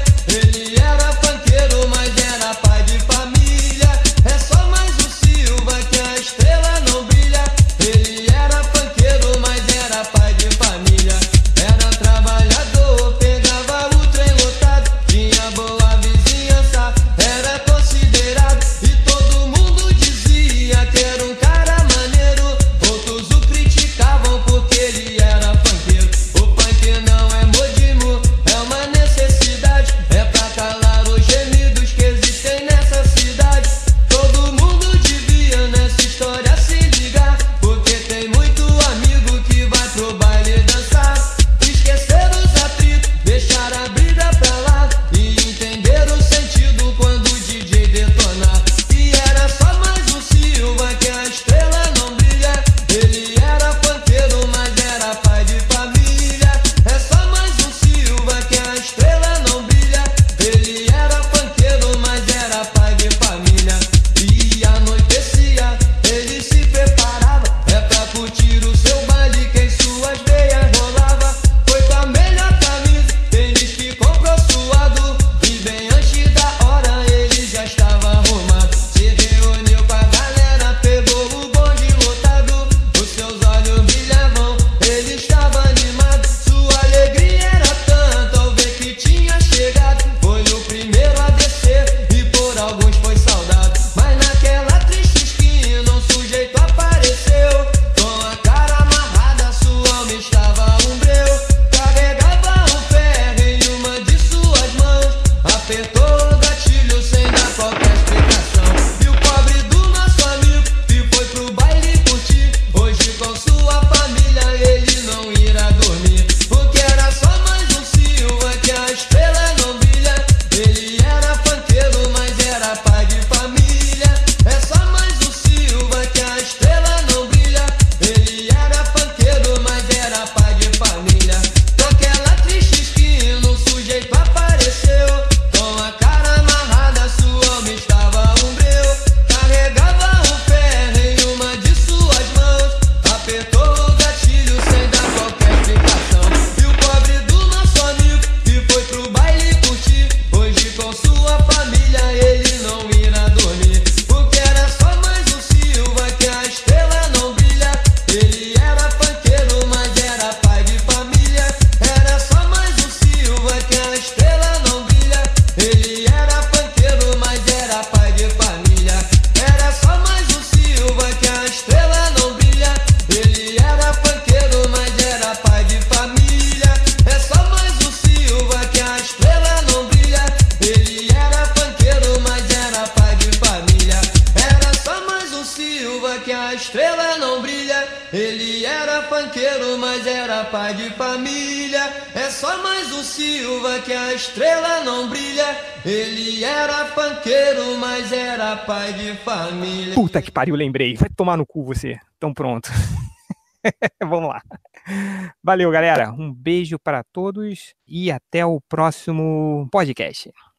Speaker 10: que a estrela não brilha. Ele era funkeiro, mas era pai de família. É só mais um Silva que a estrela não brilha. Ele era funkeiro, mas era pai de família.
Speaker 6: Puta que pariu, lembrei. Vai tomar no cu você. Então pronto. Vamos lá. Valeu, galera. Um beijo para todos e até o próximo podcast.